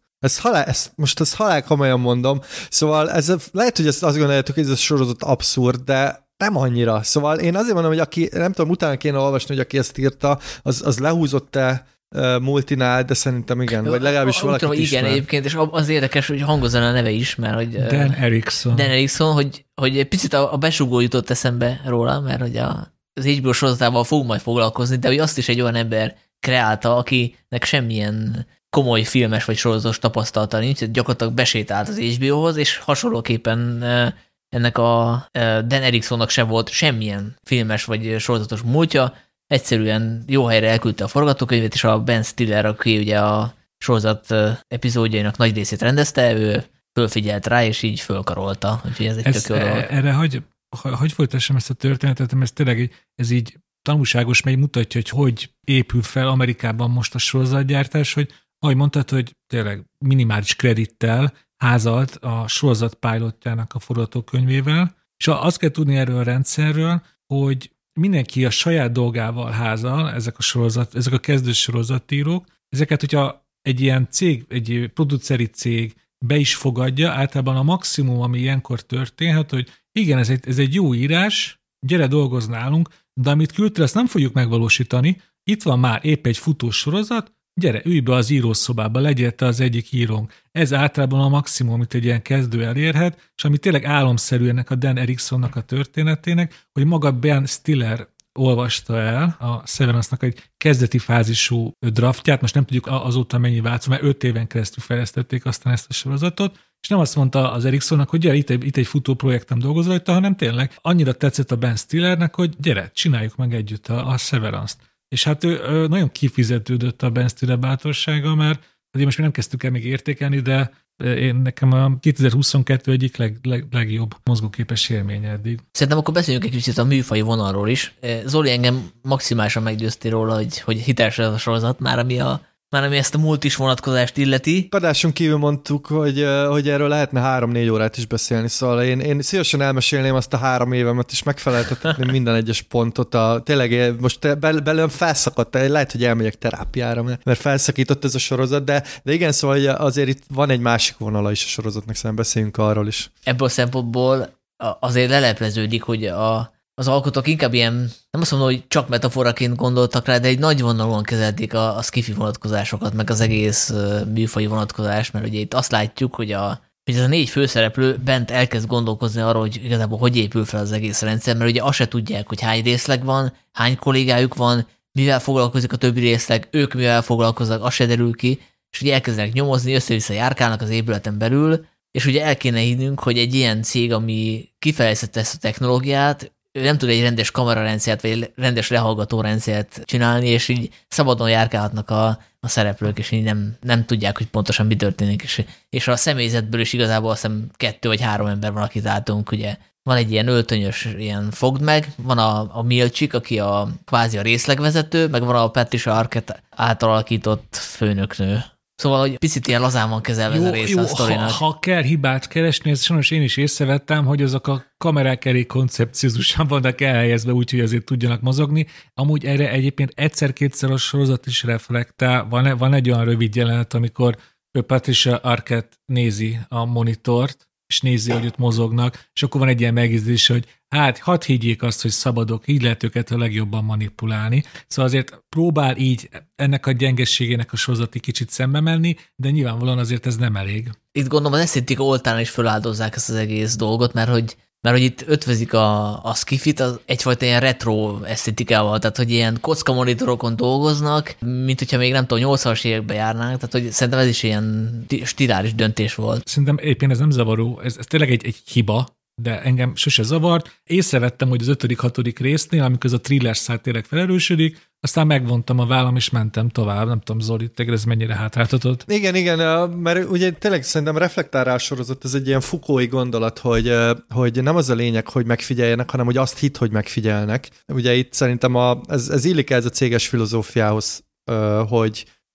Ezt halál komolyan mondom. Szóval lehet, hogy azt gondoljátok, hogy ez a sorozat abszurd, de nem annyira. Szóval én azért mondom, hogy aki, nem tudom, utána kéne olvasni, hogy aki ezt írta, az lehúzott-e multinál, de szerintem igen, vagy legalábbis valakit igen, ismer. Egyébként, és az érdekes, hogy hangozon a neve is, mert hogy... Dan Erickson, hogy egy picit a besugó jutott eszembe róla, mert hogy az HBO sorozatával fog majd foglalkozni, de hogy azt is egy olyan ember kreálta, akinek semmilyen komoly filmes vagy sorozatos tapasztalata nincs, gyakorlatilag besétált az HBO-hoz, és hasonlóképpen ennek a Dan Ericksonnak sem volt semmilyen filmes vagy sorozatos múltja, egyszerűen jó helyre elküldte a forgatókönyvet, és a Ben Stiller, aki ugye a sorozat epizódjainak nagy részét rendezte, ő fölfigyelt rá, és így fölkarolta. Úgyhogy ez egy tök jó dolog. Erre hogy folytassam ezt a történetet, mert ez tényleg ez így tanulságos, mely mutatja, hogy épül fel Amerikában most a sorozatgyártás, hogy ahogy mondtad, hogy tényleg minimális kredittel házalt a sorozat pilotjának a forgatókönyvével, és azt kell tudni erről a rendszerről, hogy mindenki a saját dolgával házal, ezek a kezdő sorozattírók, ezeket, hogyha egy ilyen cég, egy produceri cég be is fogadja, általában a maximum, ami ilyenkor történhet, hogy igen, ez egy jó írás, gyere dolgozz nálunk, de amit küldtél, azt nem fogjuk megvalósítani, itt van már épp egy futós sorozat, gyere, ülj be az írószobába, legyél te az egyik írónk. Ez általában a maximum, amit egy ilyen kezdő elérhet, és ami tényleg álomszerű ennek a Dan Ericksonnak a történetének, hogy maga Ben Stiller olvasta el a Severance-nak egy kezdeti fázisú draftját, most nem tudjuk azóta mennyi változó, mert 5 éven keresztül fejlesztették aztán ezt a sorozatot, és nem azt mondta az Ericksonnak, hogy gyere, itt egy futó projektem dolgozol rajta, hanem tényleg annyira tetszett a Ben Stillernek, hogy gyere, csináljuk meg együtt a Severance-t. És hát ő nagyon kifizetődött a Ben Stiller bátorsága, mert azért most mi nem kezdtük el még értékelni, de nekem a 2022 egyik legjobb mozgóképes élménye eddig. Szerintem akkor beszéljünk egy kicsit a műfai vonalról is. Zoli engem maximálisan meggyőztél róla, hogy hiteles ez a sorozat, már ami ezt a multis vonatkozást illeti. Adáson kívül mondtuk, hogy erről lehetne 3-4 órát is beszélni, szóval én szívesen elmesélném azt a 3 évemet, és megfeleltetném minden egyes pontot. Tényleg most belőlem felszakadt, lehet, hogy elmegyek terápiára, mert felszakított ez a sorozat, de igen, szóval azért itt van egy másik vonala is a sorozatnak, szóval beszéljünk arról is. Ebből a szempontból azért lelepleződik, hogy az alkotók inkább ilyen, nem azt mondom, hogy csak metaforaként gondoltak rá, de egy nagy vonalúan kezelték a skifi vonatkozásokat, meg az egész műfai vonatkozást, mert ugye itt azt látjuk, hogy ez a 4 főszereplő bent elkezd gondolkozni arról, hogy igazából hogy épül fel az egész rendszer, mert ugye azt se tudják, hogy hány részleg van, hány kollégájuk van, mivel foglalkozik a többi részleg, ők mivel foglalkoznak, az se derül ki, és ugye elkezdenek nyomozni, össze-vissza járkálnak az épületen belül, és ugye el kéne hinnünk, hogy egy ilyen cég, ami kifejlesztette ezt a technológiát, ő nem tud egy rendes kamerarendszert, vagy rendes lehallgató rendszert csinálni, és így szabadon járkálhatnak a szereplők, és így nem tudják, hogy pontosan mi történik. És a személyzetből is igazából azt hiszem 2 vagy 3 ember van, akit látunk, ugye. Van egy ilyen öltönyös, ilyen fogd meg, van a Milcsik, aki kvázi a részlegvezető, meg van a Patricia Arquette által alakított főnöknő. Szóval, hogy picit ilyen lazán van kezelve ez a része a sztorinak. Ha kell hibát keresni, ezt sajnos én is észrevettem, hogy azok a kamerák elég koncepciózusan vannak elhelyezve, úgyhogy azért tudjanak mozogni. Amúgy erre egyébként egyszer-kétszer a sorozat is reflektál. Van egy olyan rövid jelenet, amikor Patricia Arquette nézi a monitort, és nézi, hogy ott mozognak, és akkor van egy ilyen megjegyzés, hogy hát hadd higgyék azt, hogy szabadok, így lehet őket a legjobban manipulálni. Szóval azért próbál így ennek a gyengességének a sorozati kicsit szembe menni, de nyilvánvalóan azért ez nem elég. Itt gondolom az esztétika oltán is föláldozzák ezt az egész dolgot, mert hogy itt ötvözik a skifit egyfajta ilyen retro esztétikával, tehát hogy ilyen kocka monitorokon dolgoznak, mint hogyha még nem tudom, 80-as években járnánk, tehát hogy szerintem ez is ilyen stiláris döntés volt. Szerintem éppen ez nem zavaró, ez tényleg egy hiba, de engem sose zavart. Észrevettem, hogy az 5.-6. résznél, amikor ez a thriller szál tényleg felerősödik, aztán megvontam a vállam, és mentem tovább. Nem tudom, Zoli, te ez mennyire hátráltatott? Igen, mert ugye tényleg szerintem reflektál rá a sorozat, ez egy ilyen Foucault-i gondolat, hogy nem az a lényeg, hogy megfigyeljenek, hanem hogy azt hitt, hogy megfigyelnek. Ugye itt szerintem ez illik ez a céges filozófiához, hogy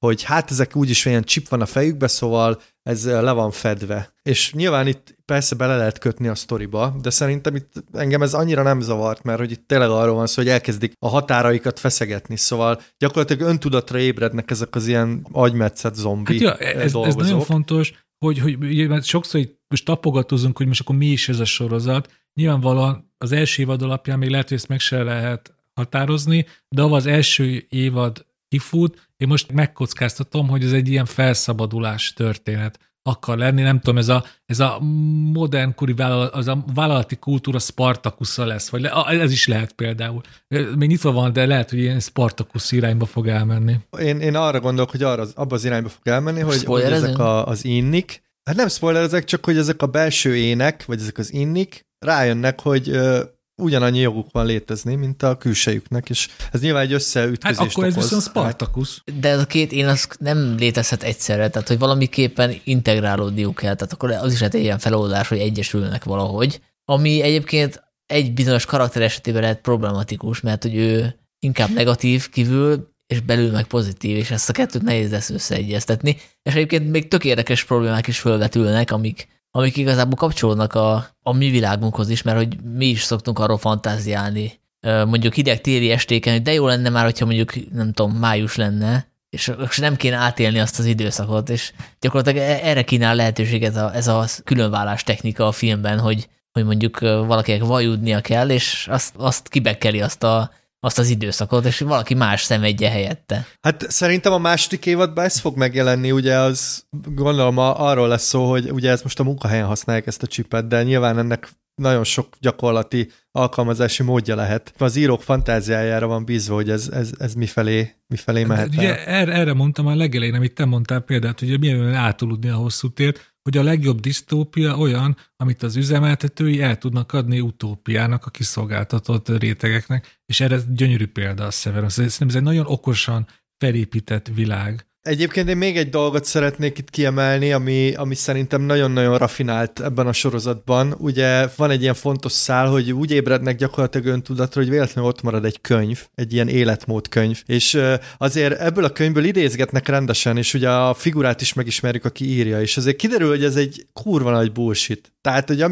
hogy hát ezek úgyis olyan chip van a fejükbe, szóval ez le van fedve. És nyilván itt persze bele lehet kötni a sztoriba, de szerintem itt engem ez annyira nem zavart, mert hogy itt tényleg arról van szó, hogy elkezdik a határaikat feszegetni, szóval gyakorlatilag öntudatra ébrednek ezek az ilyen agymetszett zombi ez nagyon fontos, hogy mert sokszor itt most tapogatózunk, hogy most akkor mi is ez a sorozat. Nyilvánvalóan az első évad alapján még lehet, hogy ezt meg se lehet határozni, de ahol az első évad kifut, én most megkockáztatom, hogy ez egy ilyen felszabadulás történet akar lenni. Nem tudom, ez a modernkori vállalati kultúra Spartacusza lesz, vagy ez is lehet például. Még nyitva van, de lehet, hogy ilyen Spartacus irányba fog elmenni. Én arra gondolok, hogy abba az irányba fog elmenni, hogy ezek az innik, hát nem spoilerezek, csak hogy ezek a belső ének, vagy ezek az innik rájönnek, hogy ugyanannyi joguk van létezni, mint a külsejüknek, és ez nyilván egy összeütközést okoz. Hát akkor ez viszont Spartacus. De ez a két én az nem létezhet egyszerre, tehát hogy valamiképpen integrálódniuk kell, tehát akkor az is lehet egy ilyen feloldás, hogy egyesülnek valahogy, ami egyébként egy bizonyos karakter esetében lehet problematikus, mert hogy ő inkább negatív kívül, és belül meg pozitív, és ezt a kettőt nehéz lesz összeegyeztetni, és egyébként még tök érdekes problémák is fölvetülnek, amik igazából kapcsolódnak a mi világunkhoz is, mert hogy mi is szoktunk arról fantáziálni, mondjuk hideg téli estéken, hogy de jó lenne már, hogyha mondjuk, nem tudom, május lenne, és nem kéne átélni azt az időszakot, és gyakorlatilag erre kínál lehetőséget ez a különvállás technika a filmben, hogy mondjuk valakinek vajudnia kell, és azt kibekkeli azt az időszakot, és valaki más szenvedje helyette. Hát szerintem a második évadban ez fog megjelenni, ugye az gondolom arról lesz szó, hogy ugye ez most a munkahelyen használják ezt a csipet, de nyilván ennek nagyon sok gyakorlati alkalmazási módja lehet. Az írók fantáziájára van bízva, hogy ez mifelé mehet. Ugye erre mondtam a legelején, amit te mondtál példát, hogy milyen átuludni a hosszú tért, hogy a legjobb disztópia olyan, amit az üzemeltetői el tudnak adni utópiának, a kiszolgáltatott rétegeknek, és erre gyönyörű példa a Severance. Ez egy nagyon okosan felépített világ. Egyébként én még egy dolgot szeretnék itt kiemelni, ami szerintem nagyon-nagyon rafinált ebben a sorozatban. Ugye van egy ilyen fontos szál, hogy úgy ébrednek gyakorlatilag öntudatra, hogy véletlenül ott marad egy könyv, egy ilyen életmódkönyv, és azért ebből a könyvből idézgetnek rendesen, és ugye a figurát is megismerjük, aki írja, és azért kiderül, hogy ez egy kurva nagy bullshit. Tehát, hogy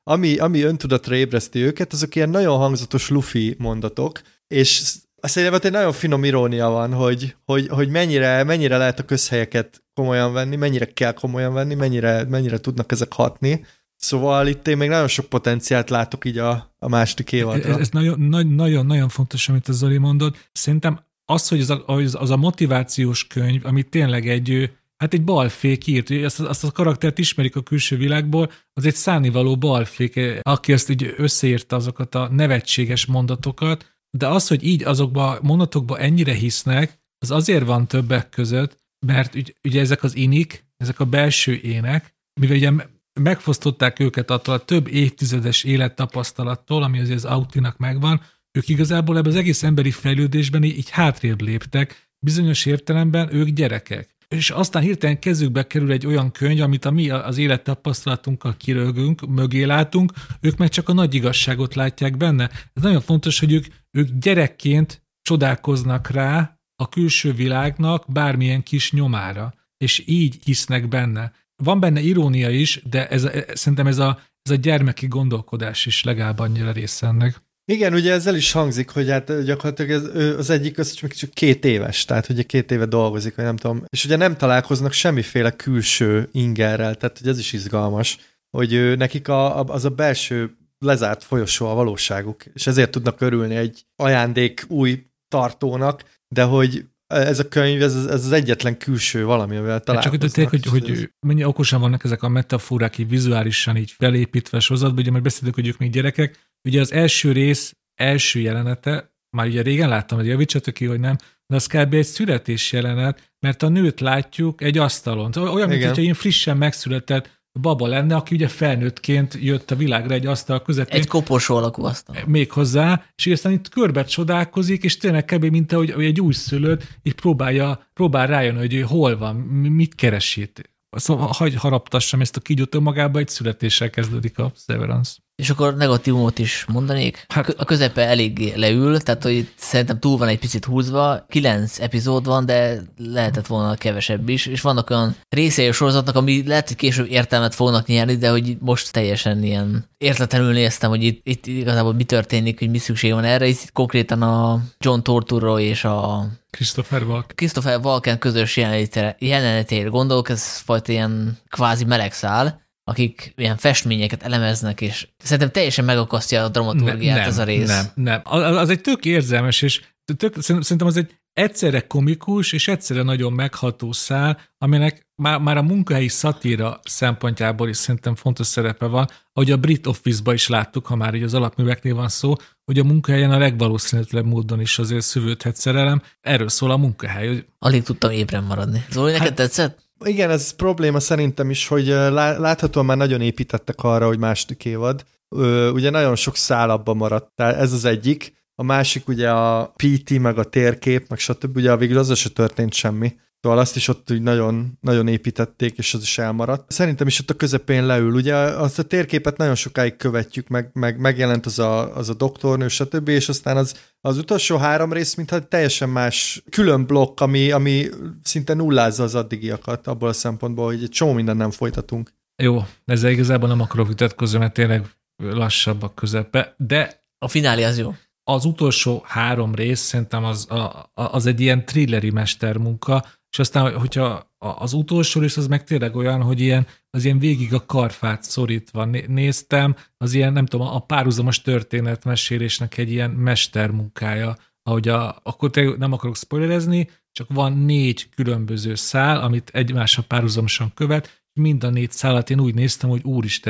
ami öntudatra ébreszti őket, azok ilyen nagyon hangzatos lufi mondatok, és szerintem egy nagyon finom irónia van, hogy mennyire lehet a közhelyeket komolyan venni, mennyire kell komolyan venni, mennyire tudnak ezek hatni. Szóval itt én még nagyon sok potenciált látok így a második évadra. Ez nagyon fontos, amit a Zoli mondott. Szerintem az, hogy az a motivációs könyv, ami tényleg egy balfék írt, azt a karaktert ismerik a külső világból, az egy szánnivaló balfék, aki ezt így összeírta azokat a nevetséges mondatokat, de az, hogy így azokba a mondatokba ennyire hisznek, az azért van többek között, mert ugye ezek az inik, ezek a belső ének, mivel ugye megfosztották őket attól a több évtizedes élettapasztalattól, ami azért az Autinak megvan, ők igazából ebben az egész emberi fejlődésben így hátrébb léptek, bizonyos értelemben ők gyerekek. És aztán hirtelen kezükbe kerül egy olyan könyv, amit mi az élettapasztalatunkkal kirögünk, mögé látunk, ők meg csak a nagy igazságot látják benne. Ez nagyon fontos, hogy ők gyerekként csodálkoznak rá a külső világnak bármilyen kis nyomára, és így hisznek benne. Van benne irónia is, de szerintem ez a gyermeki gondolkodás is legalább annyira része ennek. Igen, ugye ezzel is hangzik, hogy hát gyakorlatilag az egyik az csak 2 éves, tehát ugye 2 éve dolgozik, vagy nem tudom, és ugye nem találkoznak semmiféle külső ingerrel, tehát hogy ez is izgalmas, hogy nekik az a belső lezárt folyosó a valóságuk, és ezért tudnak örülni egy ajándék új tartónak, de hogy ez a könyv, ez az egyetlen külső valami, amivel találkoznak. Csak hogy mennyi okosan vannak ezek a metaforák így vizuálisan így felépítve sorozatban, ugye már beszéltük, hogy ők még gyerekek. Ugye az első rész első jelenete, már ugye régen láttam, hogy javítsatok ki, hogy nem, de az kb. Egy születés jelenet, mert a nőt látjuk egy asztalon. Olyan, mintha ilyen frissen megszületett baba lenne, aki ugye felnőttként jött a világra egy asztal közepén. Egy koporsó alakú asztal. Még hozzá, és aztán itt körbe csodálkozik, és tényleg kb. Mint ahogy egy újszülött, így próbál rájönni, hogy hol van, mit keres itt. Szóval hagy haraptassam ezt a kígyót, magába egy születéssel kezdődik a Severance. És akkor negatívumot is mondanék. Hát- A közepe eléggé leül, tehát hogy itt szerintem túl van egy picit húzva. 9 epizód van, de lehetett volna kevesebb is, és vannak olyan részei a sorozatnak, ami lehet, hogy később értelmet fognak nyerni, de hogy most teljesen ilyen értetlenül néztem, hogy itt igazából mi történik, hogy mi szükség van erre. Itt konkrétan a John Turturro és a Christopher Walken közös jelenetére gondolok, ez fajta ilyen kvázi melegszál, akik ilyen festményeket elemeznek, és szerintem teljesen megakasztja a dramaturgiát ez a rész. Nem. Az egy tök érzelmes, és szerintem az egy egyszerre komikus, és egyszerre nagyon megható szál, aminek már a munkahelyi szatíra szempontjából is szerintem fontos szerepe van, ahogy a Brit Office-ba is láttuk, ha már így az alapműveknél van szó, hogy a munkahelyen a legvalószínűtlenebb módon is azért szövődhet szerelem. Erről szól a munkahely. Hogy... Alig tudtam ébren maradni. Zoli, neked tetszett? Igen, ez probléma szerintem is, hogy láthatóan már nagyon építettek arra, hogy második évad. Ugye nagyon sok szál abba maradt, ez az egyik. A másik ugye a PT, meg a térkép, meg stb. Ugye végül azzal se történt semmi. Szóval azt is ott úgy nagyon, nagyon építették, és az is elmaradt. Szerintem is ott a közepén leül. Ugye azt a térképet nagyon sokáig követjük, meg megjelent az a doktornő, stb. És aztán az utolsó 3 rész, mintha teljesen más külön blokk, ami szinte nullázza az addigiakat abból a szempontból, hogy egy csomó minden nem folytatunk. Jó, ezzel igazából nem akarok vitatkozni, mert tényleg lassabb a közepe, de a finálé az jó. Az utolsó 3 rész szerintem az egy ilyen thrilleri mestermunka, és aztán, hogyha az utolsó rész az meg tényleg olyan, hogy az ilyen végig a karfát szorítva néztem, az ilyen, nem tudom, a párhuzamos történetmesélésnek egy ilyen mestermunkája, ahogy akkor nem akarok spoilerezni, csak van 4 különböző szál, amit egymással párhuzamosan követ, mind a 4 szálat én úgy néztem, hogy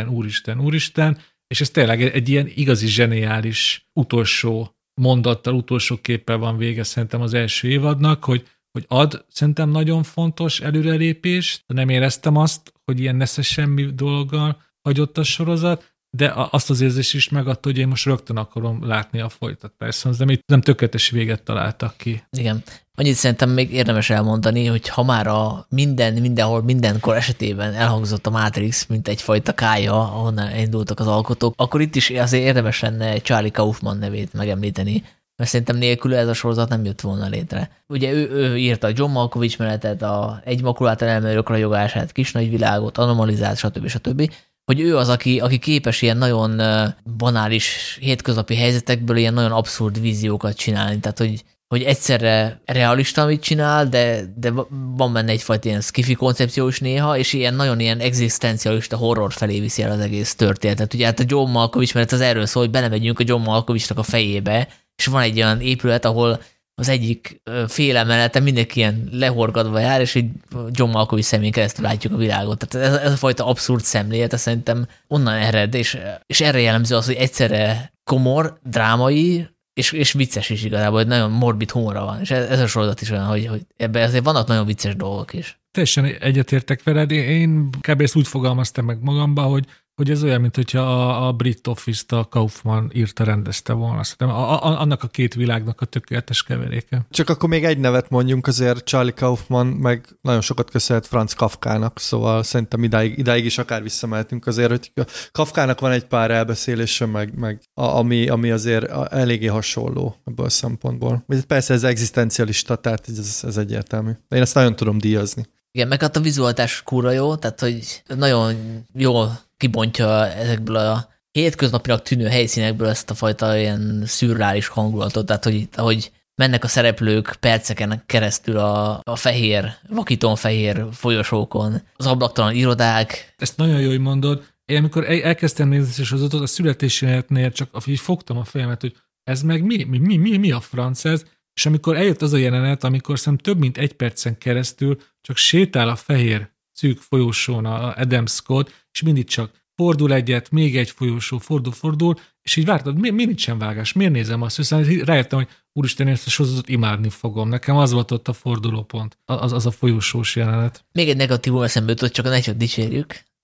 úristen, és ez tényleg egy ilyen igazi zseniális utolsó mondattal, utolsó képpel van vége szerintem az első évadnak, hogy ad szerintem nagyon fontos előrelépést, de nem éreztem azt, hogy ilyen nesze semmi dologgal hagyott a sorozat, de azt az érzést is megadta, hogy én most rögtön akarom látni a folytatást. Nem tökéletes véget találtak ki. Igen. Annyit szerintem még érdemes elmondani, hogy ha már a mindenhol, mindenkor esetében elhangzott a Matrix, mint egyfajta kája, ahonnan indultak az alkotók, akkor itt is azért érdemes lenne Charlie Kaufman nevét megemlíteni, mert szerintem nélkül ez a sorozat nem jött volna létre. Ugye ő írta a John Malkovich menetet, a Egy makulátlan elmerők rajogását, Kis nagyvilágot, Anomalizált, stb. Hogy ő az, aki képes ilyen nagyon banális hétköznapi helyzetekből ilyen nagyon abszurd víziókat csinálni. Tehát, hogy egyszerre realista, amit csinál, de van benne egyfajta ilyen skifi koncepció is néha, és ilyen nagyon ilyen egzisztencialista horror felé viszi el az egész történetet. Ugye hát a John Malkovich menet az erről szól, hogy belemegyünk a John Malkovichnak a fejébe, és van egy olyan épület, ahol az egyik fél emelete mindenki ilyen lehorgadva jár, és így John Malkovich szemén keresztül látjuk a világot. Tehát ez a fajta abszurd szemlélet, szerintem onnan ered, és erre jellemző az, hogy egyszerre komor, drámai, és vicces is igazából, hogy nagyon morbid humora van, és ez a sorozat is olyan, hogy ebben azért vannak nagyon vicces dolgok is. Teljesen egyetértek veled, én kb. Ezt úgy fogalmaztam meg magamba, hogy ez olyan, mint hogyha a Brit Office-t a Kaufman írta, rendezte volna. Szerintem annak a 2 világnak a tökéletes keveréke. Csak akkor még egy nevet mondjunk, azért Charlie Kaufman meg nagyon sokat köszönhet Franz Kafkának, szóval szerintem idáig is akár visszamehetünk azért, hogy Kafkának van egy pár elbeszélése, meg ami azért eléggé hasonló ebből a szempontból. Persze ez egzisztencialista, tehát ez egyértelmű. De én ezt nagyon tudom díjazni. Igen, meg hát a vizualitás kurva jó, tehát hogy nagyon jól kibontja ezekből a hétköznapinak tűnő helyszínekből ezt a fajta ilyen szürreális hangulatot, tehát hogy ahogy mennek a szereplők perceken keresztül a fehér, vakítónfehér folyosókon, az ablaktalan irodák. Ezt nagyon jó, hogy mondod. Én amikor elkezdtem nézni a születésénél csak így fogtam a fejemet, hogy ez meg mi a franc ez? És amikor eljött az a jelenet, amikor szerintem több mint 1 percen keresztül csak sétál a fehér szűk folyosón a Adam Scott, és mindig csak fordul egyet, még egy folyosó, fordul, és így vártad, miért nincsen vágás, miért nézem azt, hiszen rájöttem, hogy úristen, én ezt a sorozatot imádni fogom. Nekem az volt ott a fordulópont, az a folyosós jelenet. Még egy negatívum eszembe jutott, csak ne csak dicsérjük.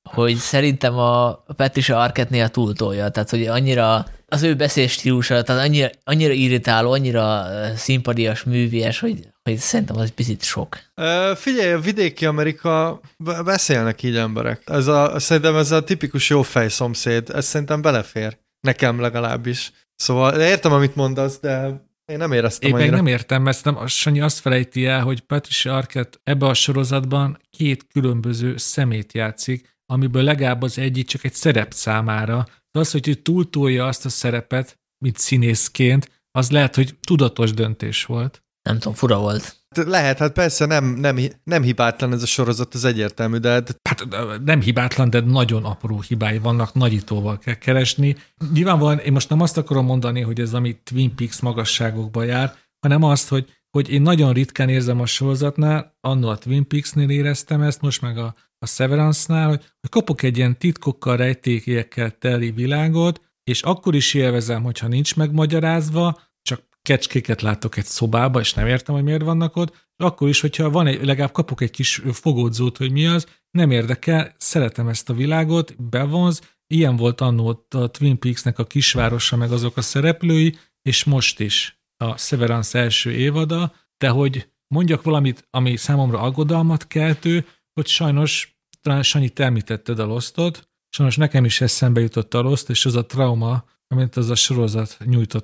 hogy szerintem a Patricia Arquette-nél túltolja, tehát hogy annyira az ő beszélstílusa, tehát annyira irritáló, annyira szimpadias, művies, hogy szerintem az egy picit sok. Figyelj, a vidéki Amerika, beszélnek így emberek. Szerintem ez a tipikus jó fej szomszéd, ez szerintem belefér. Nekem legalábbis. Szóval értem, amit mondasz, de én nem éreztem annyira. Én meg nem értem, mert nem, Sanyi azt felejti el, hogy Patricia Arquette ebbe a sorozatban 2 különböző szemét játszik, amiből legalább az egyik csak egy szerep számára. De az, hogy ő túltolja azt a szerepet, mint színészként, az lehet, hogy tudatos döntés volt. Nem tudom, fura volt. Lehet, hát persze nem hibátlan ez a sorozat, az egyértelmű, de... Hát nem hibátlan, de nagyon apró hibái vannak, nagyítóval kell keresni. Nyilvánvalóan én most nem azt akarom mondani, hogy ez ami Twin Peaks magasságokba jár, hanem azt, hogy én nagyon ritkán érzem a sorozatnál, annól a Twin Peaksnél éreztem ezt, most meg a Severance-nál, hogy kapok egy ilyen titkokkal, rejtélyekkel teli világot, és akkor is élvezem, hogyha nincs megmagyarázva, csak kecskéket látok egy szobába, és nem értem, hogy miért vannak ott, és akkor is, hogyha van legalább kapok egy kis fogódzót, hogy mi az, nem érdekel, szeretem ezt a világot, bevonz, ilyen volt annó a Twin Peaksnek a kisvárosa, meg azok a szereplői, és most is a Severance első évada, de hogy mondjak valamit, ami számomra aggodalmat keltő, hogy sajnos, talán Sanyi, te említetted a Lostot, sajnos nekem is eszembe jutott a Lost, és az a trauma, amit az a sorozat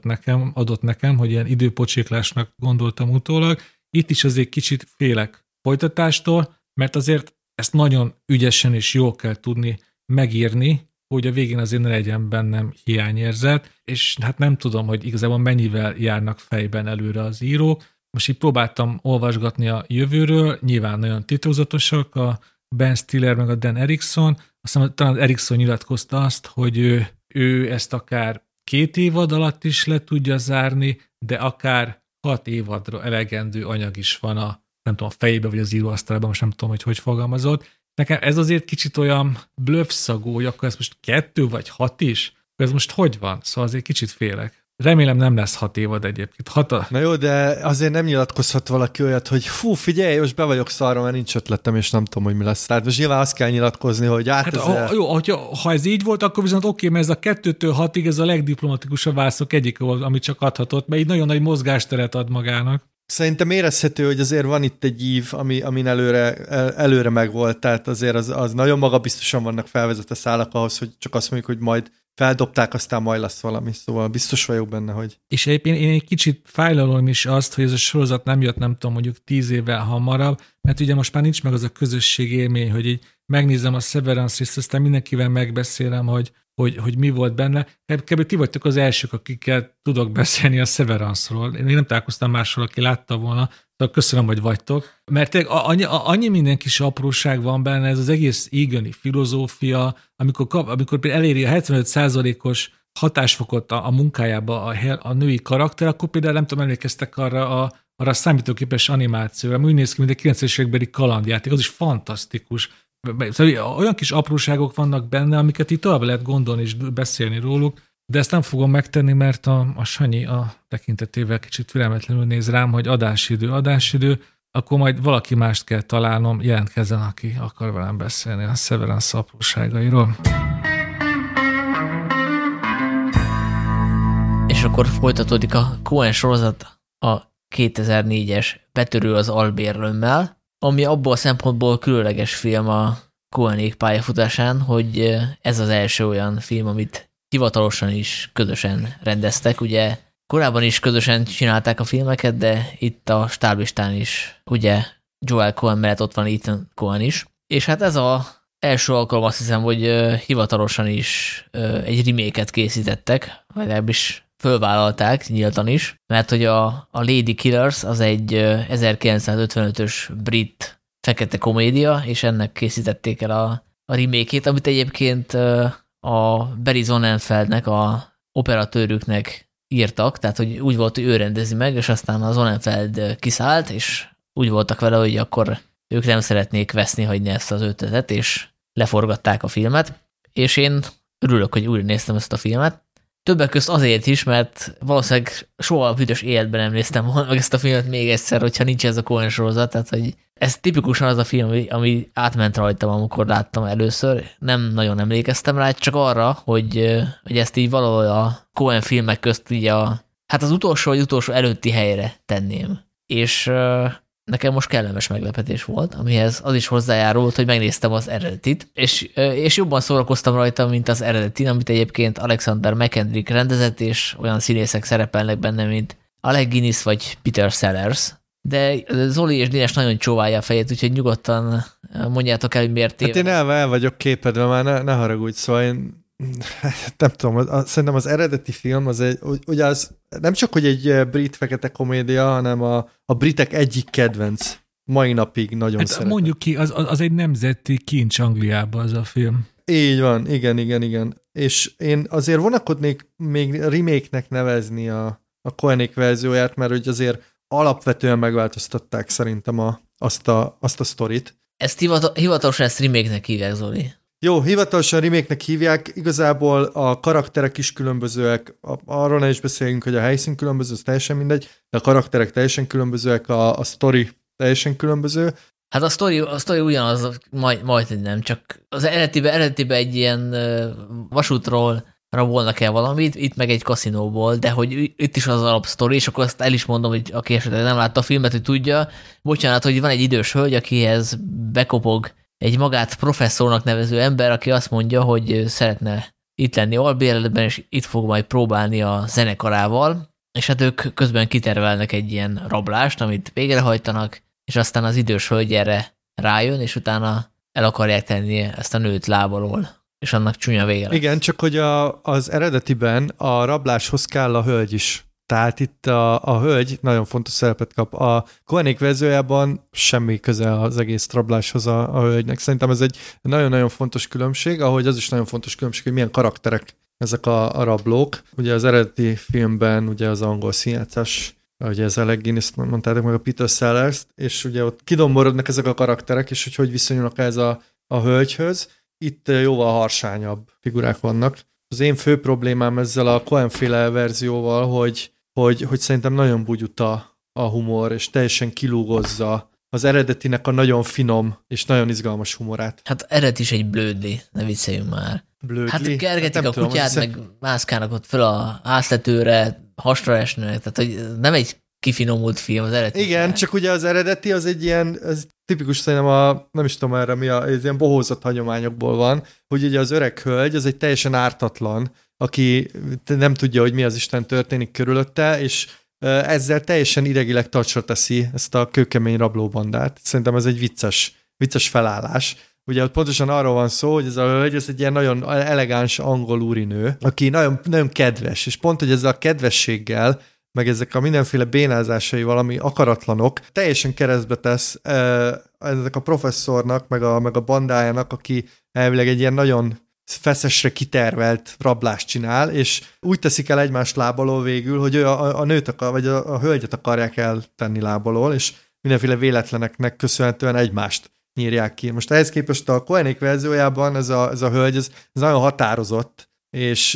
adott nekem, hogy ilyen időpocséklásnak gondoltam utólag. Itt is azért kicsit félek folytatástól, mert azért ezt nagyon ügyesen és jól kell tudni megírni, hogy a végén azért ne legyen bennem hiányérzet, és hát nem tudom, hogy igazából mennyivel járnak fejben előre az írók. Most így próbáltam olvasgatni a jövőről, nyilván nagyon titokzatosak a Ben Stiller meg a Dan Erickson, aztán talán Erickson nyilatkozta azt, hogy ő ezt akár 2 évad alatt is le tudja zárni, de akár 6 évadra elegendő anyag is van nem tudom, a fejében vagy az íróasztalában, most nem tudom, hogy fogalmazott. Nekem ez azért kicsit olyan blöffszagú, hogy akkor ez most 2 vagy 6 is? Ez most hogy van? Szóval azért kicsit félek. Remélem nem lesz 6 évad egyébként. Na jó, de azért nem nyilatkozhat valaki olyat, hogy fú, figyelj, most be vagyok szarra, mert nincs ötletem, és nem tudom, hogy mi lesz. Tehát most nyilván azt kell nyilatkozni, hogy jó, ha ez így volt, akkor viszont oké, mert ez a 2-től 6-ig ez a legdiplomatikusabb válaszok egyik, amit csak adhatott, mert így nagyon nagy mozgásteret ad magának. Szerintem érezhető, hogy azért van itt egy ív, amin előre megvolt, tehát azért az nagyon magabiztosan vannak felvezetve szálak ahhoz, hogy csak azt mondjuk, hogy majd feldobták, aztán majd lesz valami, szóval biztos vagyok benne, hogy... És egyébként én egy kicsit fájlalom is azt, hogy ez a sorozat nem jött, nem tudom, mondjuk 10 évvel hamarabb, mert ugye most már nincs meg az a közösség élmény, hogy így megnézem a Severance részt, aztán mindenkivel megbeszélem, hogy mi volt benne. Kb. Ti vagytok az elsők, akikkel tudok beszélni a Severance-ról. Én nem találkoztam máshol, aki látta volna, szóval köszönöm, hogy vagytok. Mert annyi minden kis apróság van benne, ez az egész Egan-i filozófia, amikor eléri a 75%-os hatásfokot a munkájába a női karakter, akkor például nem tudom, emlékeztek arra a számítógépes animációra, úgy néz ki, mint egy 90-es évekbeli kalandjáték, az is fantasztikus. Szóval olyan kis apróságok vannak benne, amiket itt tovább lehet gondolni és beszélni róluk, de ezt nem fogom megtenni, mert a Sanyi a tekintetével kicsit türelmetlenül néz rám, hogy adásidő, akkor majd valaki mást kell találnom, jelentkezzen, aki akar velem beszélni a Severance apróságairól. És akkor folytatódik a Coen sorozat a 2004-es Betörő az albérlőmmel, ami abból a szempontból különleges film a Coenék pályafutásán, hogy ez az első olyan film, amit hivatalosan is közösen rendeztek. Ugye korábban is közösen csinálták a filmeket, de itt a stáblistán is ugye Joel Coen mellett ott van Ethan Coen is. És hát ez az első alkalom, azt hiszem, hogy hivatalosan is egy remake-et készítettek, vagy legalábbis fölvállalták nyíltan is, mert hogy a Lady Killers az egy 1955-ös brit fekete komédia, és ennek készítették el a remake-ét, amit egyébként a Barry Sonnenfeldnek, a operatőrüknek írtak, tehát hogy úgy volt, hogy ő rendezi meg, és aztán a Sonnenfeld kiszállt, és úgy voltak vele, hogy akkor ők nem szeretnék veszni hagyni ezt az ötletet, és leforgatták a filmet, és én örülök, hogy újra néztem ezt a filmet, Többek közt azért is, mert valószínűleg soha a büdös életben nem néztem volna meg ezt a filmet még egyszer, hogyha nincs ez a Coen sorozat, tehát hogy ez tipikusan az a film, ami átment rajtam, amikor láttam először. Nem nagyon emlékeztem rá, csak arra, hogy ezt így valahol a Coen filmek közt így az utolsó vagy utolsó előtti helyre tenném. És nekem most kellemes meglepetés volt, amihez az is hozzájárult, hogy megnéztem az eredetit, és jobban szórakoztam rajta, mint az eredetin, amit egyébként Alexander McKendrick rendezett, és olyan színészek szerepelnek benne, mint Alec Guinness vagy Peter Sellers. De Zoli és Dénes nagyon csóválja a fejét, úgyhogy nyugodtan mondjátok el, hogy miért téved. Hát én el vagyok képedve, már ne haragudj, szóval én nem tudom, szerintem az eredeti film az ugye az nem csak, hogy egy brit fekete komédia, hanem a britek egyik kedvenc. Mai napig nagyon szeretem. Mondjuk ki, az egy nemzeti kincs Angliában az a film. Így van, igen. És én azért vonakodnék még remake-nek nevezni a Coenék verzióját, mert hogy azért alapvetően megváltoztatták szerintem azt a sztorit. Ezt hivatalosan ezt remake-nek hívják, Zoli. Jó, hivatalosan remake-nek hívják, igazából a karakterek is különbözőek, arról ne is beszéljünk, hogy a helyszín különböző, az teljesen mindegy, de a karakterek teljesen különbözőek, a sztori teljesen különböző. Hát a sztori ugyanaz, majd nem, csak az eredetiben egy ilyen vasútról rabolnak el valamit, itt meg egy kaszinóból, de hogy itt is az alapsztori, és akkor azt el is mondom, hogy aki esetleg nem látta a filmet, hogy tudja, bocsánat, hogy van egy idős hölgy, akihez bekopog egy magát professzornak nevező ember, aki azt mondja, hogy szeretne itt lenni albérletben, és itt fog majd próbálni a zenekarával, és hát ők közben kitervelnek egy ilyen rablást, amit végrehajtanak, és aztán az idős hölgy erre rájön, és utána el akarják tenni ezt a nőt lábalól, és annak csúnya vége lesz. Igen, csak hogy az eredetiben a rabláshoz kell a hölgy is. Tehát itt a hölgy nagyon fontos szerepet kap. A Coenék verziójában semmi köze az egész rabláshoz a hölgynek. Szerintem ez egy nagyon-nagyon fontos különbség, ahogy az is nagyon fontos különbség, hogy milyen karakterek ezek a rablók. Ugye az eredeti filmben ugye az angol színjátszás, ugye ez Alec Guinness mondtátok meg a Peter Sellers, és ugye ott kidomborodnak ezek a karakterek, és hogy viszonyulnak ez a hölgyhöz. Itt jóval harsányabb figurák vannak. Az én fő problémám ezzel a Coen-féle verzióval, hogy szerintem nagyon bugyuta a humor, és teljesen kilúgozza az eredetinek a nagyon finom és nagyon izgalmas humorát. Hát eredet is egy blödli, ne vicceljünk már. Blödli? Hát kergetik hát a kutyát, meg mászkálnak ott föl a háztetőre, hasra esnek, tehát hogy nem egy kifinomult film az eredeti. Igen, csak ugye az eredeti az egy ilyen, ez tipikus szerintem nem is tudom erre mi ez ilyen bohózott hagyományokból van, hogy ugye az öreg hölgy az egy teljesen ártatlan, aki nem tudja, hogy mi az Isten történik körülötte, és ezzel teljesen idegileg tacsra teszi ezt a kőkemény rablóbandát. Szerintem ez egy vicces felállás. Ugye ott pontosan arról van szó, hogy ez a hölgy, ez egy ilyen nagyon elegáns angol úrinő, aki nagyon, nagyon kedves, és pont, hogy ezzel a kedvességgel, meg ezek a mindenféle bénázásai valami akaratlanok, teljesen keresztbe tesz ezek a professzornak, meg a bandájának, aki elvileg egy ilyen nagyon feszesre kitervelt rablást csinál, és úgy teszik el egymás lábalól végül, hogy a nőt vagy a hölgyet akarják eltenni lábalól, és mindenféle véletleneknek köszönhetően egymást nyírják ki. Most ehhez képest a Coenék verziójában ez a hölgy, ez nagyon határozott, és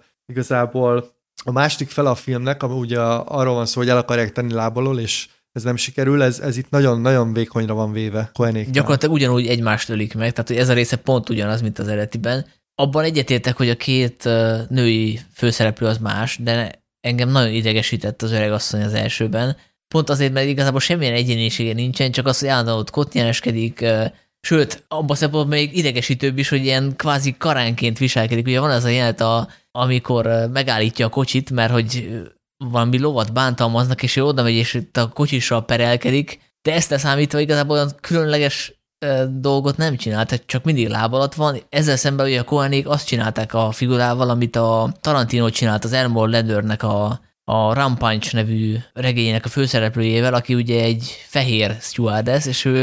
igazából a második fele a filmnek, ami ugye arról van szó, hogy el akarják tenni lábalól, és ez nem sikerül, ez itt nagyon-nagyon vékonyra van véve Coenéknál. Gyakorlatilag ugyanúgy egymást ölik meg, tehát hogy ez a része pont ugyanaz, mint az eredetiben. Abban egyetértek, hogy a két női főszereplő az más, de engem nagyon idegesített az öreg asszony az elsőben. Pont azért, mert igazából semmilyen egyénisége nincsen, csak az, hogy állandóan ott kottnyáneskedik, sőt, abban a szempontból még idegesítőbb is, hogy ilyen kvázi karánként viselkedik. Ugye van az a jelenet, amikor megállítja a kocsit, mert hogy valami lovat bántalmaznak, és ő oda megy, és itt a kocsissal perelkedik, de ezt leszámítva igazából olyan különleges dolgot nem csinált, csak mindig láb alatt van. Ezzel szemben ugye a Coenék azt csinálták a figurával, amit a Tarantino csinált az Elmore Leathernek a Rampage nevű regényének a főszereplőjével, aki ugye egy fehér stewardess, és ő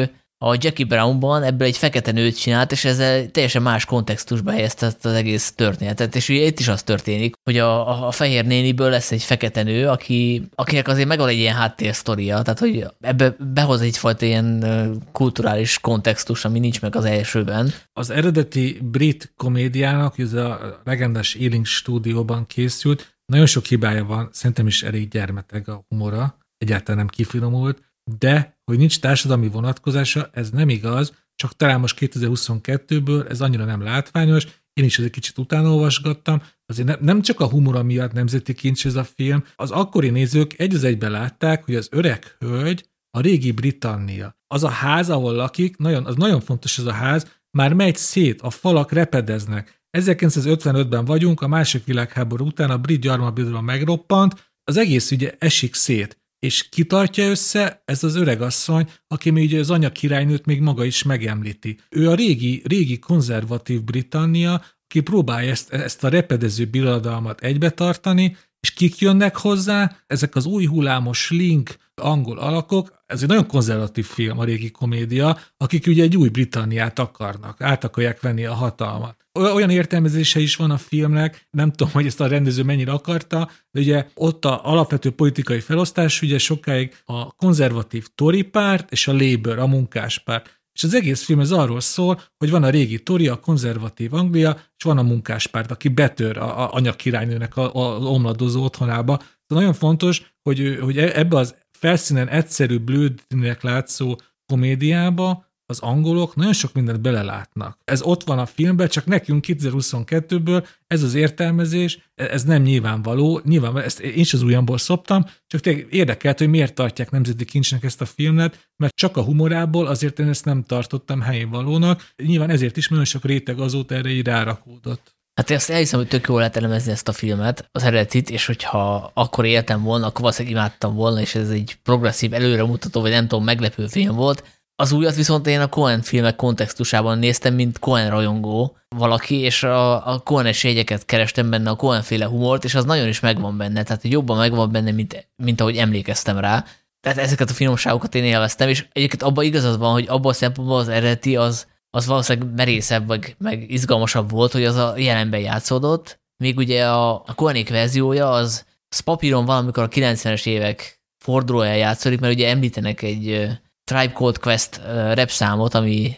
a Jackie Brownban ebből egy fekete nőt csinált, és ezzel teljesen más kontextusba helyezte az egész történetet. És ugye itt is az történik, hogy a fehér néniből lesz egy fekete nő, akinek azért megvan egy ilyen háttérsztoria, tehát hogy ebbe behoz egyfajta ilyen kulturális kontextus, ami nincs meg az elsőben. Az eredeti brit komédiának, ez a legendás Ealing stúdióban készült, nagyon sok hibája van, szerintem is elég gyermeteg a humora, egyáltalán nem kifinomult, de hogy nincs társadalmi vonatkozása, ez nem igaz, csak talán most 2022-ből ez annyira nem látványos, én is egy kicsit utánolvasgattam, azért nem csak a humora miatt nemzeti kincs ez a film, az akkori nézők egy az egyben látták, hogy az öreg hölgy a régi Britannia. Az a ház, ahol lakik, az nagyon fontos ez a ház, már megy szét, a falak repedeznek. 1955-ben vagyunk, a második világháború után a brit gyarmatbirodalom megroppant, az egész ugye esik szét. És kitartja össze ez az öregasszony, aki még ugye az anya királynőt még maga is megemlíti. Ő a régi konzervatív Britannia, aki próbálja ezt a repedező birodalmat egybetartani, és kik jönnek hozzá? Ezek az új hullámos link angol alakok, ez egy nagyon konzervatív film, a régi komédia, akik ugye egy új Britanniát akarnak, át akarják venni a hatalmat. Olyan értelmezése is van a filmnek, nem tudom, hogy ezt a rendező mennyire akarta, de ugye ott a alapvető politikai felosztás, ugye sokáig a konzervatív Tory párt és a Labour, a munkáspárt. És az egész film ez arról szól, hogy van a régi Tory, a konzervatív Anglia, és van a munkáspárt, aki betör a anyakirálynőnek az omladozó otthonába. Ez nagyon fontos, hogy ebbe az felszínen egyszerű, blödnek látszó komédiába az angolok nagyon sok mindent belelátnak. Ez ott van a filmben, csak nekünk 2022-ből ez az értelmezés, ez nem nyilvánvaló. Nyilván ezt én is az ujjamból szoptam, csak tényleg érdekelt, hogy miért tartják nemzeti kincsnek ezt a filmet, mert csak a humorából azért én ezt nem tartottam helyénvalónak. Nyilván ezért is nagyon sok réteg azóta erre így rárakódott. Hát én azt elhiszem, hogy tök jól lehet elemezni ezt a filmet, az eredetit, és hogyha akkor éltem volna, akkor valószínűleg imádtam volna, és ez egy progresszív, előremutató, vagy nem tudom, meglepő film volt. Az újat viszont én a Coen filmek kontextusában néztem, mint Coen rajongó valaki, és a Coen-es jegyeket kerestem benne, a Coen-féle humort, és az nagyon is megvan benne, tehát jobban megvan benne, mint ahogy emlékeztem rá. Tehát ezeket a finomságokat én élveztem, és egyébként abban igazad van, hogy abban a szempontból az eredeti az valószínűleg merészebb, meg izgalmasabb volt, hogy az a jelenben játszódott, még ugye a Coenék verziója az papíron valamikor a 90-es évek fordulóján játszódik, mert ugye említenek egy Tribe Called Quest rap számot, ami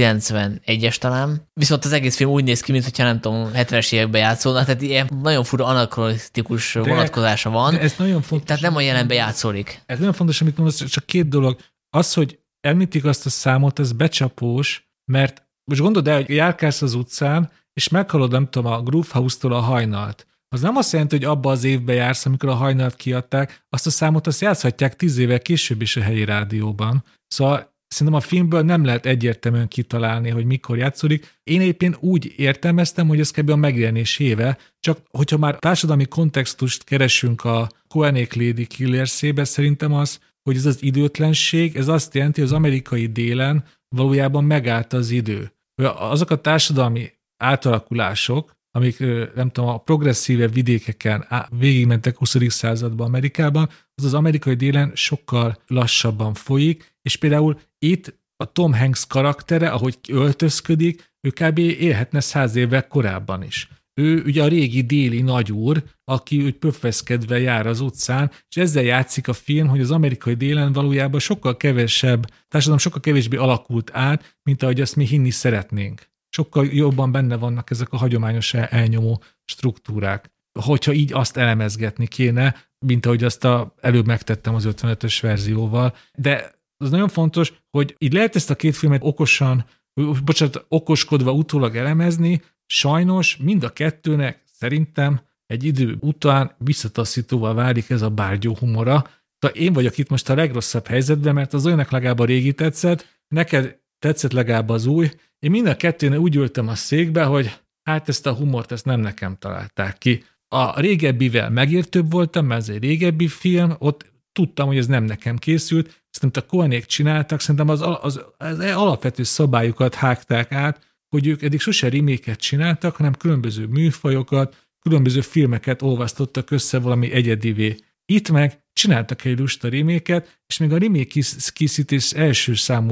91-es talán. Viszont az egész film úgy néz ki, mintha nem tudom, 70-es években játszódna, tehát ilyen nagyon fura anakronisztikus vonatkozása van. De ez nagyon fontos. Tehát nem a jelenben játszódik. Ez nagyon fontos, amit mondasz, csak két dolog. Az, hogy említik azt a számot, ez becsapós, mert most gondold el, hogy járkálsz az utcán, és meghallod, nem tudom, a Groove House-tól a Hajnalt. Az nem azt jelenti, hogy abba az évben jársz, amikor a Hajnalt kiadták, azt a számot azt játszhatják 10 évvel később is a helyi rádióban. Szóval szerintem a filmből nem lehet egyértelműen kitalálni, hogy mikor játszódik. Én éppen úgy értelmeztem, hogy ez kb. A megjelenés éve, csak hogyha már társadalmi kontextust keresünk a Coenék Lady Killers-ébe, szerintem az, hogy ez az időtlenség, ez azt jelenti, hogy az amerikai délen valójában megállt az idő. Azok a társadalmi átalakulások, amik nem tudom, a progresszíve vidékeken végigmentek 20. században Amerikában, az amerikai délen sokkal lassabban folyik, és például itt a Tom Hanks karaktere, ahogy öltözködik, ő kb. Élhetne 100 évvel korábban is. Ő ugye a régi déli nagyúr, aki úgy pöffeszkedve jár az utcán, és ezzel játszik a film, hogy az amerikai délen valójában sokkal társadalom sokkal kevésbé alakult át, mint ahogy azt mi hinni szeretnénk. Sokkal jobban benne vannak ezek a hagyományos elnyomó struktúrák. Hogyha így azt elemezgetni kéne, mint ahogy azt előbb megtettem az 55-ös verzióval. De az nagyon fontos, hogy így lehet ezt a két filmet okoskodva utólag elemezni, sajnos mind a kettőnek szerintem egy idő után visszataszítóval válik ez a bárgyó humora. Tehát én vagyok itt most a legrosszabb helyzetben, mert az olyanak legalább a régi tetszett, neked tetszett legalább az új. Én mind a kettőnél úgy ültem a székbe, hogy hát ezt a humort ezt nem nekem találták ki. A régebbivel megértőbb voltam, mert ez egy régebbi film, ott tudtam, hogy ez nem nekem készült, szerintem a Coenék csináltak, szerintem az alapvető szabályokat hágták át, hogy ők eddig sose remake-et csináltak, hanem különböző műfajokat, különböző filmeket olvasztottak össze valami egyedivé. Itt meg csináltak egy lusta remake-et, és még a remake készítés első számú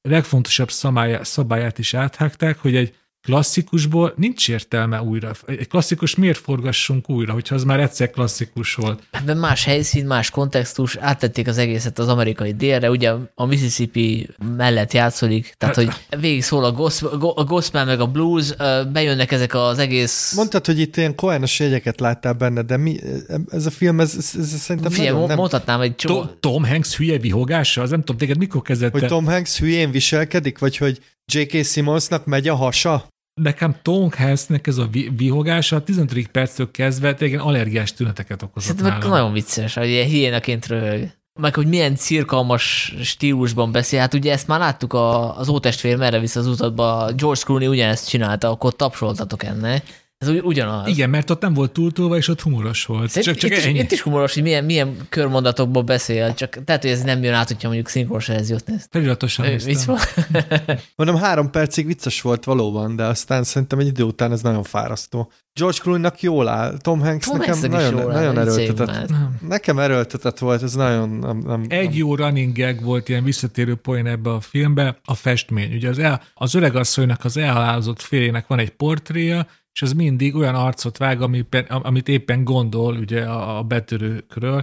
legfontosabb szabályát is áthágták, hogy egy klasszikusból nincs értelme újra. Egy klasszikus miért forgassunk újra, hogyha az már egyszer klasszikus volt? De más helyszín, más kontextus, áttették az egészet az amerikai délre, ugye a Mississippi mellett játszolik, tehát hogy végig szól a gospel meg a blues, bejönnek ezek az egész... Mondtad, hogy itt ilyen Coen-os jegyeket láttál benne, de ez a film, ez szerintem nagyon nem... Mondhatnám egy csomó... Tom Hanks hülye vihogása? Az nem tudom, téged mikor kezdett? Hogy Tom Hanks hülyén viselkedik, vagy hogy J.K. Simmonsnak megy a hasa? Nekem Tom Hanksnek ez a vihogása 15. perctől kezdve tényleg allergiás tüneteket okozott nálam. Nagyon vicces, hogy ilyen hiénaként röhög. Meg hogy milyen cirkalmas stílusban beszél. Hát ugye ezt már láttuk az Ótestvér merre visz az utatba. George Clooney ugyanezt csinálta, akkor tapsoltatok ennek. Ez ugyanaz. Igen, mert ott nem volt túltolva, és ott humoros volt. Itt is humoros, hogy milyen körmondatokból beszél, csak tehát, hogy ez nem jön át, hogyha mondjuk szinkronos ez jött. Feliratosan néztem. Mondom, 3 percig vicces volt valóban, de aztán szerintem egy idő után ez nagyon fárasztó. George Clooney-nak jól áll, Tom Hanks nekem nagyon erőltetett. Nekem erőltetett volt, ez nagyon... Nem. Egy jó running gag volt, ilyen visszatérő poén ebbe a filmbe, a festmény. Ugye az öregasszonynak, az elhalálozott férjének van egy portréja, és az mindig olyan arcot vág, amit éppen gondol ugye a betörőkről.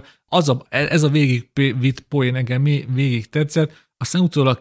Ez a végigvitt poén engem végig tetszett, aztán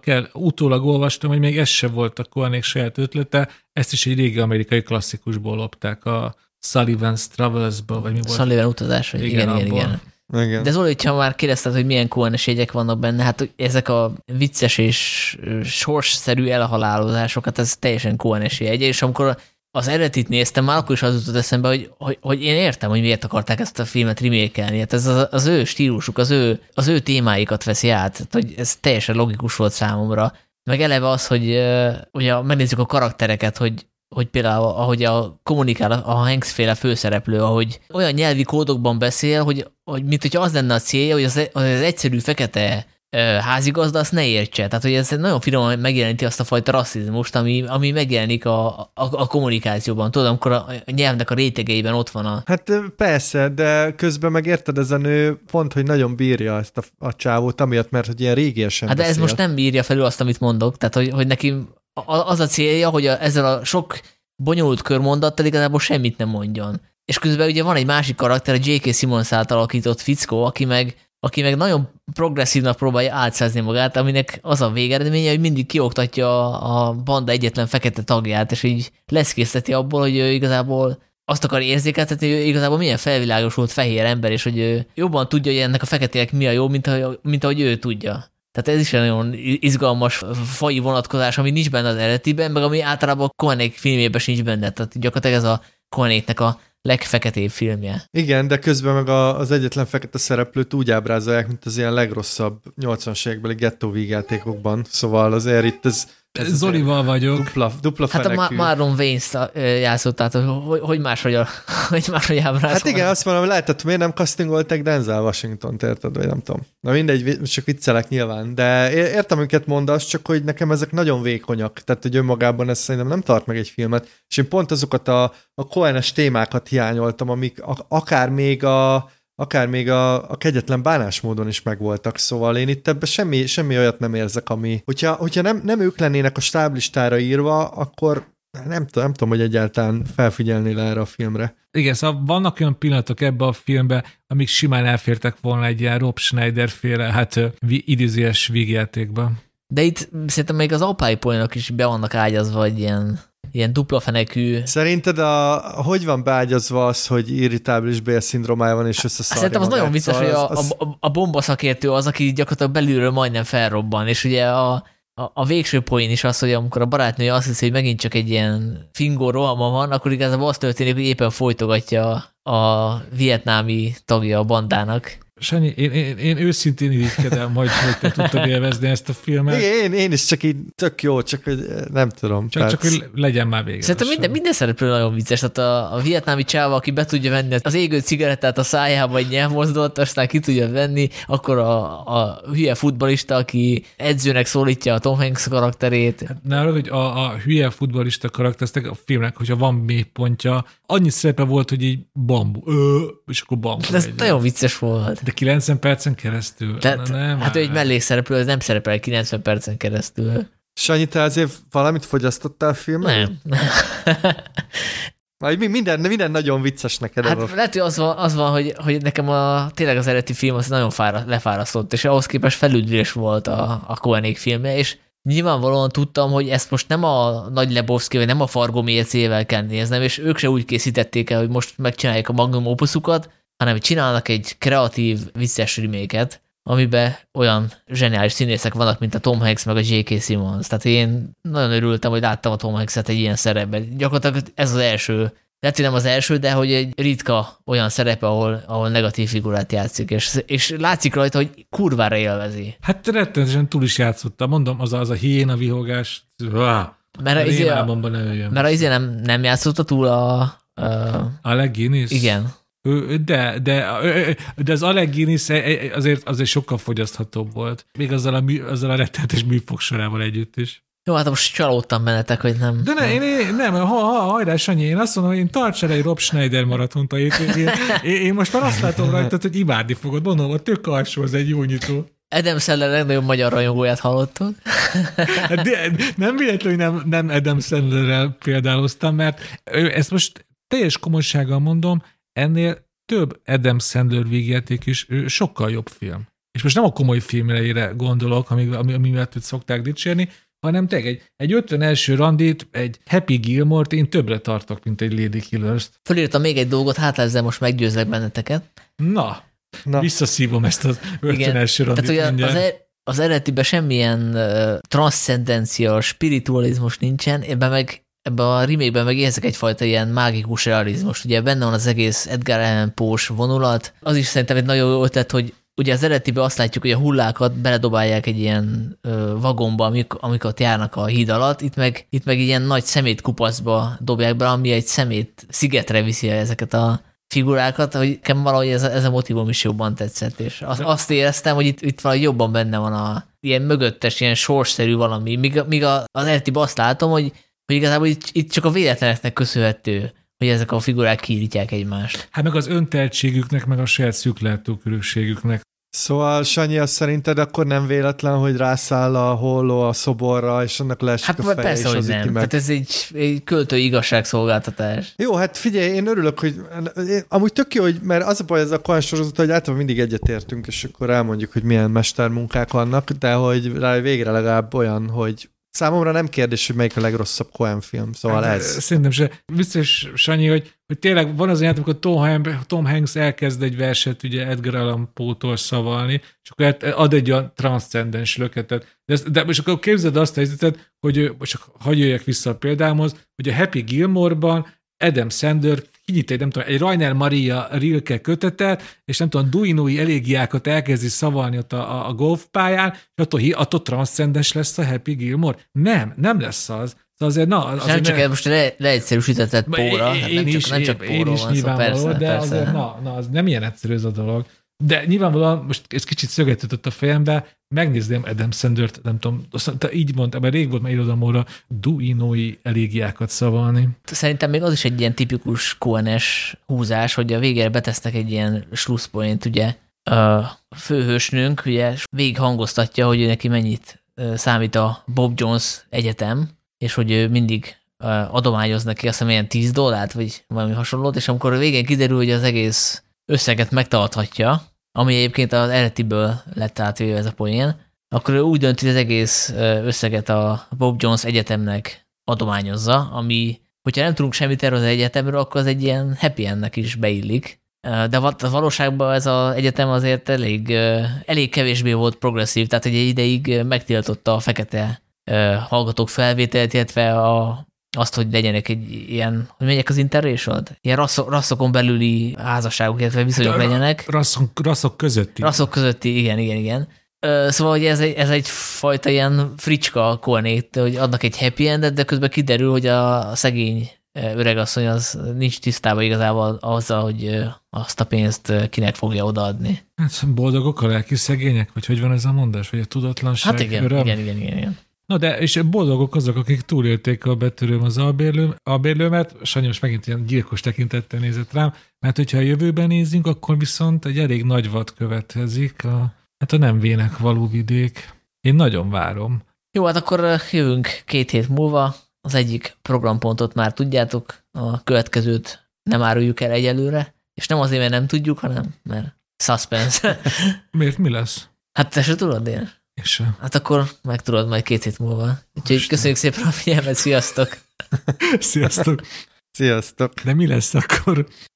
utólag olvastam, hogy még ez se volt a Coenék saját ötlete, ezt is egy régi amerikai klasszikusból lopták, a Sullivan's Travels-ből, vagy mi volt? Sullivan utazás, vagy igen. De Zoli, hogyha már kérdezted, hogy milyen Coen-es jegyek vannak benne, hát ezek a vicces és sorsszerű elhalálozásokat, ez teljesen Coen-es jegy, és amikor az eredetit néztem, már akkor is az jutott eszembe, hogy én értem, hogy miért akarták ezt a filmet remake-elni. Hát ez az ő stílusuk, az ő témáikat veszi át. Hát, hogy ez teljesen logikus volt számomra. Meg eleve az, hogy ugye megnézzük a karaktereket, hogy például ahogy kommunikál a Hanks-féle főszereplő, ahogy olyan nyelvi kódokban beszél, hogy mint hogyha az lenne a célja, hogy az egyszerű fekete házigazda azt ne értse. Tehát, hogy ez nagyon finoman megjeleníti azt a fajta rasszizmust, ami megjelenik a kommunikációban. Tudod, amikor a nyelvnek a rétegeiben ott van a... Hát persze, de közben megérted, ez a nő pont, hogy nagyon bírja ezt a csávót, amiatt, mert hogy ilyen régiesen Hát de ez most nem írja felül azt, amit mondok. Tehát, hogy neki az a célja, hogy ezzel a sok bonyolult körmondattal igazából semmit nem mondjon. És közben ugye van egy másik karakter, a J.K. Simmons által alakított fickó, aki meg nagyon progresszívnak próbálja álcázni magát, aminek az a végeredménye, hogy mindig kioktatja a banda egyetlen fekete tagját, és így leszkészteti abból, hogy ő igazából azt akar érzékeltetni, hogy ő igazából milyen felvilágosult fehér ember, és hogy ő jobban tudja, hogy ennek a feketének mi a jó, mint ahogy ő tudja. Tehát ez is egy nagyon izgalmas faji vonatkozás, ami nincs benne az eredetiben, meg ami általában a Coenék filmjében sincs benne. Tehát gyakorlatilag ez a Coenéknek a legfeketébb filmje. Igen, de közben meg az egyetlen fekete szereplőt úgy ábrázolják, mint az ilyen legrosszabb 80-as évekbeli gettó vígjátékokban. Szóval azért itt ez Zolival vagyok. Dupla fenekű. Hát a Marlon Wayne-t játszott, tehát hogy máshogy ábrázolva. Hát igen, azt mondom, lehetett, miért nem castingolták Denzel Washington-t, érted, vagy nem tudom. Na mindegy, csak viccelek nyilván, de értem, amiket mondasz, csak hogy nekem ezek nagyon vékonyak, tehát hogy önmagában ez szerintem nem tart meg egy filmet, és én pont azokat a Coen-es témákat hiányoltam, amik akár még a kegyetlen bánásmódon is megvoltak, szóval én itt ebben semmi olyat nem érzek, ami... Hogyha nem ők lennének a stáblistára írva, akkor nem tudom, hogy egyáltalán felfigyelnél erre a filmre. Igen, szóval vannak olyan pillanatok ebben a filmben, amik simán elfértek volna egy ilyen Rob Schneider-féle, idézőes vígjátékban. De itt szerintem még az apái poénok is be vannak ágyazva egy ilyen dupla fenekű... Szerinted hogy van beágyazva az, hogy irritábilis bélszindrómája van, és összeszarja Szerintem az magát, nagyon vicces, szóval hogy a bombaszakértő az, aki gyakorlatilag belülről majdnem felrobban, és ugye a végső poén is az, hogy amikor a barátnője azt hiszi, hogy megint csak egy ilyen fingó rohama van, akkor igazából az történik, hogy éppen folytogatja a vietnámi tagja a bandának. Sanyi, én őszintén irigykedem majd, hogy te tudtad élvezni ezt a filmet. Én is csak így tök jó, csak hogy nem tudom. Csak hogy legyen már vége. Szerintem minden szereplő nagyon vicces. Tehát a vietnámi csáva, aki be tudja venni az égő cigarettát a szájába egy nyelvmozdulat, aztán ki tudja venni, akkor a hülye futballista, aki edzőnek szólítja a Tom Hanks karakterét. Hát, nálad, hogy a hülye futballista karakter, a filmnek, hogyha van mélypontja, annyi szerepe volt, hogy így bambu. És akkor bambu. Ez nagyon vicces volt. De 90 percen keresztül? Hát ő egy mellékszereplő, ez nem szerepel 90 percen keresztül. Sanyi, te azért valamit fogyasztottál a filmben? Nem. Minden nagyon vicces neked. Hát lehet, hogy az van hogy nekem tényleg az eredeti film az nagyon lefárasztott, és ahhoz képest felüldülés volt a Coenék filmje, és nyilvánvalóan tudtam, hogy ezt most nem a Nagy Lebowski, vagy nem a Fargo mércével kell néznem, és ők se úgy készítették el, hogy most megcsinálják a magnum opuszukat, hanem csinálnak egy kreatív, vicces remake-et, amiben olyan zseniális színészek vannak, mint a Tom Hanks meg a J.K. Simmons. Tehát én nagyon örültem, hogy láttam a Tom Hanks-et egy ilyen szerepben. Gyakorlatilag ez az első, lehet, hogy nem az első, de hogy egy ritka olyan szerepe, ahol negatív figurát játszik, és látszik rajta, hogy kurvára élvezi. Hát rettenetesen túl is játszottam. Mondom, az a hiéna vihogás. Mert az nem játszotta túl a Alec Guinness? Igen. De az Alec Guinness azért sokkal fogyaszthatóbb volt. Még azzal a rettenetes műfog sorával együtt is. Jó, hát most csalódtam bennetek, hogy nem. De nem, hajrá, Sanyi, én azt mondom, hogy én tarts el egy Rob Schneider maratont. Én most már azt látom rajta, hogy imádni fogod. Mondom, a tök alsó, az egy jó nyitó. Adam Sandler legnagyobb magyar rajongóját hallottad? De nem véletlenül nem Adam Sandlerrel példáloztam, mert ezt most teljes komolysággal mondom, ennél több Adam Sandler végjáték is sokkal jobb film. És most nem a komoly filmre gondolok, amivel szokták dicsérni, hanem tényleg egy 51. randit, egy Happy Gilmore-t én többre tartok, mint egy Lady Killers-t. Fölírtam még egy dolgot, hát ezzel most meggyőzlek benneteket. Na. Visszaszívom ezt az 51. randit. Tehát az eredetiben semmilyen transzcendencia, spiritualizmus nincsen, ebben a remake-ben meg érzek egyfajta ilyen mágikus realizmus. Ugye benne van az egész Edgar Allan Poe-s vonulat. Az is szerintem egy nagyon jó ötlet, hogy ugye az eredetiben azt látjuk, hogy a hullákat beledobálják egy ilyen vagomba, amikor ott járnak a híd alatt, itt meg ilyen nagy szemétkupacba dobják be, ami egy szemét szigetre viszi ezeket a figurákat, hogy nekem valahogy ez a motivum is jobban tetszett, és azt éreztem, hogy itt valahogy jobban benne van ilyen mögöttes, ilyen sorsszerű valami, míg az eredetiben azt látom, hogy igazából itt csak a véletleneknek köszönhető, hogy ezek a figurák kiírítják egymást. Hát meg az önteltségüknek, meg a saját szűklátókörűségüknek. Szóval, Sanyi, azt szerinted akkor nem véletlen, hogy rászáll a holló a szoborra, és annak leesik a feje, persze, és hogy nem. Tehát ez egy költői igazságszolgáltatás. Jó, hát figyelj, én örülök, hogy amúgy tök jó, hogy, mert az a baj, ez a Coen sorozat, hogy általában mindig egyetértünk, és akkor elmondjuk, hogy milyen mestermunkák vannak, de hogy rá végre legalább olyan, hogy számomra nem kérdés, hogy melyik a legrosszabb Coen film, szóval ez. Szerintem se. Biztos, Sanyi, hogy tényleg van az olyan, amikor Tom Hanks elkezd egy verset ugye Edgar Allan Poe-tól szavalni, és akkor ad egy olyan transzcendens löketet. De most akkor képzeld azt a helyzetet, hogy csak hagyj jöjjek vissza a példámhoz, hogy a Happy Gilmore-ban Adam Sandler kinyit egy Rainer Maria Rilke kötetet, és nem tudom, duinói elégiákat elkezdi szavalni ott a golfpályán, és attól transzcendens lesz a Happy Gilmore. Nem lesz az. Azért, nem csak most leegyszerűsítetett Póra, nem csak Póról van szó, persze. De azért, az nem ilyen egyszerű ez a dolog. De nyilvánvalóan most ez kicsit szögetített a fejembe, megnézném Adam Sandlert, nem tudom, így mondtam, mert rég volt már irodalomóra duinói elégiákat szavalni. Szerintem még az is egy ilyen tipikus Coen-es húzás, hogy a végére betesznek egy ilyen slusszpoint, ugye a főhősnünk ugye végig hangoztatja, hogy neki mennyit számít a Bob Jones egyetem, és hogy ő mindig adományoz neki azt hiszem ilyen $10, vagy valami hasonlót, és amikor a végén kiderül, hogy az egész összeget megtarthatja, ami egyébként az eredetiből lett átvéve ez a poén, akkor ő úgy dönt, hogy az egész összeget a Bob Jones egyetemnek adományozza, ami, hogyha nem tudunk semmit erről az egyetemről, akkor az egy ilyen happy endnek is beillik. De a valóságban ez az egyetem azért elég kevésbé volt progresszív, tehát egy ideig megtiltotta a fekete hallgatók felvételt, illetve azt, hogy legyenek egy ilyen, hogy megyek az interracial? Ilyen rasszokon belüli házasságok, illetve viszonyok legyenek. Rasszok közötti. Rasszok közötti, igen. Szóval, hogy ez egyfajta ilyen fricska Coenét, hogy adnak egy happy endet, de közben kiderül, hogy a szegény öregasszony az nincs tisztában igazából azzal, hogy azt a pénzt kinek fogja odaadni. Hát boldogok a lelki szegények? Vagy hogy van ez a mondás? Vagy a tudatlanság? Hát igen. Na de, és boldogok azok, akik túlélték a betörőm az albérlőmet, Sanyi most megint ilyen gyilkos tekintettel nézett rám, mert hogyha a jövőben nézzünk, akkor viszont egy elég nagy vad következik, a nem vének való vidék. Én nagyon várom. Jó, hát akkor jövünk 2 hét múlva. Az egyik programpontot már tudjátok, a következőt nem áruljuk el egyelőre, és nem azért, mert nem tudjuk, hanem mert suspense. Miért? Mi lesz? Hát te se tudod, én? És Hát akkor megtudod majd 2 hét múlva. Úgyhogy köszönjük szépen a figyelmet, sziasztok! Sziasztok! Sziasztok! De mi lesz akkor?